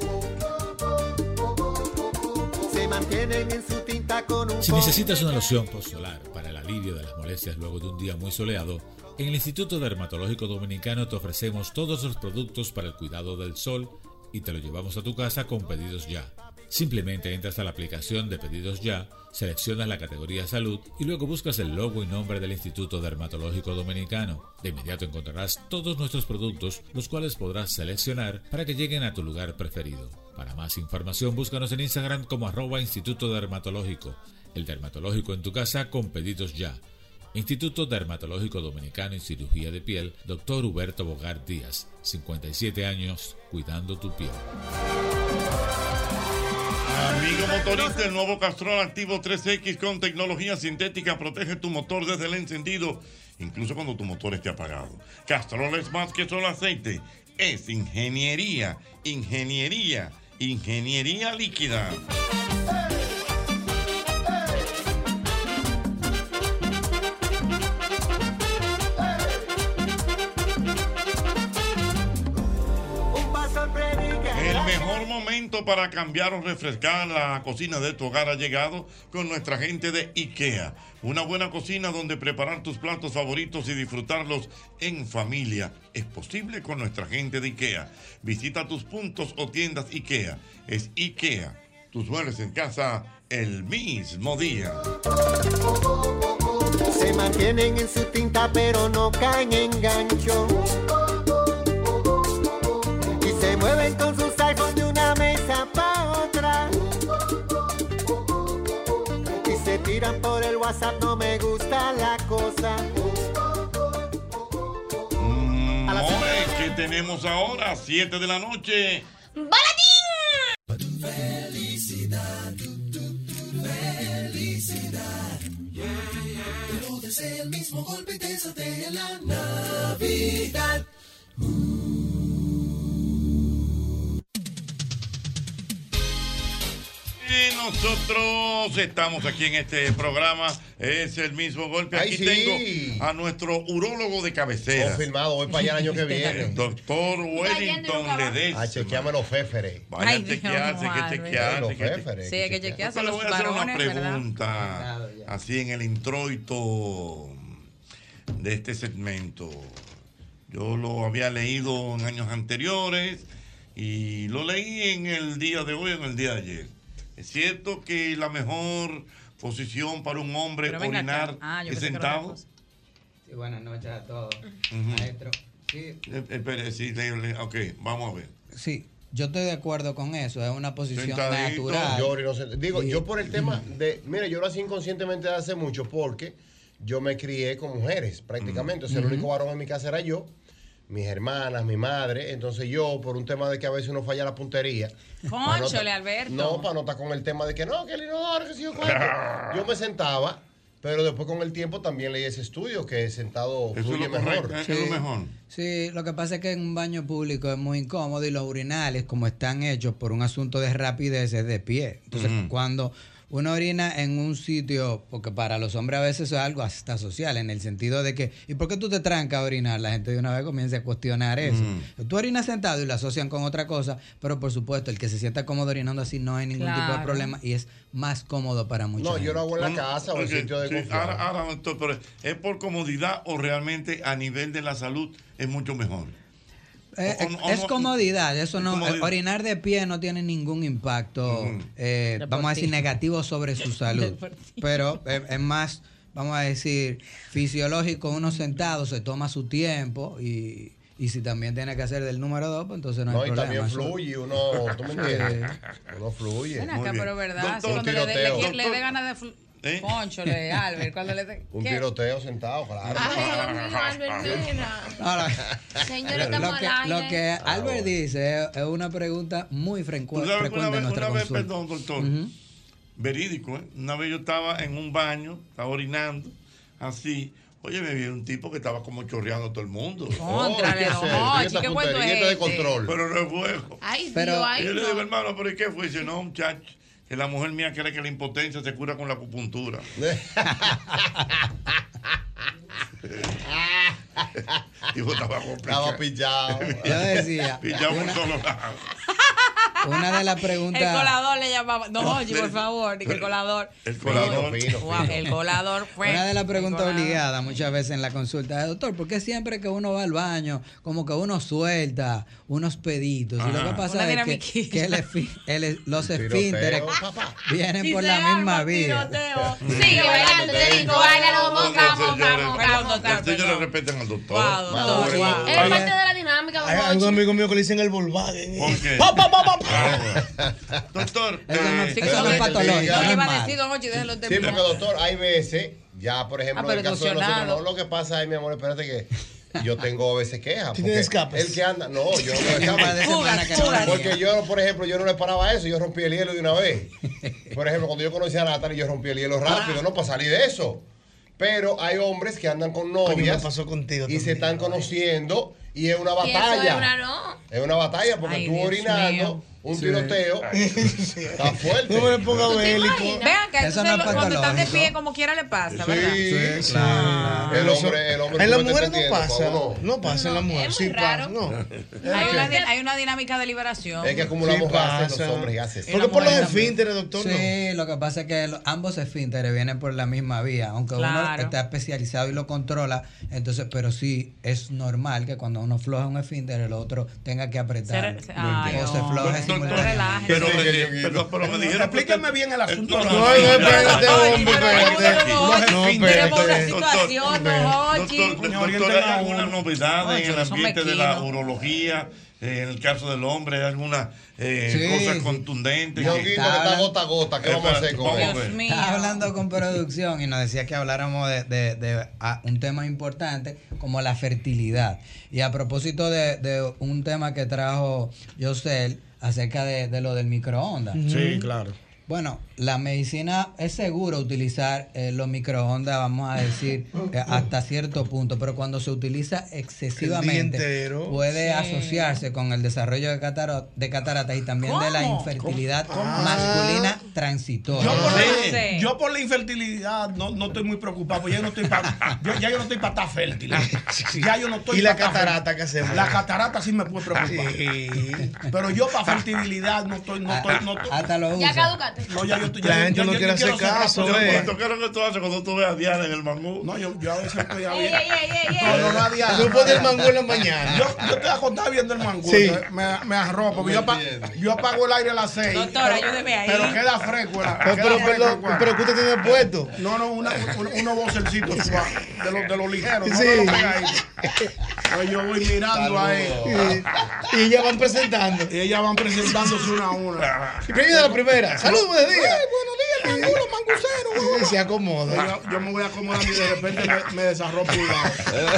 Se mantienen en su tinta con un Si necesitas una loción post-solar para el alivio de las molestias luego de un día muy soleado, en el Instituto Dermatológico Dominicano te ofrecemos todos los productos para el cuidado del sol y te lo llevamos a tu casa con Pedidos Ya. Simplemente entras a la aplicación de Pedidos Ya, seleccionas la categoría Salud y luego buscas el logo y nombre del Instituto Dermatológico Dominicano. De inmediato encontrarás todos nuestros productos, los cuales podrás seleccionar para que lleguen a tu lugar preferido. Para más información, búscanos en Instagram como @Instituto Dermatológico. El dermatológico en tu casa con Pedidos Ya. Instituto Dermatológico Dominicano y Cirugía de Piel, Dr. Huberto Bogart Díaz, 57 años, cuidando tu piel. Amigo motorista, el nuevo Castrol Activo 3X con tecnología sintética protege tu motor desde el encendido, incluso cuando tu motor esté apagado. Castrol es más que solo aceite, es ingeniería líquida. momento para cambiar o refrescar la cocina de tu hogar ha llegado con nuestra gente de IKEA. Una buena cocina donde preparar tus platos favoritos y disfrutarlos en familia es posible con nuestra gente de IKEA. Visita tus puntos o tiendas IKEA. Es IKEA. Tus muebles en casa el mismo día. Se mantienen en su tinta pero no caen en gancho. Y se mueven con sus iPhones de una mesa para otra. Y se tiran por el WhatsApp, no me gusta la cosa. ¿Qué tenemos ahora? 7 de la noche. ¡Balatín! Felicidad, felicidad. Pero desea el mismo golpe y te sortea la Navidad. Y nosotros estamos aquí en este programa, es el mismo golpe. Aquí tengo a nuestro urólogo de cabecera. Confirmado, voy para allá el año que viene. El doctor Wellington Ledesma. A chequearme los féferes. Vaya a chequearse, que chequearse. Sí, hay que chequearse Le los voy a hacer una varones, pregunta, así en el introito de este segmento. Yo lo había leído en años anteriores y lo leí en el día de hoy, en el día de ayer. ¿Es cierto que la mejor posición para un hombre orinar es sentado? Sí, buenas noches a todos, maestro. Sí. Espere, sí, ok, vamos a ver. Sí, yo estoy de acuerdo con eso, es una posición natural. Yo por el tema de, mire, yo lo hacía inconscientemente de hace mucho porque yo me crié con mujeres prácticamente, o sea, el único varón en mi casa era yo, mis hermanas, mi madre, entonces yo, por un tema de que a veces uno falla la puntería. Cónchale, Alberto. No, para no estar con el tema de que no, que el inodoro, que si yo yo me sentaba, pero después con el tiempo también leí ese estudio que sentado fluye mejor. Sí. Es lo mejor. Sí, lo que pasa es que en un baño público es muy incómodo y los urinales, como están hechos por un asunto de rapidez, es de pie. Entonces, cuando uno orina en un sitio, porque para los hombres a veces eso es algo hasta social, en el sentido de que, ¿y por qué tú te trancas a orinar? La gente de una vez comienza a cuestionar eso. Tú orinas sentado y lo asocian con otra cosa, pero por supuesto, el que se sienta cómodo orinando así no hay ningún tipo de problema y es más cómodo para muchos. No, yo lo hago en la casa o en sitio de confianza. Ahora, doctor, pero ¿es por comodidad o realmente a nivel de la salud es mucho mejor? Es comodidad, eso no, orinar de pie no tiene ningún impacto, vamos a decir, negativo sobre su salud, pero es más, vamos a decir, fisiológico. Uno sentado se toma su tiempo y si también tiene que hacer del número 2, pues entonces no hay problema. Y también fluye, uno, ¿tú me entiendes? Uno fluye. Ven acá, pero verdad, si cuando le dé ganas de Cónchole, Albert, cuando le dé... Un tiroteo sentado, claro. Ay, Dios mío, Albertina. Señorita lo que Albert dice es una pregunta muy frecuente en nuestra consulta. Perdón, doctor. Verídico, ¿eh? Una vez yo estaba en un baño, estaba orinando, así. Oye, me vi un tipo que estaba como chorreando a todo el mundo. Contrale, ¿qué cuento es de control? Pero no es fuego. Ay, Dios, ay, yo le digo, hermano, ¿pero qué fue? Dice, no, muchacho, que la mujer mía cree que la impotencia se cura con la acupuntura. Tipo, estaba pillado. Yo decía. Pillado por todos lados. Una de las preguntas. El colador le llamaba. No, oye, por favor, que el colador. El colador. El colador fue. Una de las preguntas obligadas muchas veces en la consulta de doctor, ¿por qué siempre que uno va al baño, como que uno suelta unos peditos? Y lo que pasa es que los esfínteres vienen por la misma vía. Sigue bailando, te digo, bailando, Ellos le respetan al doctor. Es parte de la dinámica. Hay un amigo mío que le dicen el Volkswagen. ¿Por qué? Doctor, eso no es patológico. No iba a decir, don Ochi, déjelo terminar. Sí, porque doctor, hay veces, ya por ejemplo, en el caso de nosotros, no, lo que pasa es, mi amor, espérate que yo tengo a veces quejas. ¿Tienes escapes? El que anda, no, yo no escape. Porque yo, por ejemplo, yo no le paraba eso, yo rompí el hielo de una vez. Por ejemplo, cuando yo conocí a Natalie, yo rompí el hielo rápido, ¿no? Para salir de eso. Pero hay hombres que andan con novias y se están conociendo y es una batalla. Es una batalla porque tú orinando un tiroteo. Está fuerte. No me ponga bélico. Vean que Eso entonces no es cuando están de patológico. pie como quiera le pasa, ¿verdad? Sí, claro. El hombre En las tú me mujeres estás no entendiendo, pasa. Pablo. No pasa en las mujeres. Es muy Sí raro. pasa. No. Hay una dinámica de liberación. Es que acumulamos Sí gases pasa. los hombres, gases. Porque por los esfínteres, doctor. Sí, lo que pasa es que ambos esfínteres vienen por la misma vía, aunque uno Claro. está especializado y lo controla, entonces, pero sí es normal que cuando uno floja un esfínter, el otro tenga que apretar. Ay, O se no. floje Doctor, simultáneamente. Pero me dijeron. Explíqueme bien el asunto. espérate, hombre, espérate. No, espérate. por la situación, no, Jochi. Doctor, ¿hay alguna novedad en el Oye, son ambiente de la mequinos. urología? En el caso del hombre, ¿hay alguna cosa contundente? Yo que está gota a gota, ¿qué vamos a hacer con Vamos a eso? ver. Estaba hablando con producción y nos decía que habláramos de un tema importante como la fertilidad. Y a propósito de un tema que trajo Yosel acerca de lo del microondas. Sí, claro. Bueno, la medicina es seguro utilizar los microondas, vamos a decir, hasta cierto punto, pero cuando se utiliza excesivamente entero. puede Sí. asociarse con el desarrollo de cataratas y también de la ¿Cómo? infertilidad ¿Cómo? masculina transitoria. Yo por la infertilidad no estoy muy preocupado, porque ya yo no estoy para estar fértil. Ya yo no estoy ¿Y la pa' estar catarata fértil. qué hacemos? La catarata sí me puede preocupar. Pero yo para fertilidad no estoy. Hasta lo Ya usa. caducaste. No, ya yo estoy. La gente no quiere hacer caso, ¿Qué es lo que tú haces cuando tú ves a Diana en el mangú? No, yo a veces estoy a Ey, ey, ey, ey, No, a Diana. Tú pones el mangú en la mañana. Yo estoy acostado viendo el mangú. Sí. Me arropo. Porque yo apago el aire a las 6. Doctora, ayúdeme ahí. Pero queda fresco. Pero que usted tiene puesto. No, unos vocercitos suaves, de los ligeros. No Sí. de los pegaditos. Pues yo voy mirando ahí. Y ellas van presentando. Y ellas van presentándose una a una. Y primero la primera. Saludos, buenos días. Buenos días, mangulo, mangucero. Y se acomoda. Yo me voy a acomodar y de repente me desarropo un lado.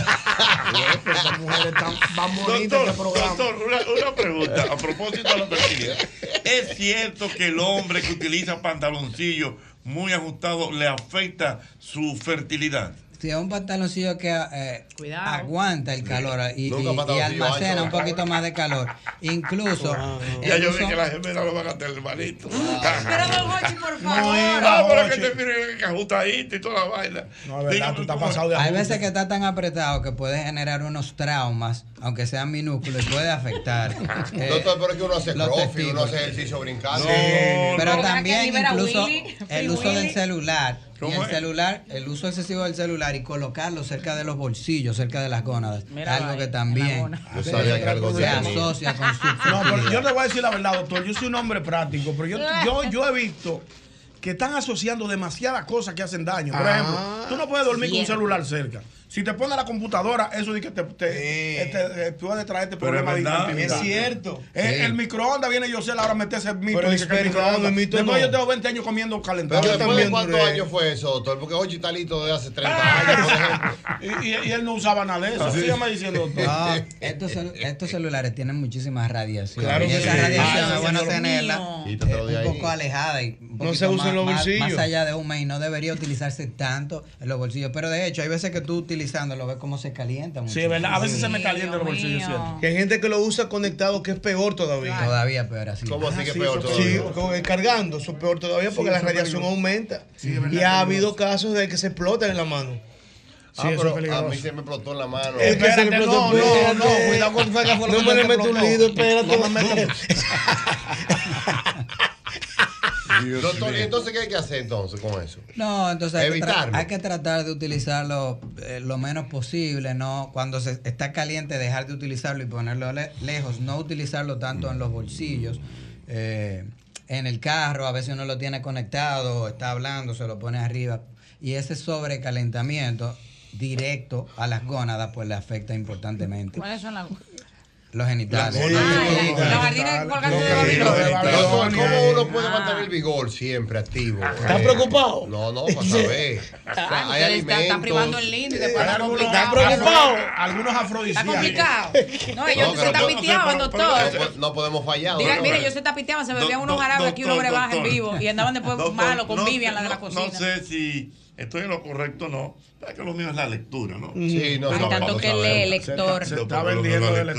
Estas mujeres van bonitas este programa. Doctor, una pregunta a propósito de la fertilidad. ¿Es cierto que el hombre que utiliza pantaloncillos muy ajustados le afecta su fertilidad? Si es un pantaloncillo que aguanta el calor y pantaloncillo almacena ancho. un poquito más de calor. Incluso. Ya yo vi que las gemelas lo van a tener hermanito. Pero don Jochi, por favor. Pero que te miren que ajustadito y toda la vaina. No, es verdad, tú estás pasado de Hay ajuste. veces que está tan apretado que puede generar unos traumas, aunque sean minúsculos, y puede afectar. Doctor, pero es que uno hace los crossfit, testículos. uno hace ejercicio brincando. Pero también libera incluso Willy, el uso del celular. Y ¿Cómo el es? celular, el uso excesivo del celular y colocarlo cerca de los bolsillos, cerca de las gónadas, Mira, algo ahí, que en también la Yo sabía que algo se tenía. asocia con su No, pero fertilidad. yo te voy a decir la verdad, doctor. Yo soy un hombre práctico, pero yo he visto que están asociando demasiadas cosas que hacen daño. Por ejemplo, tú no puedes dormir con un Cierto. celular cerca. Si te pones la computadora, eso de que te puede traerte problemas de verdad, intimidad. Es cierto. El microondas viene yo sé ahora meterse el mito. Pero dice que el es verdad, microondas. el mito Después no. yo tengo 20 años comiendo calentado. Pero Yo después de también cuántos duré. años fue eso, doctor, porque Ochi está listo desde hace 30 años, por ejemplo. Y él no usaba nada de eso. Sígame diciendo, doctor. No, estos celulares tienen muchísimas radiaciones. Claro y que esa sí. radiación Ay, es bueno Dios tenerla Quítatelo de un ahí. poco alejada y un No poquito se usa en los más bolsillos. allá de un mes y no debería utilizarse tanto en los bolsillos. Pero de hecho, hay veces que tú utilizándolo ves cómo se calienta. Sí, es verdad. A veces se me calientan los bolsillos, ¿cierto? Que hay gente que lo usa conectado, que es peor todavía. Todavía peor así. ¿Cómo así que sí, peor Sí, todavía? cargando, eso es peor todavía porque Sí, la eso es radiación peligroso. aumenta. Sí, es verdad, y ha peligroso. habido casos de que se explotan en la mano. Sí, eso es Pero a peligroso. mí se me explotó en la mano. Es que se le Espérate, explotó, no, espérate. cuidado con fue que fue lo No que me le te meto un explotó. lío, espérate. No me meto- Doctor, ¿y entonces qué hay que hacer entonces con eso? No, entonces Evitarlo. hay que tratar de utilizarlo lo menos posible, ¿no? Cuando se está caliente, dejar de utilizarlo y ponerlo lejos, no utilizarlo tanto en los bolsillos. En el carro, a veces uno lo tiene conectado, está hablando, se lo pone arriba. Y ese sobrecalentamiento directo a las gónadas, pues le afecta importantemente. ¿Cuáles son las? Los genitales. Los jardines colgantes de Doctor, ¿cómo uno puede mantener el vigor siempre activo? ¿Estás preocupado? No, para saber. O sea, hay alimentos. Está privando el lindo y después está Algunos complicado. algunos Está afrodisíacos. complicado. No, ellos se pero tapiteaban, doctor. No podemos fallar. Diga, ¿no? mire, ellos se tapiteaban, se bebían unos jarabes aquí, unos brebajes en vivo y andaban después malos con Vivian, la de la cocina. No sé si estoy en lo correcto o no. Es que lo mío es la lectura, ¿no? Sí, no Hay sabemos, tanto no que lee, sabemos. lector. Se está vendiendo de lector. Toda la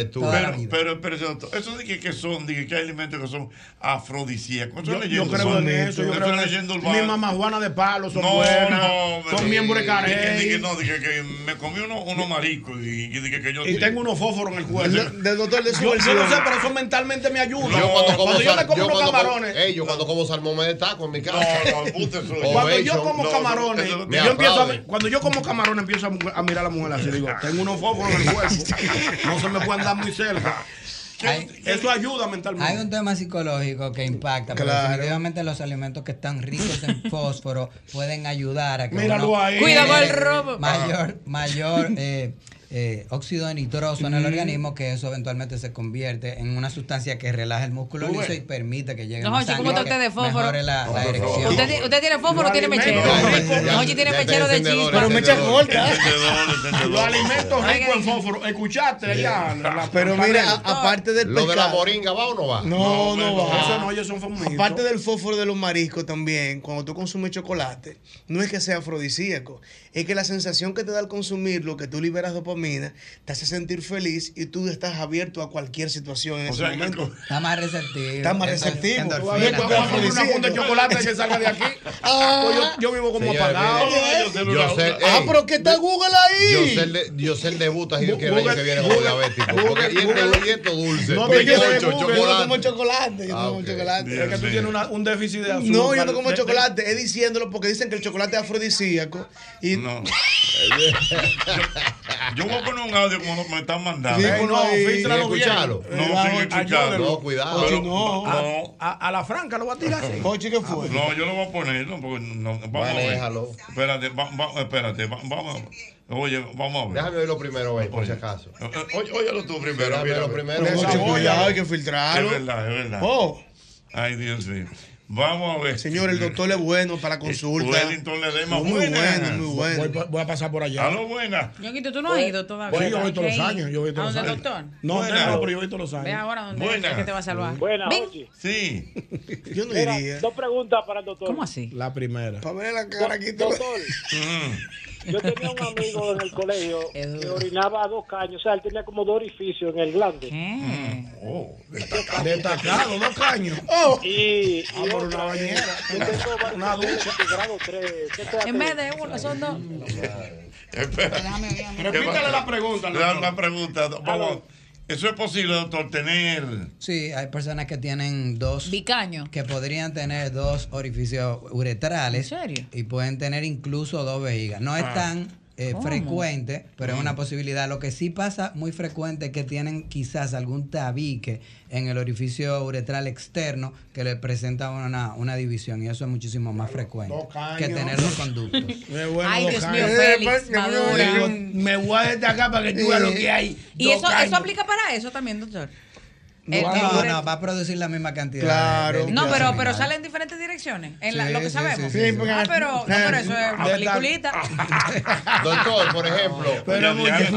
lectura. Pero eso de que son, de que hay alimentos que son afrodisíacos. Yo creo en eso. Yo creo en mi mamá Juana de Palo son buenas. Son miembros de carey. No, dije que me comí unos mariscos y dije que yo. Y tengo unos fósforos en el cuerpo. Yo no sé, pero eso mentalmente me ayuda. Cuando yo me como unos camarones. Yo cuando como salmón me destaco en mi casa. Cuando yo como camarones, cuando yo como camarones empiezo a mirar a la mujer así. Digo, tengo unos fósforos en el cuerpo. No se me pueden dar muy cerca. Eso ayuda mentalmente. Hay un tema psicológico que impacta, pero definitivamente los alimentos que están ricos en fósforo pueden ayudar a que Cuida con el robo. mayor óxido de nitroso en el organismo, que eso eventualmente se convierte en una sustancia que relaja el músculo liso y permite que llegue más sangre, ¿cómo está usted de fósforo? Mejore la erección. ¿Usted tiene fósforo o tiene mechero? Oye, tiene mechero de chispa. Pero mecha corta. Los alimentos ricos en fósforo. ¿Escuchaste allá? Pero mira, aparte del pescado. ¿Lo de la moringa va o no va? No va. Eso no, ellos son famosos. Aparte del fósforo de los mariscos también, cuando tú consumes chocolate, no es que sea afrodisíaco, es que la sensación que te da al consumirlo, que tú liberas dopamina, te hace sentir feliz y tú estás abierto a cualquier situación en ese momento. Está más receptivo. Está más receptivo. Tú vas a poner una funda de chocolate que salga de aquí. Yo vivo como apagado. Pero que está Google ahí. Yo sé el debut así que viene como diabético. Y esto dulce. No, yo no como chocolate. Yo no como chocolate. Es que tú tienes un déficit de azúcar. No, yo no como chocolate. Es diciéndolo porque dicen que el chocolate es afrodisíaco. No. Yo voy a poner un audio como me están mandando. Sí, fíjalo bien. No, sin escucharlo. No, cuidado. A la franca lo va a tirar así. Oye, ¿qué fue? No, yo lo voy a poner. No, porque no, vamos a ver. Espérate, vamos. Oye, vamos a ver. Déjame oírlo primero, por si acaso. Óyelo tú primero. Déjame oírlo primero. Cuidado, hay que filtrarlo. Es verdad. Ay, Dios mío. Vamos a ver. Señor, el doctor es bueno para la consulta. Wellington le dé más muy bueno. Voy a pasar por allá. Aló, buena. Ñonguito, ¿tú no has ido todavía? Sí, yo voy todos los años. ¿A dónde el doctor? No, pero yo voy todos los años. Ve ahora dónde es que te va a salvar. Buena, oye. Sí. Yo no iría. Dos preguntas para el doctor. ¿Cómo así? La primera. Para ver la cara aquí. Doctor, yo tenía un amigo en el colegio que orinaba 2 caños. O sea, él tenía como 2 orificios en el glande. Destacado, 2 caños. Y por una bañera. Una ducha. Grado 3. En vez de uno, son 2. Repítale la pregunta. La pregunta. Vamos. ¿Eso es posible, doctor, tener? Sí, hay personas que tienen 2 bicaños, que podrían tener 2 orificios uretrales. ¿En serio? Y pueden tener incluso 2 vejigas. No es tan frecuente, pero es una posibilidad. Lo que sí pasa muy frecuente es que tienen quizás algún tabique en el orificio uretral externo que le presenta una división, y eso es muchísimo más frecuente que tener 2 conductos. Ay, Dios mío, Félix, Maduro. Me voy a destacar para que tú veas lo que hay. ¿Y eso aplica para eso también, doctor? No, va a producir la misma cantidad. Claro. No, pero sale en diferentes direcciones, lo que sabemos. Sí, pero eso es una peliculita. Doctor, por ejemplo. Pero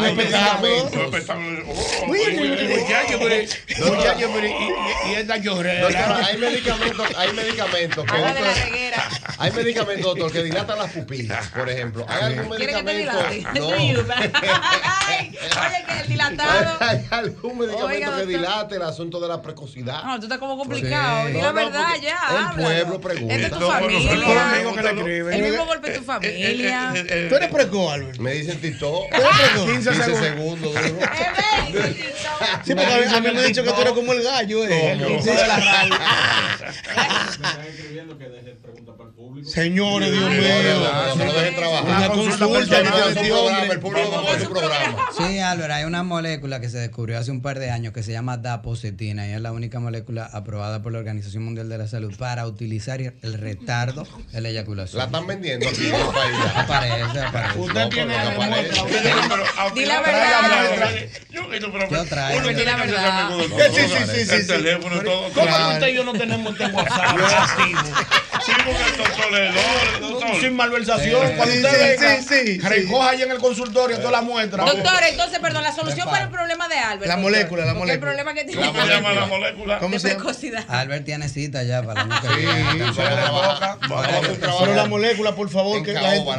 y esta llorera. Doctor, hay medicamentos que hay medicamentos, doctor, que dilatan las pupilas, por ejemplo. ¿Hay algún medicamento? No. Oye, que el dilatado. ¿Hay algún medicamento que dilate las asunto de la precocidad? No, tú estás como complicado. Di la verdad, ya. El pueblo pregunta. Es de tu familia. El mismo golpe de tu familia. ¿Tú eres precoz, Albert? Me dicen TikTok. 15 segundos. Sí, porque a mí me han dicho que tú eres como el gallo. Señores, Dios mío. No lo dejen trabajar. Una consulta. El público como su programa. Sí, Albert, hay una molécula que se descubrió hace un par de años que se llama dapocetina, y es la única molécula aprobada por la Organización Mundial de la Salud para utilizar el retardo de la eyaculación. La están vendiendo aquí en el país. Aparece. Usted tiene Di la verdad. Yo traigo. Di la verdad. Sí. El teléfono y todo. ¿Cómo usted y yo no tenemos este WhatsApp activo? Sí, porque el doctor es el doctor. Sin malversación. Cuando usted venga, recoja allá en el consultorio toda la muestra. Doctor, entonces, perdón, la solución para el problema de Albert. La molécula, la molécula. El problema que tiene. ¿Cómo se llama la molécula? De precocidad. Albert tiene cita ya para el año que viene. Pero la molécula, por favor, que la gente...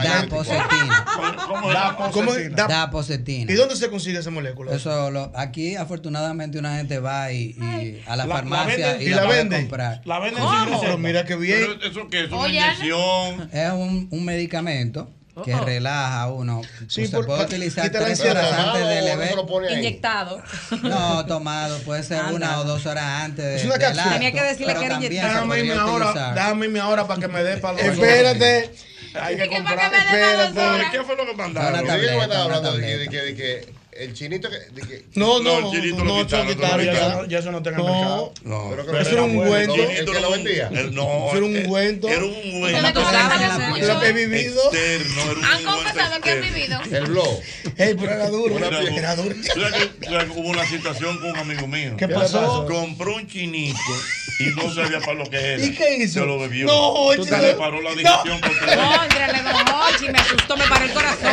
Dapocetina. ¿Y dónde se consigue esa molécula? Eso aquí afortunadamente una gente va y a la farmacia y la puede venden. comprar. La venden ¿Cómo? sin receta. Pero mira qué bien. ¿Pero eso qué es? ¿Una Oye, inyección? Es un medicamento que relaja a uno. Sí, Se puede utilizar quita la 3 ansiedad. horas antes del evento. Inyectado. No, tomado. Puede ser 1 o 2 horas antes Es una del cápsula. acto, Tenía que decirle pero que era también se inyectado. podría utilizar. Déjame irme ahora para que me dé para los Espérate. Hay que ¿Y qué comprar. para que me dé las 2 horas? ¿Qué fue lo que Una mandaron? tableta. De que el chinito que No, el chinito lo quitaron. Ya eso no tenga mercado. No, Pero eso era un ungüento. el que lo vendía. No, Eso era un ungüento. Era un ungüento. ¿Ustedes conversan mucho? Lo que he vivido. Externo, era un ¿Han ungüento confesado que han externo. vivido? El blow. Pero era duro. Era duro. Hubo una situación con un amigo mío. ¿Qué pasó? Compró un chinito y no sabía para lo que era. ¿Y qué hizo? Se lo bebió. No, Le paró la digestión. Contrale, don Hochi, me asustó, me paró el corazón.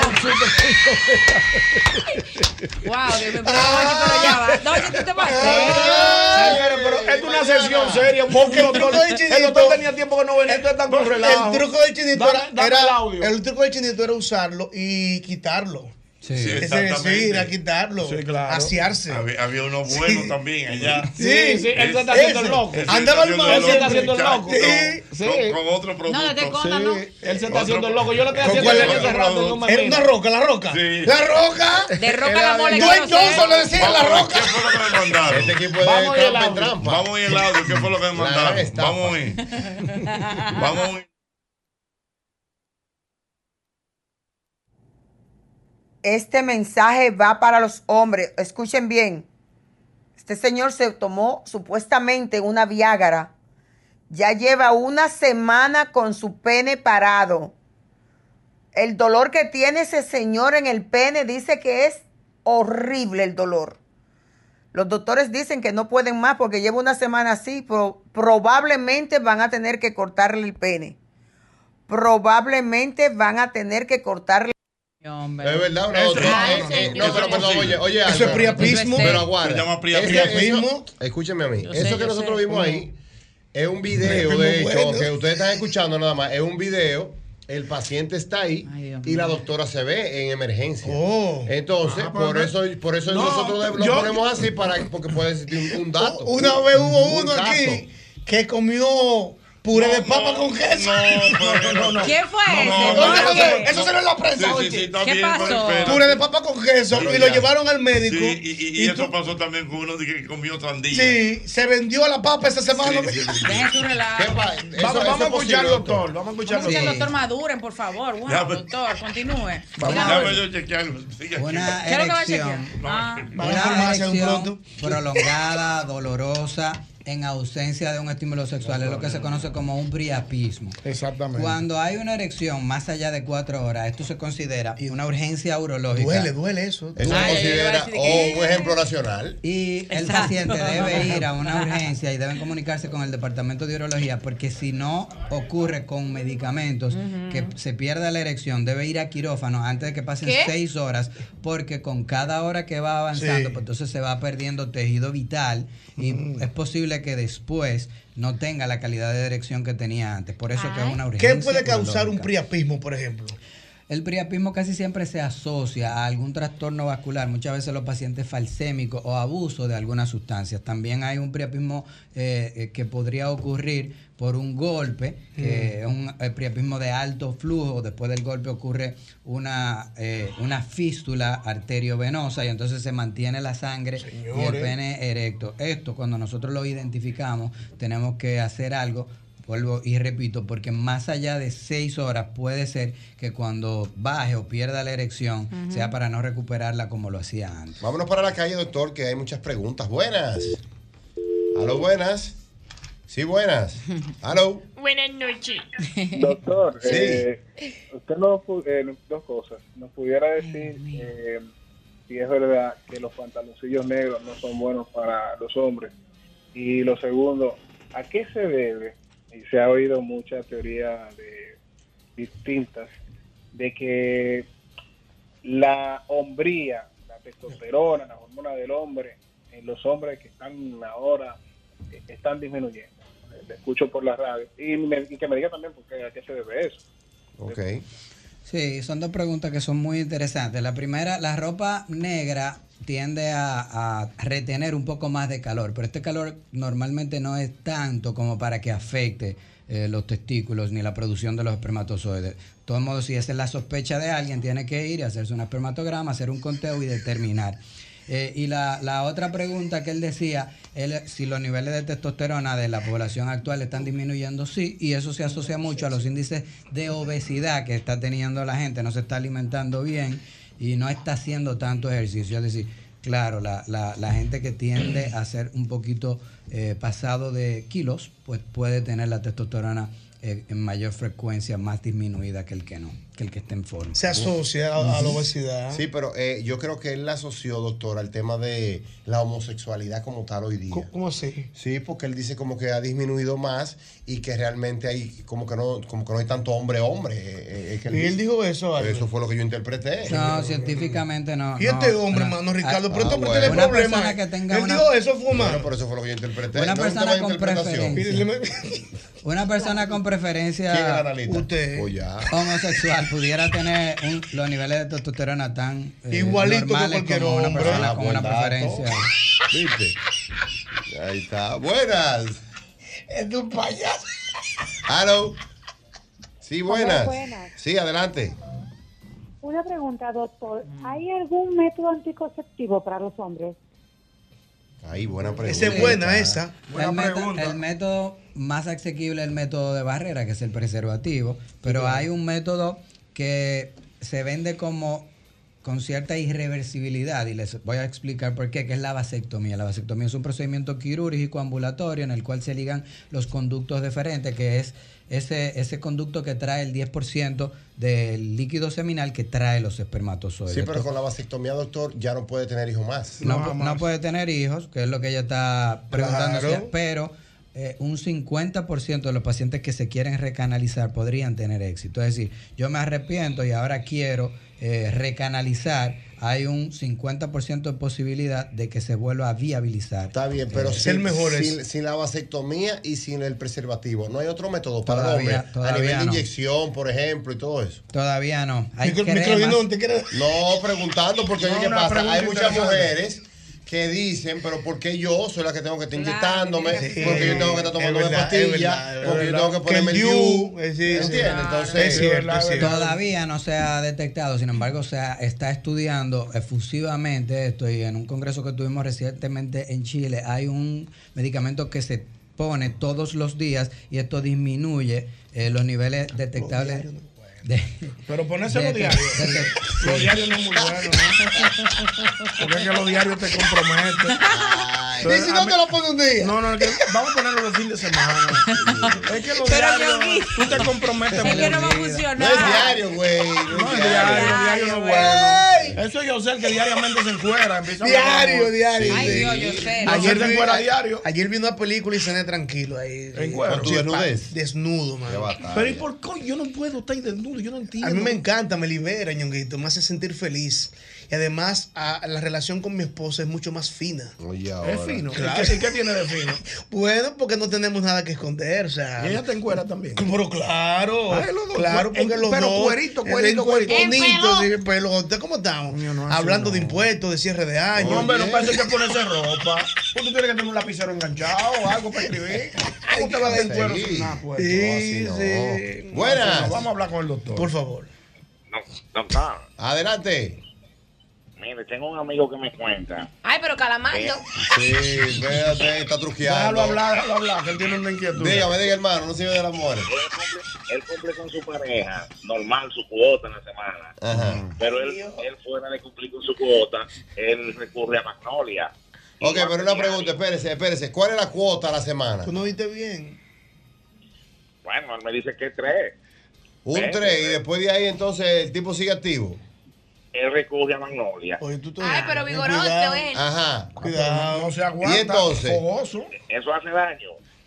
Wow, Dios mío, pero ya va. No, Hochi, tú te vas. Señores, pero esto es una sesión seria. Porque el doctor tenía tiempo que no venía. Esto es tan con relajo. El truco del chinito Dame el audio. el truco del chinito era usarlo y quitarlo. Sí, Es decir, a quitarlo, asearse. Había uno bueno también allá. Sí, él se está haciendo el loco. Andaba el Él se está haciendo el loco. Sí. Con otro producto. No, te conda, ¿no? Él se está haciendo el loco. Yo lo estoy haciendo cuál desde hace rato. No me Era una roca, la roca. Sí. La roca. De roca la mole. Dwayne Johnson le decía la roca. ¿Qué fue lo que me mandaron? Este equipo es Vamos de y el trampa en audio. trampa. Vamos a ir al audio. ¿Qué fue lo que me mandaron? estafa. Vamos a ir. Vamos a ir. Este mensaje va para los hombres. Escuchen bien. Este señor se tomó supuestamente una Viagra. Ya lleva 1 semana con su pene parado. El dolor que tiene ese señor en el pene dice que es horrible el dolor. Los doctores dicen que no pueden más porque lleva 1 semana así. Probablemente van a tener que cortarle el pene. Probablemente van a tener que cortarle. Es verdad, una doctora. No, pero perdón, oye, Eso es priapismo. Pero aguarda. Se llama priapismo. Escúcheme a mí. Yo Eso sé, que yo nosotros sé. vimos ahí es un video, de hecho, que ustedes están escuchando nada más. Es un video. El paciente está ahí y la doctora se ve en emergencia. Entonces, por eso nosotros lo ponemos así porque puede existir un dato. Una vez hubo uno aquí que comió puré de papa con queso. No. ¿Quién fue ese? Eso se ve en la prensa. ¿Qué pasó? Puré de papa con queso y lo llevaron al médico. Sí, y eso pasó también con uno que comió sandía. Sí, se vendió la papa esa semana. Dejen su relajo. Vamos a escuchar al doctor. Vamos a escuchar al Escuchen, doctor. doctor, maduren, por favor. Wow, doctor, continúe. Déjame yo chequearlo. Una ¿Qué es lo que va a erección. chequear? Una erección prolongada, dolorosa, en ausencia de un estímulo sexual, es lo que se conoce como un priapismo. Exactamente. Cuando hay una erección más allá de 4 horas, esto se considera una urgencia urológica. Duele eso. Eso se considera un ejemplo nacional. Y el paciente debe ir a una urgencia y deben comunicarse con el departamento de urología, porque si no ocurre con medicamentos que se pierda la erección, debe ir a quirófano antes de que pasen 6 horas, porque con cada hora que va avanzando, pues entonces se va perdiendo tejido vital y es posible que después no tenga la calidad de erección que tenía antes. Por eso que es una urgencia. ¿Qué puede causar un priapismo, por ejemplo? El priapismo casi siempre se asocia a algún trastorno vascular, muchas veces los pacientes falsémicos o abuso de algunas sustancias. También hay un priapismo que podría ocurrir por un golpe, que es un priapismo de alto flujo. Después del golpe ocurre una fístula arteriovenosa y entonces se mantiene la sangre y el pene erecto. Esto, cuando nosotros lo identificamos, tenemos que hacer algo. Vuelvo y repito, porque más allá de 6 horas puede ser que cuando baje o pierda la erección sea para no recuperarla como lo hacía antes. Vámonos para la calle, doctor, que hay muchas preguntas. Buenas. Aló, buenas. Sí, buenas. Aló. Buenas noches. Doctor, Sí. usted dos cosas. ¿Nos pudiera decir si es verdad que los pantaloncillos negros no son buenos para los hombres? Y lo segundo, ¿a qué se debe y se ha oído muchas teorías distintas de que la hombría, la testosterona, la hormona del hombre, en los hombres que están ahora están disminuyendo. Le escucho por la radio y que me diga también a qué se debe eso. Ok. Sí, son dos preguntas que son muy interesantes. La primera, la ropa negra tiende a retener un poco más de calor, pero este calor normalmente no es tanto como para que afecte los testículos ni la producción de los espermatozoides. De todos modos, si esa es la sospecha de alguien, tiene que ir y hacerse un espermatograma, hacer un conteo y determinar. Y la otra pregunta que él decía, si los niveles de testosterona de la población actual están disminuyendo, sí, y eso se asocia mucho a los índices de obesidad que está teniendo la gente, no se está alimentando bien y no está haciendo tanto ejercicio. Es decir, claro, la gente que tiende a ser un poquito pasado de kilos, pues puede tener la testosterona en mayor frecuencia, más disminuida que el que no, que el que esté en forma. Se asocia a la obesidad. Sí, pero yo creo que él la asoció, doctor, al tema de la homosexualidad como tal hoy día. ¿Cómo así? Sí, porque él dice como que ha disminuido más y que realmente hay como que no hay tanto hombre. ¿Y él dijo eso? Algo? Eso fue lo que yo interpreté. No, científicamente no. ¿Y este hombre, mano, Ricardo? Pero este hombre tiene problemas. Él dijo eso, fue humano. Por eso fue lo que yo interpreté. Una persona con preferencia. Una persona con preferencia homosexual pudiera tener los niveles de testosterona tan igualito normales que cualquier como una hombre. persona con una preferencia. ¿Viste? Ahí está. Buenas. Es un payaso. Hello. Sí, buenas. Buenas. Sí, adelante. Una pregunta, doctor. ¿Hay algún método anticonceptivo para los hombres? Ahí, buena pregunta. Esa es buena, esa. El método más asequible es el método de barrera, que es el preservativo, pero hay un método que se vende como con cierta irreversibilidad y les voy a explicar por qué, que es la vasectomía. La vasectomía es un procedimiento quirúrgico ambulatorio en el cual se ligan los conductos deferentes, que es ese conducto que trae el 10% del líquido seminal que trae los espermatozoides. Sí, pero con la vasectomía, doctor, ya no puede tener hijos más. No puede tener hijos, que es lo que ella está preguntando, Claro. pero un 50% de los pacientes que se quieren recanalizar podrían tener éxito. Es decir, yo me arrepiento y ahora quiero recanalizar. Hay un 50% de posibilidad de que se vuelva a viabilizar. Está bien, pero sin la vasectomía y sin el preservativo. ¿No hay otro método para el hombre? A nivel de inyección, por ejemplo, y todo eso. Todavía no. Hay No, preguntando, porque ¿qué pasa? Hay muchas mujeres que dicen, pero ¿por qué yo soy la que tengo que estar inyectándome? Porque yo tengo que estar tomando pastillas, porque yo tengo que ponerme el DIU. ¿Entiendes? Entonces, es cierto. Todavía no se ha detectado, sin embargo, se está estudiando efusivamente esto, y en un congreso que tuvimos recientemente en Chile hay un medicamento que se pone todos los días y esto disminuye los niveles detectables. Pero ponérselo diario. Los diarios no es muy bueno, ¿no? Porque es que los diarios te comprometen. ¿Y si no te lo pones un día? No, es que vamos a ponerlo de fin de semana. Es que los diarios, tú te comprometes mucho. Es que no va a funcionar. No es diario, güey. No es diario no es bueno. Eso yo sé que diariamente se encuera. Diario. Ay, Dios, yo sé. Ayer se encuera diario. Ayer vi una película y cené tranquilo ahí. ¿Con tu desnudez? Desnudo, man. Pero ¿y por qué yo no puedo estar desnudo? Yo no entiendo. A mí me encanta, me libera, Ñonguito, me hace sentir feliz. Y además, la relación con mi esposa es mucho más fina. Es fino. Claro. ¿Y qué tiene de fino? Bueno, porque no tenemos nada que esconder, o sea. ¿Y ella te encuera también? Pero claro. Ay, los dos. Claro, porque los pero dos. cuerito. Bonito, pero ¿usted cómo estamos? Hablando de impuestos, de cierre de año. No, hombre, no parece que ponerse ropa. Usted tiene que tener un lapicero enganchado o algo para escribir. ¿Cómo te va a dar en cuero sin nada puesto? Sí. Buenas. Vamos a hablar con el doctor. Por favor. Doctor. Adelante. Mire, tengo un amigo que me cuenta. Ay, pero Calamardo. Sí, espérate, está truqueando. Déjalo hablar, que él tiene una inquietud. Dígame, hermano, no sirve del amor. Él cumple con su pareja, normal, su cuota en la semana. Ajá. Pero él fuera de cumplir con su cuota, él recurre a Magnolia. Ok, pero una pregunta, espérese. ¿Cuál es la cuota a la semana? ¿Tú no viste bien? Bueno, él me dice que 3. Un 3, y después de ahí entonces el tipo sigue activo. Él recurre a Magnolia. Ay, pero vigoroso, Ajá. Cuidado. No se aguanta. ¿Y entonces? Fogoso. Eso hace daño.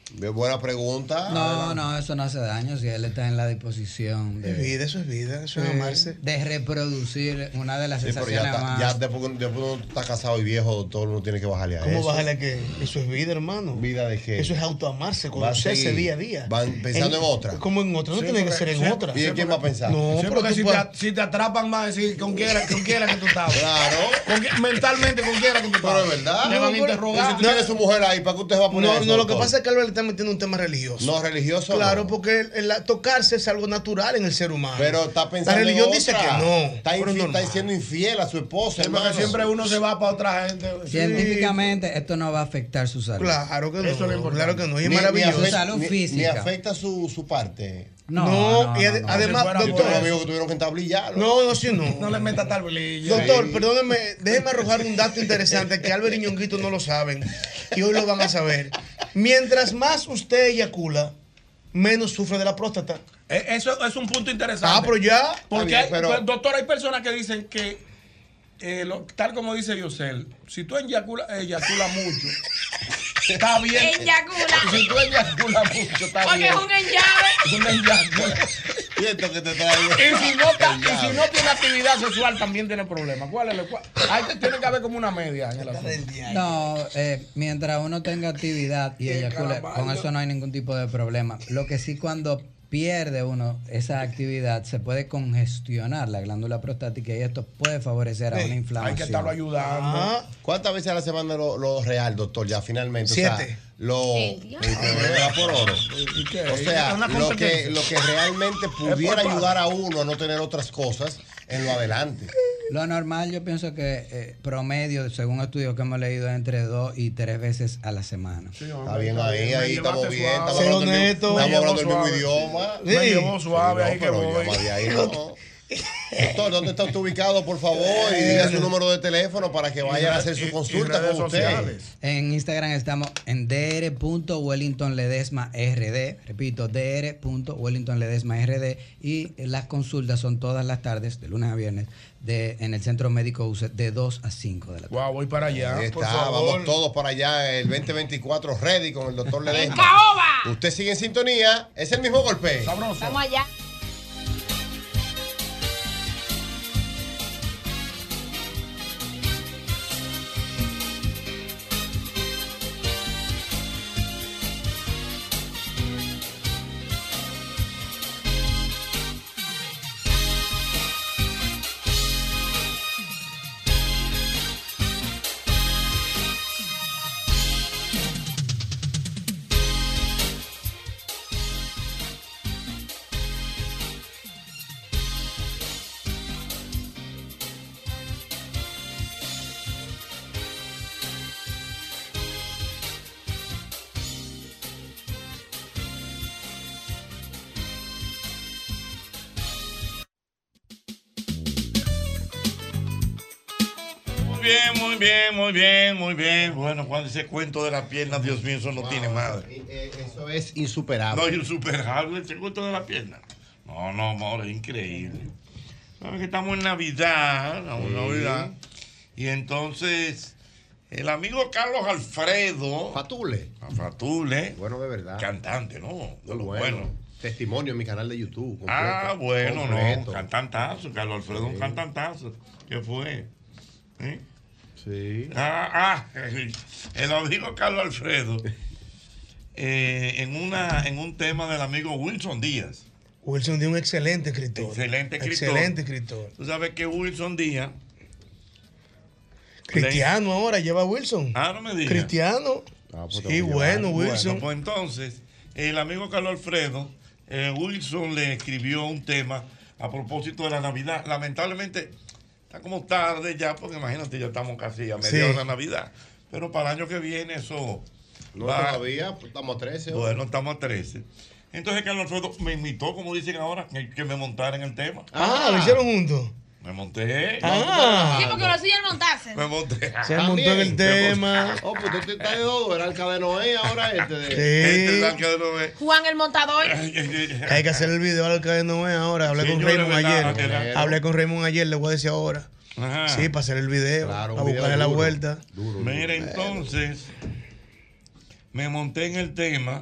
Buena pregunta. No, eso no hace daño si él está en la disposición de vida, eso es amarse. De reproducir una de las Sí, pero sensaciones más. ya después uno está casado y viejo, doctor, uno tiene que bajarle a eso. ¿Cómo bajarle a qué? Eso es vida, hermano. ¿Vida de qué? Eso es autoamarse, conocerse día a día. Van pensando en otra. ¿Cómo en otra? No tiene que ser en otra. ¿Y en quién va a pensar? No, Sí, pero porque tú si te atrapan más, decir con quiera que tú estás. Claro. Mentalmente con quiera que tú estás. Pero es verdad. Te van a interrogar. Y si tú tienes su mujer ahí, ¿para qué usted va a poner eso? No, lo que doctor? pasa es que Albert le está metiendo un tema religioso. No, religioso. Claro, no. porque tocarse es algo natural en el ser humano. Pero está pensando. La religión en dice otra. que no. Está, pero normal. está siendo infiel a su esposa. Sí, porque siempre uno se va para otra gente. Científicamente, esto no va a afectar su salud. Claro que no. Eso es lo importante. Claro que no. Y es maravilloso. Su salud física. Ni afecta su parte. No, y además, Yo doctor, tengo amigos que tuvieron que entablillarlo. No. No le meta tal brillo. Doctor, perdóneme, déjeme arrojar un dato interesante que Albert y Ñonguito no lo saben y hoy lo van a saber. Mientras más usted eyacula, menos sufre de la próstata. Eso es un punto interesante. Pero ya. Porque, Está bien, pero- doctor, hay personas que dicen que, tal como dice Yosel, si tú eyaculas mucho, está bien. Eyacula. Si tú eyaculas mucho, está Porque bien. es un enllave. Un eyacula. Y esto que te trae. Y si no tiene actividad sexual, también tiene problemas. Tiene que haber como una media en el asunto. No, mientras uno tenga actividad y eyacule, con eso no hay ningún tipo de problema. Lo que sí, cuando pierde uno esa actividad, se puede congestionar la glándula prostática y esto puede favorecer a una inflamación. Hay que estarlo ayudando. ¿Cuántas veces a la semana lo real, doctor? Ya finalmente. 7. O sea, da por oro. O sea, lo que realmente pudiera ayudar a uno a no tener otras cosas en lo adelante. Lo normal, yo pienso que promedio, según estudios que hemos leído, es entre 2 y 3 veces a la semana. Está bien ahí estamos bien. Estamos Ser hablando honesto. del mismo idioma. Me llevó suave, ahí que pero voy. llama de ahí no. Doctor, ¿dónde está usted ubicado, por favor? Y diga su número de teléfono para que vayan a hacer su consulta con usted. En Instagram estamos en dr.wellingtonledesmard. Repito, dr.wellingtonledesmard. Y las consultas son todas las tardes, de lunes a viernes, en el Centro Médico UCE, de 2 a 5 de la tarde. Wow, voy para allá. Ahí por está, favor. vamos todos para allá, el 2024 ready con el doctor Ledesma. ¡Caoba! Usted sigue en sintonía, es el mismo golpe. Sabroso. Vamos allá. Muy bien. Bueno, cuando ese cuento de las piernas, Dios mío, eso no tiene madre. Eso es insuperable. No, insuperable ese cuento de las piernas. No, amor, es increíble. Sabes que estamos en Navidad, Navidad. Y entonces, el amigo Carlos Alfredo. Fatule. Bueno, de verdad. Cantante, ¿no? De los Bueno. buenos. Testimonio en mi canal de YouTube. Bueno, completo. no. Cantantazo, Carlos Alfredo, un cantantazo. ¿Qué fue? ¿Eh? Sí. El amigo Carlos Alfredo, en un tema del amigo Wilson Díaz. Wilson Díaz, un excelente escritor. Excelente escritor. Tú sabes que Wilson Díaz. Cristiano ahora lleva a Wilson. No me digas. Cristiano. Sí, bueno, Wilson. Bueno, pues entonces, el amigo Carlos Alfredo, Wilson le escribió un tema a propósito de la Navidad. Lamentablemente, está como tarde ya, porque imagínate, ya estamos casi a mediados de la Navidad. Pero para el año que viene eso... No, todavía, pues estamos a 13. Bueno, estamos a 13. Entonces Carlos Alfredo me invitó, como dicen ahora, que me montara en el tema. Lo hicieron juntos. Me monté. Sí, porque lo hacían montarse. Me monté. Se montó en el tema. Pues tú estás de todo. Era Arca de Noé, ahora Este es Arca de Noé. Juan el montador. Hay que hacer el video al Arca de Noé ahora. Hablé con Raymond ayer. Hablé con Raymond ayer, le voy a decir ahora. Ajá. Sí, para hacer el video. Claro, a buscarle la vuelta. Mira, entonces, me monté en el tema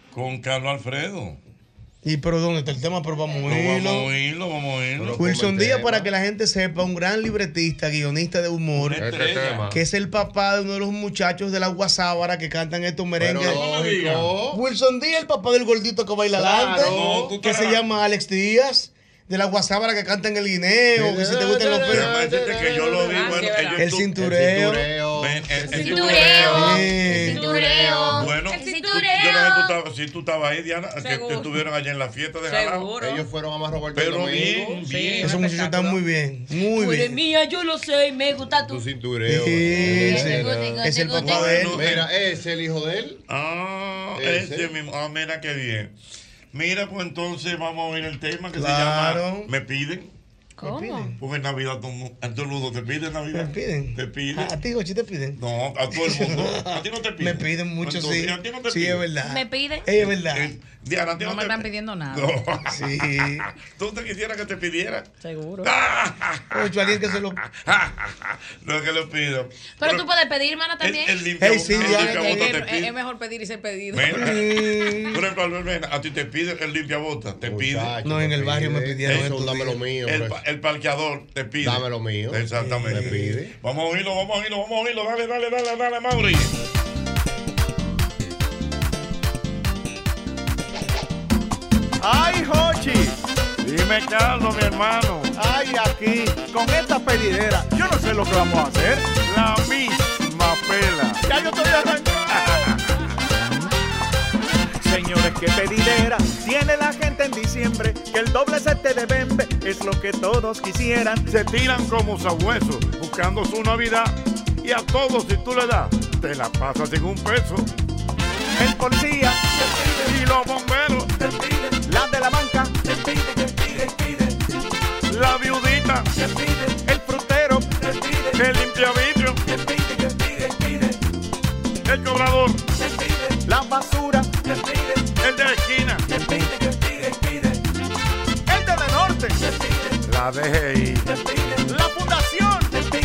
Con Carlos Alfredo. ¿Y pero dónde está el tema? Pero vamos a oírlo. Vamos a oírlo. Wilson Díaz, para que la gente sepa, un gran libretista, guionista de humor, que es el papá de uno de los muchachos de la Guasábara que cantan estos merengues. Wilson Díaz, el papá del gordito que baila adelante, que se llama Alex Díaz. De la Guasábara que canta en el guineo, que si te gustan los perros. Que yo lo vi, bueno, el cintureo. El cintureo. Bueno, el cintureo. Si tú estabas ahí, Diana, que estuvieron allá en la fiesta de Jalao. Ellos fueron a más Roberto. Pero bien. Esos muchachos están muy bien. Muy bien. Eres mía, yo lo sé, me gusta tu cintureo. Es el papá de él. Mira, es el hijo de él. Ese mismo. Mira qué bien. Mira, pues entonces vamos a oír el tema que se llama Me Piden. ¿Cómo? Porque en Navidad todo el mundo te pide en Navidad. ¿Me piden? Te piden. ¿A ti, Jochi, te piden? No, a todo el mundo. A ti no te piden. Me piden mucho, entonces, sí. ¿A ti no te sí, piden? es verdad. ¿Me piden? Es verdad. Diana, ¿a ti No no me te están pidiendo nada. No. Sí. ¿Tú te quisieras que te pidiera? Seguro. Ocho, alguien que se lo... No es que lo pido. Pero tú puedes pedir, hermana, también. El limpiabota te pide. Es mejor pedir y ser pedido. Por ejemplo, Albert, a ti te pide el limpiabota, te pide. No, en el barrio me pidieron eso. Dame lo mío. El parqueador te pide. Dame lo mío. Exactamente. Me pide. Vamos a oírlo. Dale, Mauri. ¡Ay, Jochi! Dime, Carlos, mi hermano. ¡Ay, aquí! Con esta pedidera, yo no sé lo que vamos a hacer. La misma pela. Ya yo estoy arrancando. Señores, qué pedidera tiene la gente en diciembre. Que el doble sete de Bembe es lo que todos quisieran. Se tiran como sabuesos buscando su Navidad. Y a todos, si tú le das, te la pasas sin un peso. El policía y los bomberos, la de la banca, la viudita, el frutero, el limpiavidrio, el cobrador, la basura, el de la esquina, el de la norte, la DGI, la fundación.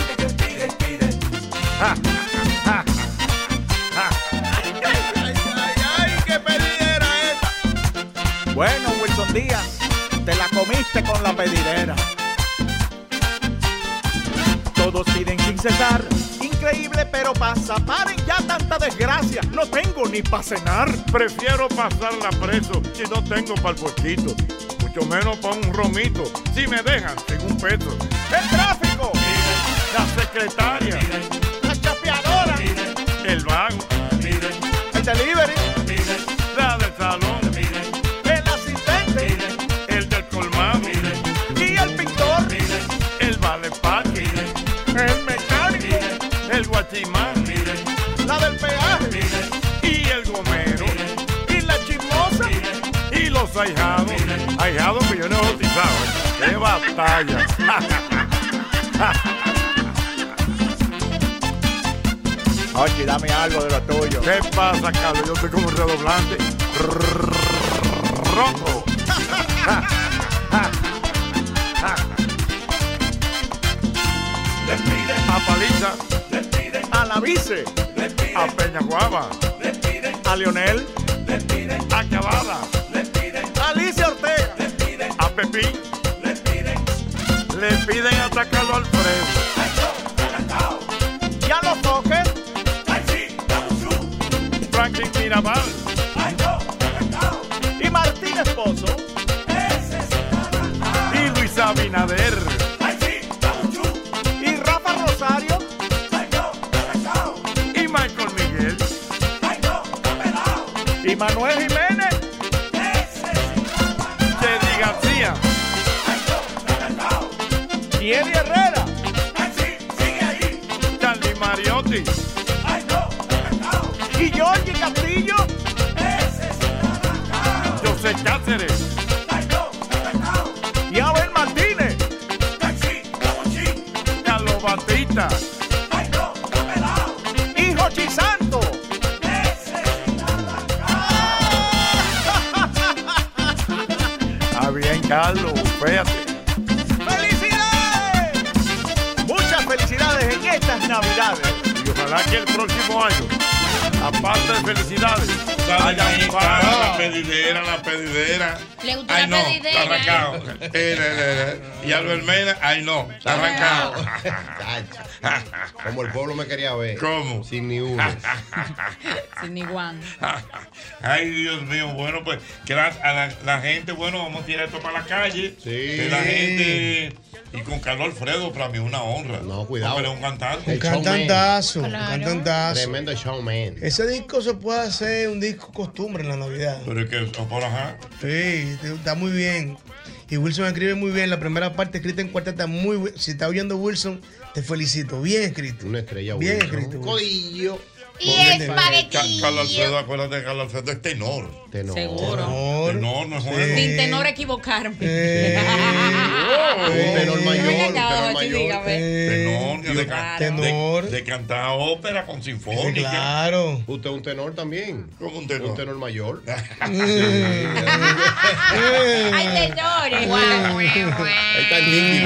Bueno, Wilson Díaz, te la comiste con la pedidera. Todos piden sin cesar. Increíble, pero pasa. Paren ya tanta desgracia. No tengo ni para cenar. Prefiero pasarla preso si no tengo para el puestito. Mucho menos para un romito. Si me dejan sin un peso. El tráfico. La secretaria. La chapeadora. El vago. El delivery. La del salón. El asistente. El del colmado. Y el pintor. El vale parque. El mecánico. El guachimán. La del peaje. Y el gomero. Y la chismosa. Y los ahijados. Ahijados que yo no he bautizado. ¡Qué batalla! Oye, dame algo de lo tuyo. ¿Qué pasa, Carlos? Yo soy como un redoblante. Rojo. Les piden a Paliza. Les piden a la Vice. Les piden a Peñaguaba. Les piden a Leonel. Les piden a Chavada. Les piden a Alicia Ortega. Les piden a Pepín. Les piden a Carlos Alfredo. Y a los toques. Franklin Mirabal. Y Martín Esposo. Y Luis Abinader. Y Rafa Rosario. Y Michael Miguel. Y Manuel Jiménez. Teddy García. Y Eddie Herrera. Charlie Mariotti. Y Georgie Castillo. José Cáceres. Y Abel Martínez. Carlos Batista. Y Jochi Santo. Ah, bien, Carlos, fíjate. ¡Felicidades! Muchas felicidades en estas Navidades. Y ojalá que el próximo año, aparte de felicidades, ¿Saben ahí está la pedidera? Le gustó Ay, la no, pedidera. está arrancado. Y Albert Mena, ay, no, está arrancado. Como el pueblo me quería ver. ¿Cómo? Sin ni uno. Sin ni guan. Ay, Dios mío, bueno, pues que la gente, bueno, vamos a tirar esto para la calle. Sí. Que la gente. Y con Carlos Alfredo, para mí es una honra. No, cuidado. Porque es un cantante. Un cantantazo, un Claro. cantantazo. Tremendo showman. Ese disco se puede hacer un disco costumbre en la Navidad. Pero es que, por ajá. Sí, está muy bien. Y Wilson escribe muy bien. La primera parte escrita en cuarta está muy bien. Si está oyendo Wilson, te felicito. Bien escrito. Una estrella. Bien Wilson. escrito. Codillo. Y espagueti. Carlos Alfredo, acuérdate que Carlos Alfredo es tenor. Seguro. Tenor, no es juego. Sin tenor equivocarme. Un tenor mayor. Venga acá, Ochi, dígame. Tenor, de cantar ópera con sinfónica. Claro. Usted es un tenor también. ¿Cómo un tenor? Un tenor mayor. Ay, tenores. Ahí está nítido.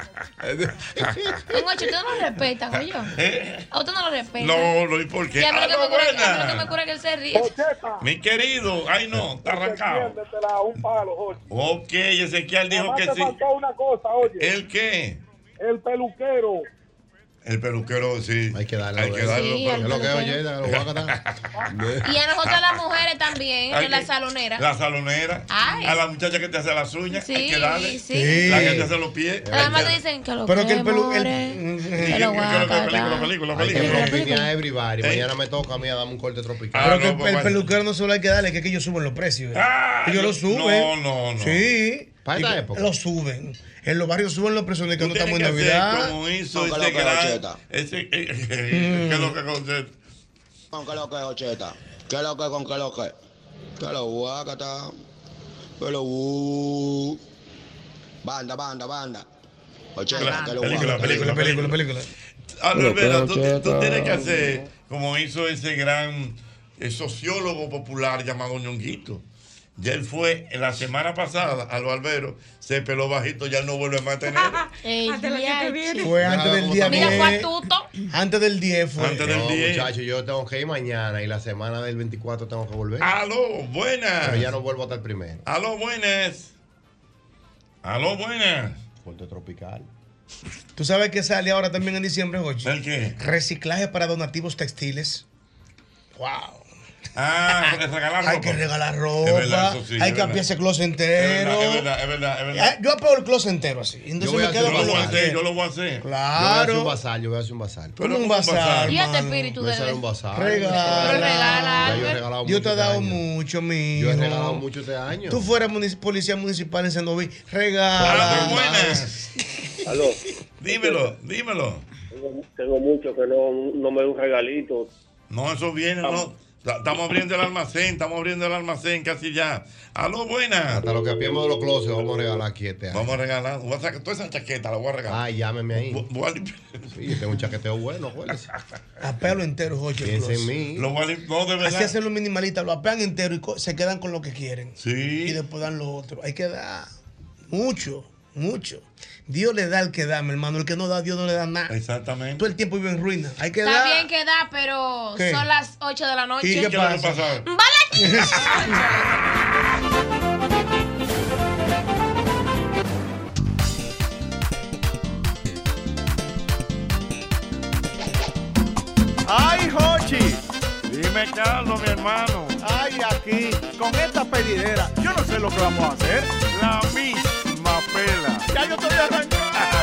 Don Ocho, usted no lo respeta, oye. A usted no lo respeta. No, ¿y por qué? Y a mí lo que ¡Ah, me cura- buena! a mí lo que me cura es que él se ríe. Mi querido, ay no, está arrancado. Un palo, Jorge. Ok, Ezequiel dijo Además que te sí. faltó una cosa, oye. ¿El qué? El peluquero. El peluquero, sí. Hay que darle. Hay que darle. Sí, Es lo que oye, lo voy a catar. Y a nosotras las mujeres también, en la salonera. La salonera. Ay. A la muchacha que te hace las uñas, Sí, hay que darle. sí. La que te hace los pies. Además te dicen que lo Pero que el pelu- more, que lo película. Hay que propiciar a everybody. Mañana me toca a mí a darme un corte tropical. Pero que el peluquero no solo hay que darle, que es que ellos suben los precios. Ellos lo suben. No. Sí. Para esta época. Lo suben. En los barrios suben los precios de que no Tú estamos en tienes que hacer Navidad. como hizo No, ese que lo que gran. Ocheta. ¿Qué es lo que Ocheta? ¿Con qué lo que, Ocheta? ¿Qué lo que, con qué lo que? ¿Qué lo guacata? ¿Qué lo Banda. Ocheta, ¿qué lo Película. Alberto, tú tienes que hacer como hizo ese gran sociólogo popular llamado Ñonguito. Ya él fue la semana pasada al barbero, se peló bajito, ya no vuelve más a tener. Fue antes del día 10. Mira, fue astuto. Antes del 10 fue. Antes del No, 10. muchachos, yo tengo que ir mañana y la semana del 24 tengo que volver. Aló, buenas. Pero ya no vuelvo hasta el primero. Aló, buenas. Corte tropical. ¿Tú sabes qué sale ahora también en diciembre, Jochi? ¿El qué? Reciclaje para donativos textiles. ¡Wow! Regalar ropa. Hay que regalar ropa. Es verdad, eso sí, hay es que verdad. apiarse el closet entero. Es verdad. Yo apego el closet entero así. Entonces me quedo con lo que quiero. Yo lo voy a hacer. Claro. Yo voy a hacer un bazar. ¿Cómo un bazar? Y este espíritu Voy a de hacer un bazar. Regala. Ya yo he regalado Dios te ha mucho dado este año. mucho, mijo. Yo he regalado mucho este año. Tú fueras policía municipal en Sendoví. Regala. Buenas. Aló. Dímelo. Tengo mucho que no me da un regalito. No, eso viene, no. Estamos abriendo el almacén casi ya. Aló, buenas. Hasta lo que apiemos de los closets vamos a regalar aquí este año. Vamos a regalar. Voy a sacar toda esa chaqueta, la voy a regalar. Ay, llámeme ahí. Voy a limpiar. Sí, yo tengo un chaqueteo bueno, acuérdese. Apelo entero, Jochi. Piensa en mí. Lo voy a limpiar. No, de verdad. Así hacen los minimalistas, lo apean entero y se quedan con lo que quieren. Sí. Y después dan lo otro. Hay que dar mucho. Dios le da al que da, mi hermano. El que no da, Dios no le da nada. Exactamente. Todo el tiempo vive en ruina. Hay que Está dar. bien que da, pero ¿Qué? son las 8 de la noche. ¿Y qué pasa? ¡Vale! ¡Ay, Jochi! Dime, Carlos, mi hermano. ¡Ay, aquí! Con esta pedidera, yo no sé lo que vamos a hacer. La misma pela. ¡Ya yo estoy arrancando!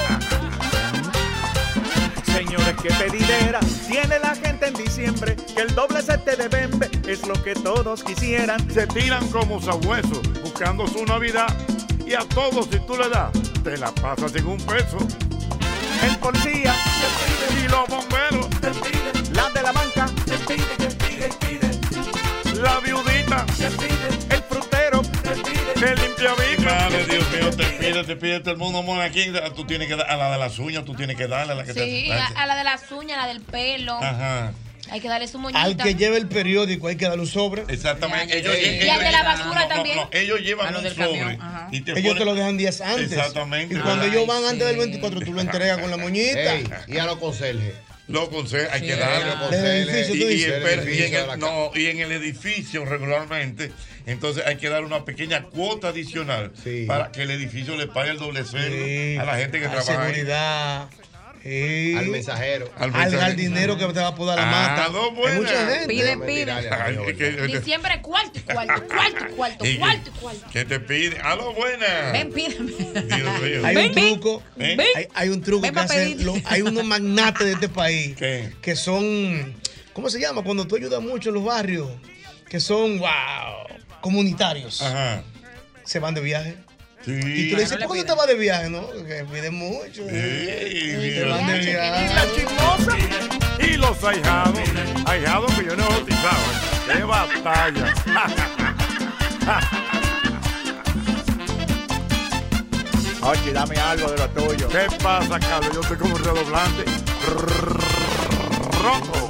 Señores, qué pedidera tiene la gente en diciembre. Que el doble sete de Bembe es lo que todos quisieran. Se tiran como sabuesos buscando su Navidad. Y a todos, si tú le das, te la pasas en un peso. El policía te pide y los bomberos te piden. La de la banca te pide. La viudita te pide. El frutero te pide. El limpiavidrio. Madre, Dios mío, te pide todo el mundo. Bueno, aquí tú tienes que dar a la de las uñas, tú tienes que darle a la que Sí, a la de las uñas, a la del pelo. Ajá. Hay que darle su moñita. Al que lleve el periódico hay que darle un sobre. Exactamente. Y al de la basura también. No, ellos llevan un sobre. Y ellos te lo dejan días antes. Exactamente. Y cuando ellos van antes del 24, tú lo entregas con la moñita. Ey, y a los conserjes. Los consejos, hay Sí, que darlo. el edificio, tú dices. Y en el edificio regularmente, entonces hay que dar una pequeña cuota adicional para que el edificio le pague el doble sueldo a la gente que trabaja ahí. Seguridad. Al mensajero. Al jardinero que te va a podar la mata. Hay mucha gente. Pide. Diciembre, cuarto. ¿Qué te pide? ¡Aló, buena! Ven, pídeme. Dios mío. Hay un truco que hacen. Hay unos magnates de este país que son. ¿Cómo se llama? Cuando tú ayudas mucho en los barrios. Que son, comunitarios. Ajá. Se van de viaje. Sí. Y tú le dices, ¿por qué te vas de viaje? No, que piden mucho. Se van de viaje. Y la chismosa. Y los ahijados. Ahijados que yo no he bautizado. ¡Qué batalla! Oye, dame algo de lo tuyo. ¿Qué pasa, Carlos? Yo estoy como un redoblante. Rojo.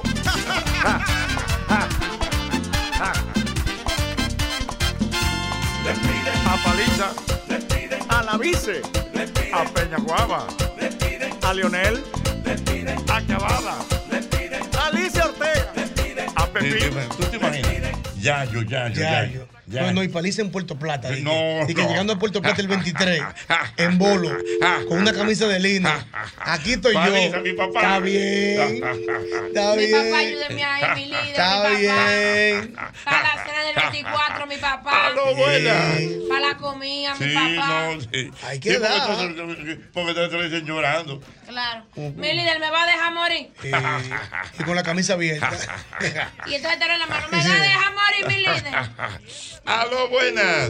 A Paliza, a la Vice, a Peña Guava, a Leonel, a Cavada, a Alicia Ortega, a Pepín. ¿Tú te imaginas? Yayo. No, y Paliza en Puerto Plata. No. Llegando a Puerto Plata el 23, en bolo, con una camisa de lino. Aquí estoy Paliza, yo. mi papá. Está bien. Está Mi bien. papá, ayúdeme ahí, mi líder. Está mi papá. bien. Para la cena del 24, mi papá. Para la comida, mi papá. Hay que dar. Porque te lo dicen llorando. Claro. Mi líder me va a dejar morir. Y con la camisa abierta. Y entonces te lo en la mano. Me va a dejar morir, mi líder. Aló, buenas.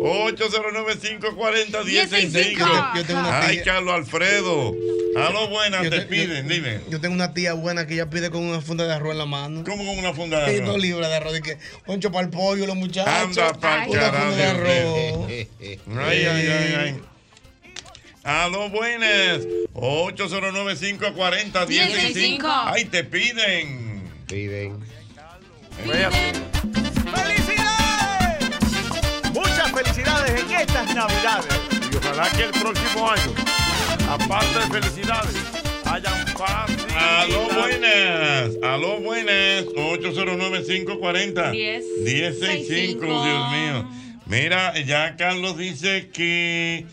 809-540-1065. Yo tengo una Ay, tía. Carlos Alfredo. Aló, buenas, te piden, dime. Yo tengo una tía buena que ella pide con una funda de arroz en la mano. ¿Cómo con una funda de Sí, arroz? 2 libras de arroz. De que, concho para el pollo, los muchachos. Anda pa'l una carajo, funda de arroz. Ay. Aló, buenas. 809-540-1065. Ay, te piden. ¡Felicidades! Muchas felicidades en estas Navidades. Y ojalá que el próximo año, aparte de felicidades, hayan paz. Aló, buenas. 809-540-1065. Dios mío. Mira, ya Carlos dice que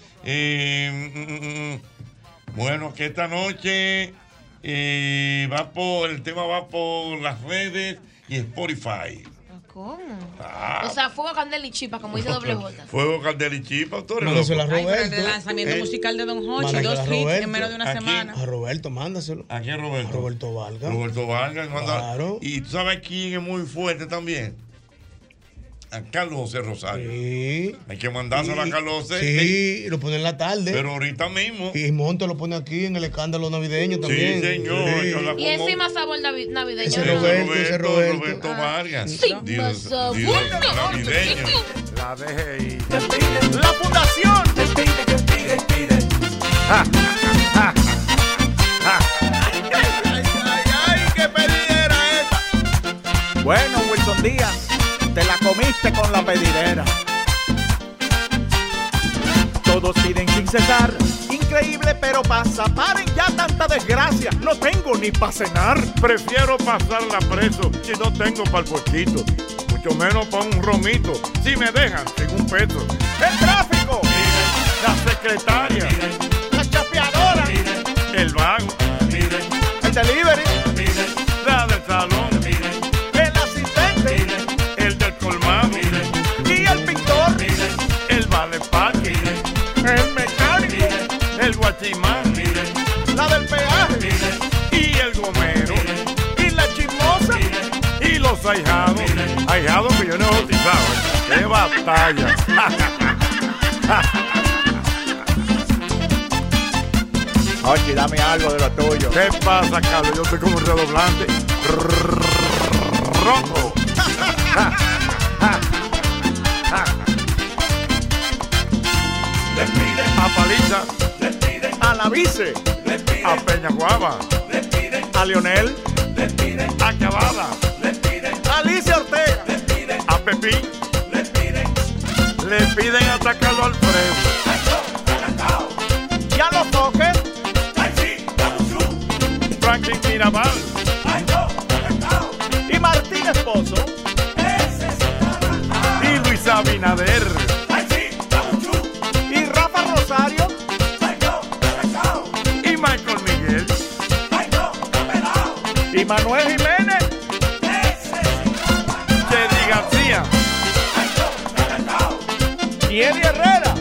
bueno, que esta noche el tema va por las redes y Spotify. ¿Cómo? O sea, fuego, candela y chipa, como dice Doble J. Fuego, candela y chipa, tú eres Mándaselo a Ay, pero el Roberto. de lanzamiento musical de Don Hochi, Mándaselo 2 a hits Roberto. en menos de una semana. A Roberto, mándaselo. ¿A quién, Roberto? A Roberto Vargas. Roberto Vargas. Claro. Y tú sabes quién es muy fuerte también. A Carlos José Rosario. Sí. Hay que mandárselo a Carlos José. Sí, lo pone en la tarde. Pero ahorita mismo. Y Monte lo pone aquí en el escándalo navideño también. Sí, señor. Sí. Y encima sabor navideño. Ese ¿no? Roberto Vargas. Sí, Dios sabor navideño. La DGI. La Fundación. Ay, qué pedidera esta. Bueno, Wilson Díaz, te la comiste con la pedidera. Todos piden sin cesar. Increíble, pero pasa. Paren ya tanta desgracia. No tengo ni para cenar. Prefiero pasarla preso si no tengo para el puestito. Mucho menos para un romito. Si me dejan, sin un peso. El tráfico. La secretaria. La chapeadora. El vago. El delivery. La del salón. El asistente. El del colmado. Y el pintor. El vale parking. El mecánico. El guachimán. La del peaje. Y el gomero. Y la chismosa. Y los ahijados. Ahijados que yo no he bautizado. ¡Qué batalla! Oye, dame algo de lo tuyo. ¿Qué pasa, Carlos? Yo estoy como un redoblante. Rojo. A Paliza. A la Vice. A Peña Guava. A Leonel. A Cavada. A Alicia Ortega. A Pepín. Le piden atacarlo al Alfredo. Y a los toques. Franklin Mirabal. Abinader. Y Rafa Rosario. Y Michael Miguel. Y Manuel Jiménez. Teddy García. Y Eddie Herrera.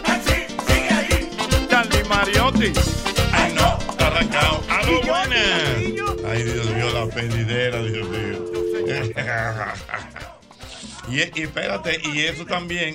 Charlie Mariotti. Ay, no, está arrancado. ¡A lo buenas! Ay, Dios mío, la pedidera, Dios mío. Y espérate, y eso también,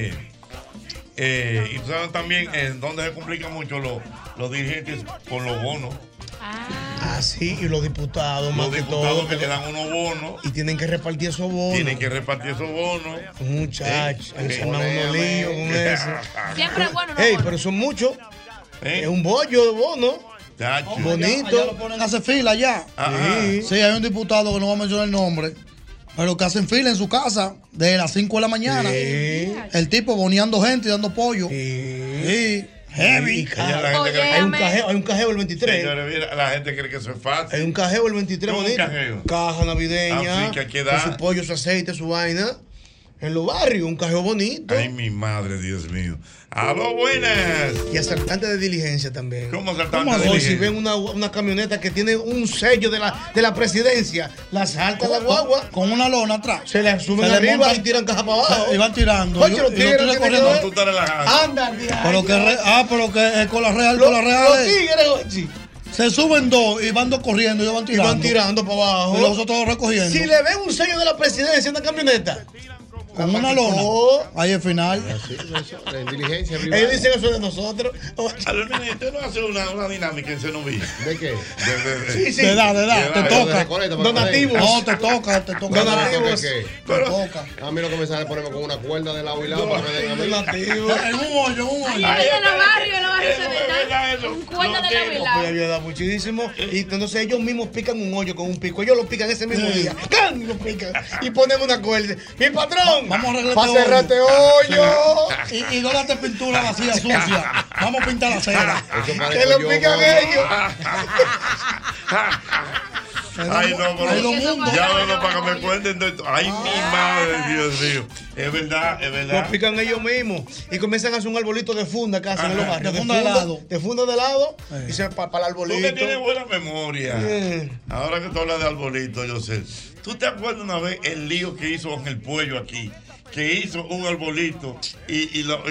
y tú sabes también donde se complican mucho los dirigentes con los bonos. Ah, sí, y los diputados, Los diputados que le dan unos bonos. Y tienen que repartir esos bonos. Tienen que repartir esos bonos. Muchachos, ahí se arman unos líos con eso. Siempre es bueno, Ey, pero son muchos. Es un bollo de bonos. Bonito. Allá lo ponen a hacer fila ya. Sí, hay un diputado que no va a mencionar el nombre, pero que hacen fila en su casa desde las 5 de la mañana. El tipo boneando gente y dando pollo. Sí. Heavy. Hay un cajeo el 23. Señores, mira, la gente cree que eso es fácil. Hay un cajeo el 23 ¿Cómo bonito. un cajeo? Caja navideña. Así que hay que dar. Con su pollo, su aceite, su vaina. En los barrios, un cajeo bonito. Ay, mi madre, Dios mío. ¡A lo buenas! Y asaltantes de diligencia también. ¿Cómo asaltantes de O diligencia? si ven una camioneta que tiene un sello de la presidencia, la asaltan la guagua. Con una lona atrás. Se le suben Se le arriba montan- y tiran caja para abajo. Y van tirando. Oye, Y los los tigres tigres tienen corriendo. que Tú estás relajando. Anda, Pero que con las reales, con las Los reales. tigres, sí. Se suben dos y van dos corriendo y van tirando. Y van tirando para abajo. Y los otros recogiendo. Si le ven un sello de la presidencia en una camioneta. Con una lona. Ahí al final. En diligencia privada. Ellos dicen eso de nosotros. A los nenes, usted no hace una dinámica en Senoví. ¿De qué? Sí, sí. De edad, te toca. Donativos. No, te toca. Donativos. Te toca. A mí lo que me sale es ponerme con una cuerda de lado y lado para que me den a mí. Donativos. En un hoyo, Ay, en los barrios se ven un cuerda de la Pues velada. ayuda muchísimo. Y entonces ellos mismos pican un hoyo con un pico. Ellos lo pican ese mismo día. ¡Can! Y lo pican. Y ponen una cuerda. Mi patrón. Vamos a arreglar para cerrar este hoyo. Y no date pintura vacía, sucia. Vamos a pintar la cera. Que lo pican ellos. Ay, no, pero ya no para que me cuenten de esto. Ay, mi madre, Dios mío. Es verdad, es verdad. Los pican ellos mismos y comienzan a hacer un arbolito de funda casi en los barrios. De funda de lado. De funda de lado y se para el arbolito. Tú que tienes buena memoria. Ahora que tú hablas de arbolito, yo sé. ¿Tú te acuerdas una vez el lío que hizo con el pollo aquí? Que hizo un arbolito y lo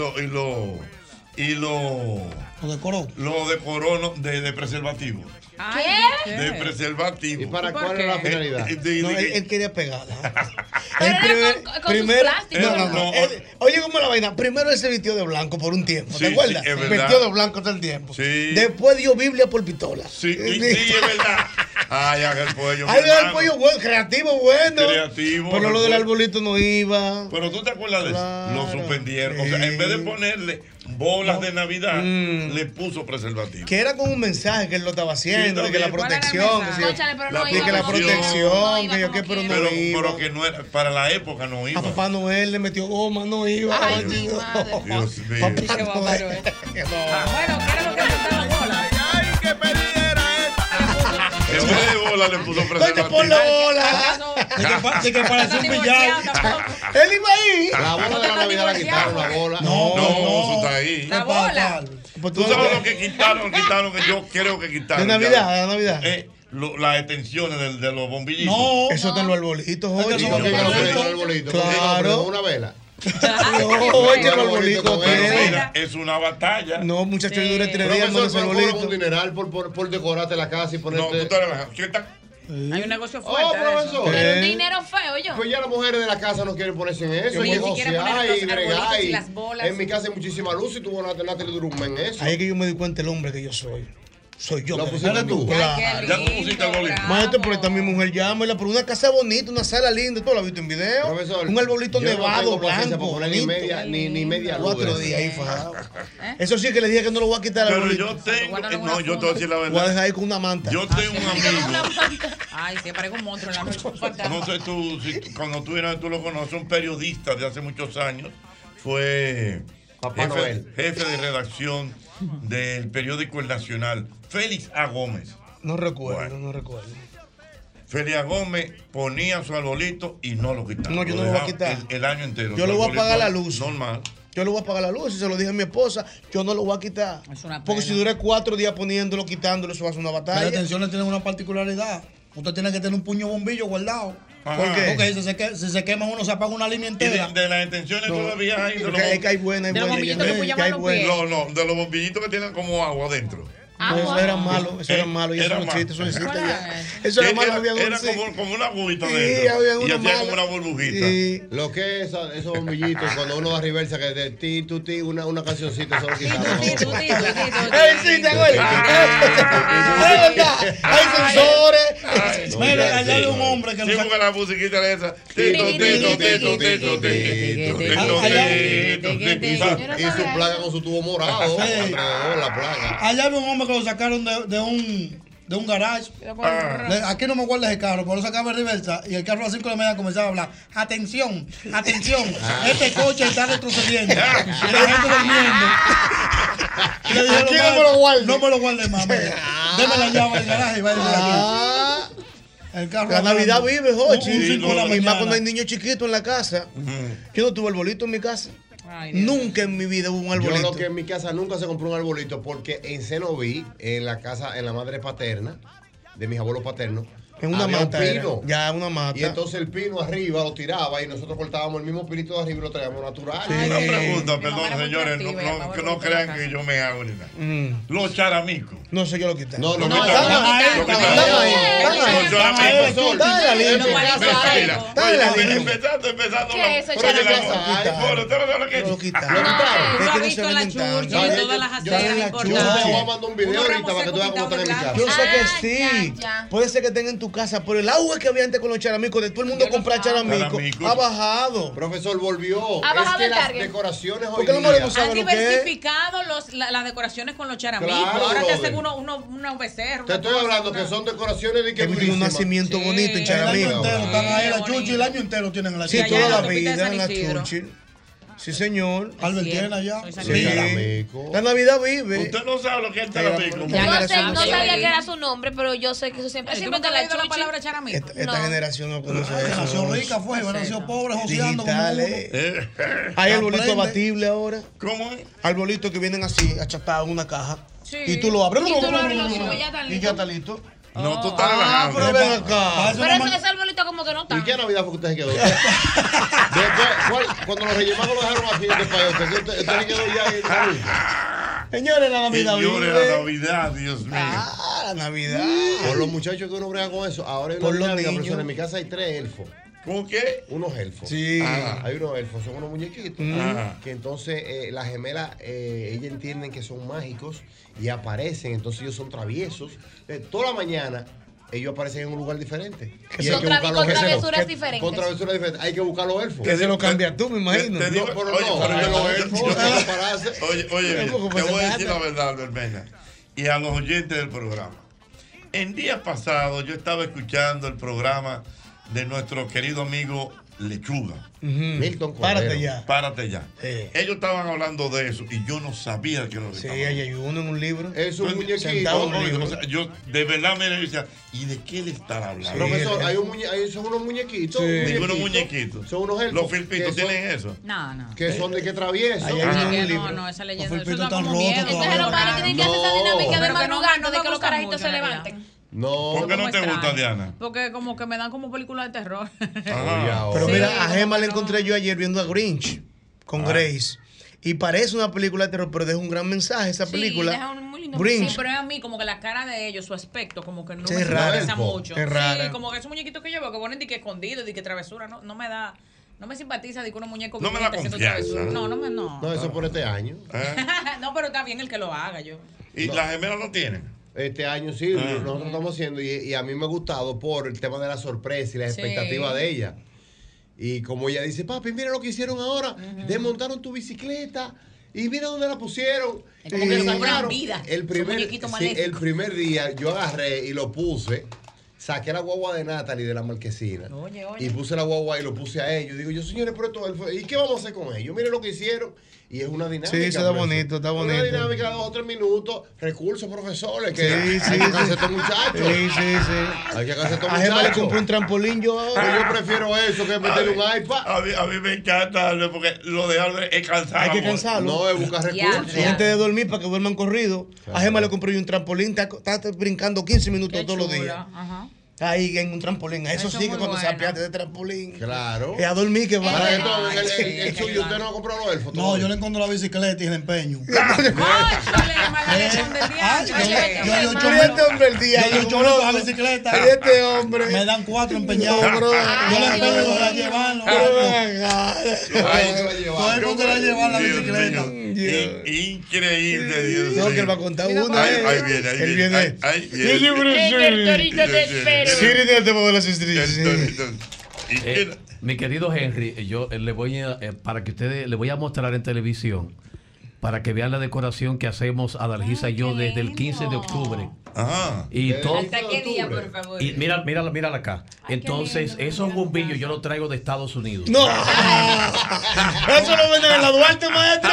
decoró. Lo decoró de preservativo. ¿Qué? De preservativo. ¿Y para cuál era la finalidad? No, él quería pegarla. Pero era con sus plásticos. No. Oye, ¿cómo la vaina? Primero él se vistió de blanco por un tiempo, ¿te acuerdas? Sí, es verdad. Vistió de blanco todo el tiempo. Sí. Después dio Biblia por pistola. Sí, es verdad. Ay, haga el pollo. Ay, el pollo bueno, creativo, bueno. Creativo. Pero lo del arbolito no iba. Pero tú te acuerdas de eso. Lo suspendieron. O sea, en vez de ponerle bolas de Navidad, le puso preservativo. Que era con un mensaje que él lo estaba haciendo, de que la protección, que la protección, que yo qué, pero no iba. Pero que no era, para la época no iba. A Papá Noel le metió goma, no iba. Ay, mi madre. Dios mío. Qué bárbaro, Bueno, ¿qué era lo que faltaba la bola? Ay, qué pedidera En vez de bola le puso preservativo. Por la bola. De que parece un billar. Él iba ahí. La bola de la Navidad la quitaron, la bola. No, eso está ahí. La bola. Tú sabes lo que quitaron, que yo creo que quitaron. De Navidad, de Navidad. Las extensiones de los bombillitos. No, eso está en los arbolitos, oye. Claro. Una vela. Oye, el arbolito es una batalla. No, muchachos, yo duré 3 días con ese arbolito. un dineral por decorarte la casa y ponerte. No, tú estás relajado. ¿Qué está? Hay un negocio fuerte. profesor. Pero un dinero feo, yo. Pues ya las mujeres de la casa no quieren ponerse en eso. Ni siquiera poner los arbolitos y las bolas. En mi casa hay muchísima luz y tú vas a tener que durar un mes en eso. Ahí es que yo me di cuenta el hombre que yo soy. Soy yo. ¿Lo pusiste tú? Claro. Ya tú pusiste el bolito. Maestro, pero esta mi mujer llámela por una casa bonita, una sala linda. ¿Tú la has visto en video? Profesor, un arbolito yo nevado, no tengo paciencia blanco, para poner ni media luz. 4 días ahí fajado. Eso sí que le dije que no lo voy a quitar al Pero arbolito. yo tengo. No, yo te voy a decir la Voy a verdad. dejar ahí con una manta. Yo tengo un amigo. Ay, sí, parece un monstruo en la noche. No sé tú, cuando tú lo conoces, un periodista de hace muchos años. Fue jefe de redacción del periódico El Nacional, Félix A. Gómez. No recuerdo, no recuerdo. Felia Gómez ponía su arbolito y no lo quitaba. No, yo no lo voy a quitar. El año entero. Yo le voy a apagar la luz. Normal. Yo le voy a apagar la luz y se lo dije a mi esposa. Yo no lo voy a quitar. Porque si duré 4 días poniéndolo, quitándolo, eso va a ser una batalla. Las extensiones tienen una particularidad. Usted tiene que tener un puño bombillo guardado. Ajá. ¿Por qué? Porque si se quema uno, se apaga una línea entera. De las extensiones todavía hay. Que hay buena, hay buena. No, de los bombillitos que tienen como agua adentro. Eso era malo, eso era malo. Y eso no existe, eso no existe ya. Eso era malo, había Era como una agüita sí, dentro. había Y hacía como una burbujita. Sí. Lo que es esos bombillitos, cuando uno da reversa, que de ti, tu ti, una cancioncita, eso lo quitaba. Sí, te acuerdas. Hay sensores. Mira, allá hay un hombre que lo saca la musiquita de esa. Tito. Y su plaga con su tubo morado. La plaga. Allá había un hombre que lo sacaron de un garage. Aquí no me guarda ese carro, pero lo sacaba en reversa y el carro a las 5 de la mañana comenzaba a hablar. Atención, este coche está retrocediendo. Y la gente durmiendo. Y le dijeron, aquí no me lo guarde. No me lo guarde más. Deme la llave del garaje y váyase de aquí. El carro la Navidad vive, Jochi. Y más cuando hay niños chiquitos en la casa. Yo no tuve arbolito en mi casa. Nunca en mi vida hubo un arbolito. Yo lo que en mi casa nunca se compró un arbolito porque en Cenoví, en la casa, en la madre paterna de mis abuelos paternos, en una mata un pino. Ya, una mata. Y entonces el pino arriba lo tiraba y nosotros cortábamos el mismo pinito de arriba y lo traíamos natural. Sí. Una pregunta, perdón, señores, no crean que yo me hago ni nada. Los charamicos. No sé, yo lo quité. No, empezando. ¿Qué es eso, charamicos? Lo lo ha visto en la Churchill y todas las aceras Yo te voy a mandar un video ahorita para que tú veas cómo está en mi casa. Yo sé que sí. Puede ser que tenga en tu casa, pero el agua que había antes con los charamicos, de todo el mundo comprar charamicos, ha bajado. Profesor, volvió. Ha bajado es que el las target. decoraciones hoy ¿Por qué no día me Han diversificado las decoraciones con los charamicos. Claro, ahora te brother. hacen unos becerros. Te estoy hablando que son decoraciones de que un nacimiento bonito en El año Charamí. entero están ahí en la Churchill, el año entero tienen en la Sí, Churchill. toda la vida en la Churchill. Sí, señor. Albert tiene allá. Sí. La Navidad vive. Usted no sabe lo que es el charamico. No sabía que era su nombre, pero yo sé que eso siempre está la la palabra charamito. Esta generación no conoce eso. Generación rica fue, generación pobre, joseando como uno. Hay arbolito abatible ahora. ¿Cómo es? Arbolitos que vienen así, achatados en una caja. Sí. Y tú lo abres. Y tú lo abres, y ya está listo. No, tú estás relajando. Pero ven acá. Pero ese arbolito como que no está. ¿Y qué Navidad fue que usted se quedó? Cuando los Reyes Magos lo dejaron así en este país, usted se quedó ya en Señores, la Navidad. Señores, la Navidad, Dios mío. La Navidad. Por los muchachos que uno brega con eso. Ahora hay una dinámica, profesor. En mi casa hay 3 elfos. ¿Cómo qué? Unos elfos. Sí. Hay unos elfos, son unos muñequitos. Que entonces las gemelas, ellas entienden que son mágicos y aparecen. Entonces ellos son traviesos. Toda la mañana ellos aparecen en un lugar diferente. Y Con travesuras diferentes. Con travesuras diferentes. Hay que buscar los elfos. Que se lo cambia tú, me imagino. Te digo, pero los elfos. Oye, te voy a decir la verdad, Albermena. Y a los oyentes del programa. En días pasados yo estaba escuchando el programa de nuestro querido amigo Lechuga. Milton Cordero. Párate ya. Ellos estaban hablando de eso y yo no sabía que lo que Sí, hay uno en un libro. Es un muñequito. Sentado en un libro. O sea, yo de verdad me decía, ¿y de qué le estará hablando? Profesor, son unos muñequitos. Ningunos muñequitos. Son unos elfos. Los filpitos tienen eso. No. Que son de que traviesos. No, esa leyenda. Eso da tan como rotos miedo. Entonces los padres tienen que hacer esa dinámica de Pero que no madrugando, de me que los gusta carajitos mucho, se en realidad. levanten. No. ¿Por qué no te gusta, Diana? Porque como que me dan como películas de terror. Pero mira, a Gemma la encontré yo ayer viendo a Grinch con Grace. Y parece una película de terror, pero deja un gran mensaje esa película. Deja un muy lindo Grinch. Sí, pero es a mí como que la cara de ellos, su aspecto, como que no Sí, me es raro. interesa mucho. Es raro. Sí, como que esos muñequitos que yo veo que ponen de que escondido, de que travesura, no me da. No me simpatiza de que unos muñecos No me da haciendo confianza. travesura. No. No, eso por este año. No, pero está bien el que lo haga yo. ¿Y las gemelas no tienen? Este año sí, nosotros estamos haciendo y a mí me ha gustado por el tema de la sorpresa y la expectativa de ella. Y como ella dice, papi, mira lo que hicieron ahora, desmontaron tu bicicleta y mira dónde la pusieron. Como que le sacaron vida. El primer día yo agarré y lo puse saqué la guagua de Natalie de la marquesina. Y puse la guagua y lo puse a ellos. Digo yo, señores, pero esto, ¿y qué vamos a hacer con ellos? Miren lo que hicieron. Y es una dinámica. Sí, está bonito, está bonito. Una dinámica de 2 o 3 minutos, recursos, profesores, que hay que hacer estos muchachos. Sí. Hay que hacer estos A Gemma le muchachos. compré un trampolín yo ahora. Yo prefiero eso que meterle un iPad. A mí me encanta porque lo de Albert es cansado. Hay que cansarlo. No, es buscar recursos. Y antes de dormir para que duerman corrido. A Gemma le compré un trampolín, está brincando 15 minutos todos los días. Ajá. Ahí en un trampolín. Eso sí que cuando se apiate de trampolín. Claro. Es a dormir que va. El suyo, ¿usted no compró los elfos? No, yo le encuentro la bicicleta y el empeño. Yo la bicicleta. Este hombre. Me dan 4 empeñados. Yo le empeño para llevarlo. Todo la llevar la bicicleta. Increíble, Dios. No, que él va a contar una. Ahí viene. Mi querido Henry, yo le voy a, para que ustedes le voy a mostrar en televisión para que vean la decoración que hacemos Adalgisa y yo desde el 15 de octubre. Ajá. Y todo. ¿Hasta qué día, por favor? Y mírala acá. Entonces, esos bombillos yo los traigo de Estados Unidos. ¡No! ¿Eso lo venden en la Duarte, maestro?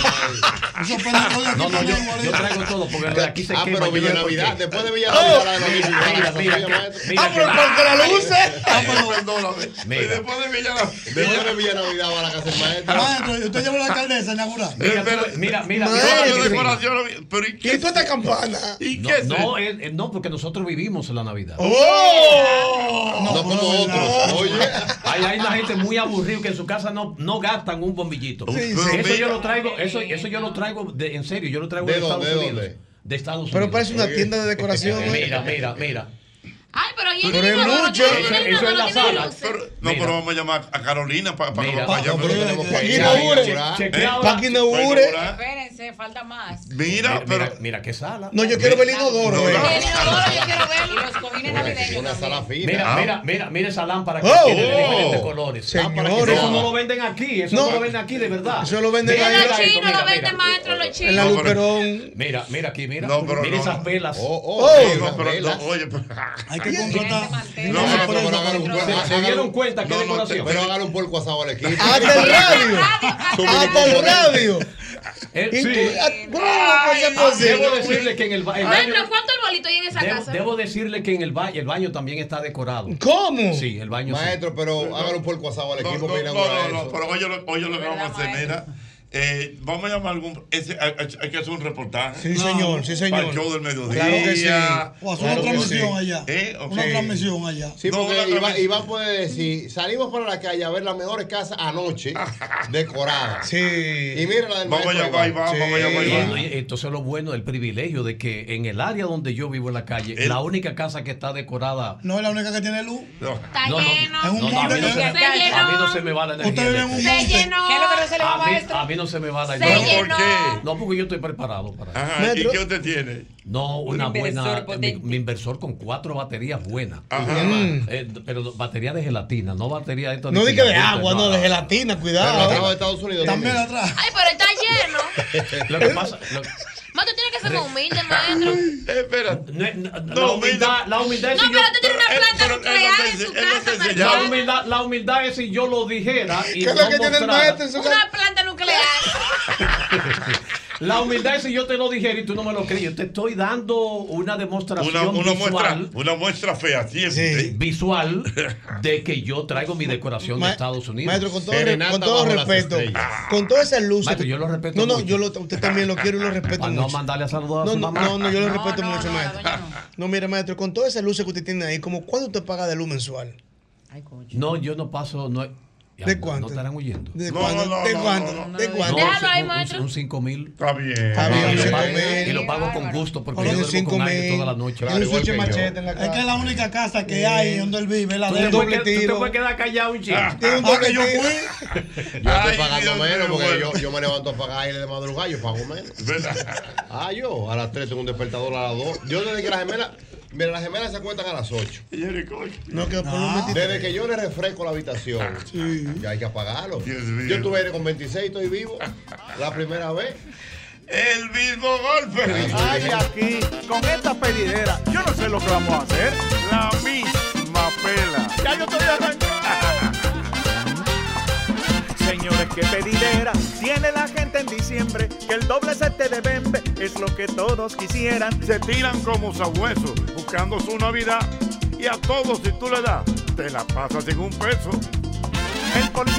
No, yo traigo todo porque aquí se quema. Pero Villa Navidad, después de Villa Navidad. Mira, pero porque la luces. Después de Villa Navidad va a la casa del maestro. Maestro, usted llevó a la alcaldesa a inaugurar. Mira. Pero ¿y tú esta campana? ¿Y qué es? No, porque nosotros vivimos la Navidad. No como otros. Oye. Hay una gente muy aburrida que en su casa no gastan un bombillito. Eso yo lo traigo, eso yo lo traigo en serio, yo lo traigo de Estados Unidos. De Estados Unidos. Pero parece una tienda de decoración. Mira. Ay, pero ahí Pero es mucho. Eso es la sala. Pero vamos a llamar a Carolina para que inaugure. Espérense, falta más. Mira qué sala. No, yo quiero ver el inodoro. El inodoro yo quiero ver y los cojines navideños. Una sala fina. Mira esa lámpara que tiene de diferentes colores. Señores, eso no lo venden aquí. Eso no lo venden aquí de verdad. Eso lo venden ahí. Los chinos lo venden, maestro, los chinos. En la Luperón. Mira aquí, mira esas velas. Oye, hay que contratar. ¿Se dieron cuenta que decoración? Pero hágale un puerco asado al equipo. Hasta el radio. Debo decirle que en el baño. Maestro, ¿cuánto arbolito hay en esa casa? Debo decirle que en el baño también está decorado. ¿Cómo? Sí, el baño. Maestro, pero hágale un puerco asado al equipo para inaugurar eso. Pero oye lo que vamos a hacer, mira. Vamos a llamar hay que hacer un reportaje. Sí, señor. Para el show del mediodía. Claro que sí. O hacer una transmisión allá. Una transmisión allá. Sí, porque Iván puede decir, salimos para la calle a ver las mejores casas anoche decoradas. Sí. Y mira la del Vamos a llamar a Iván. Entonces lo bueno, el privilegio de que en el área donde yo vivo en la calle, la única casa que está decorada. No es la única que tiene luz. Está lleno. Es un monte. A mí no se me va la energía. Usted vive en un Se monte. llenó. ¿Qué es lo que no se le va, maestro? A mí no se me va la Se energía. llenó. No, porque yo estoy preparado para eso. Ajá. ¿Y qué usted tiene? No, una buena. potente. Mi inversor con 4 baterías buenas. Ajá. Pero batería de gelatina, no batería de No diga de agua, no, de gelatina, cuidado. Atrás de Estados Unidos. También atrás. Ay, pero está lleno. Lo que pasa. Maestro, tiene que ser humilde, maestro. Espera. La humildad No, es pero usted tiene una planta nuclear en su casa, maestro. la humildad es si yo lo dijera y ¿Qué es lo que tiene el maestro en su casa? Una planta nuclear. La humildad es si yo te lo dijera y tú no me lo crees. Yo te estoy dando una demostración visual. Una muestra fea, siempre. Visual de que yo traigo mi decoración de Estados Unidos. Maestro, con todo respeto, con todas esas luces. Maestro, yo lo respeto mucho. Usted también lo quiero y lo respeto Para mucho. no mandarle a saludar a su mamá. No, yo lo respeto mucho, maestro. No, mire, maestro, con todas esas luces que usted tiene ahí, ¿cómo cuánto usted paga de luz mensual? No, yo no paso. ¿De cuánto? ¿No estarán oyendo? ¿De cuánto? ¿De cuánto? Déjalo ahí, maestro. Un 5,000. Está bien. Y lo pago con gusto porque yo duermo con aire toda la noche. Y un suche machete en la casa. Es que es la única casa que hay donde él vive. La de Tú te puedes quedar callado un chico. Tiene un doble yo tiro. fui. Yo estoy pagando menos porque yo me levanto a pagar aire de madrugada, yo pago menos. Yo a las 3 tengo un despertador a las 2. Yo desde que las gemelas. Mira, las gemelas se acuestan a las 8. Desde que yo le refresco la habitación, ya hay que apagarlo. Yo estuve aire con 26 y estoy vivo. La primera vez. El mismo golpe. Ay, aquí, con esta pedidera, yo no sé lo que vamos a hacer. La misma pela. Ya yo estoy arrancando. Señores, qué pedidera tiene la gente en diciembre, que el doble sete de Bembe es lo que todos quisieran. Se tiran como sabuesos buscando su Navidad, y a todos si tú le das, te la pasas en un peso. El policía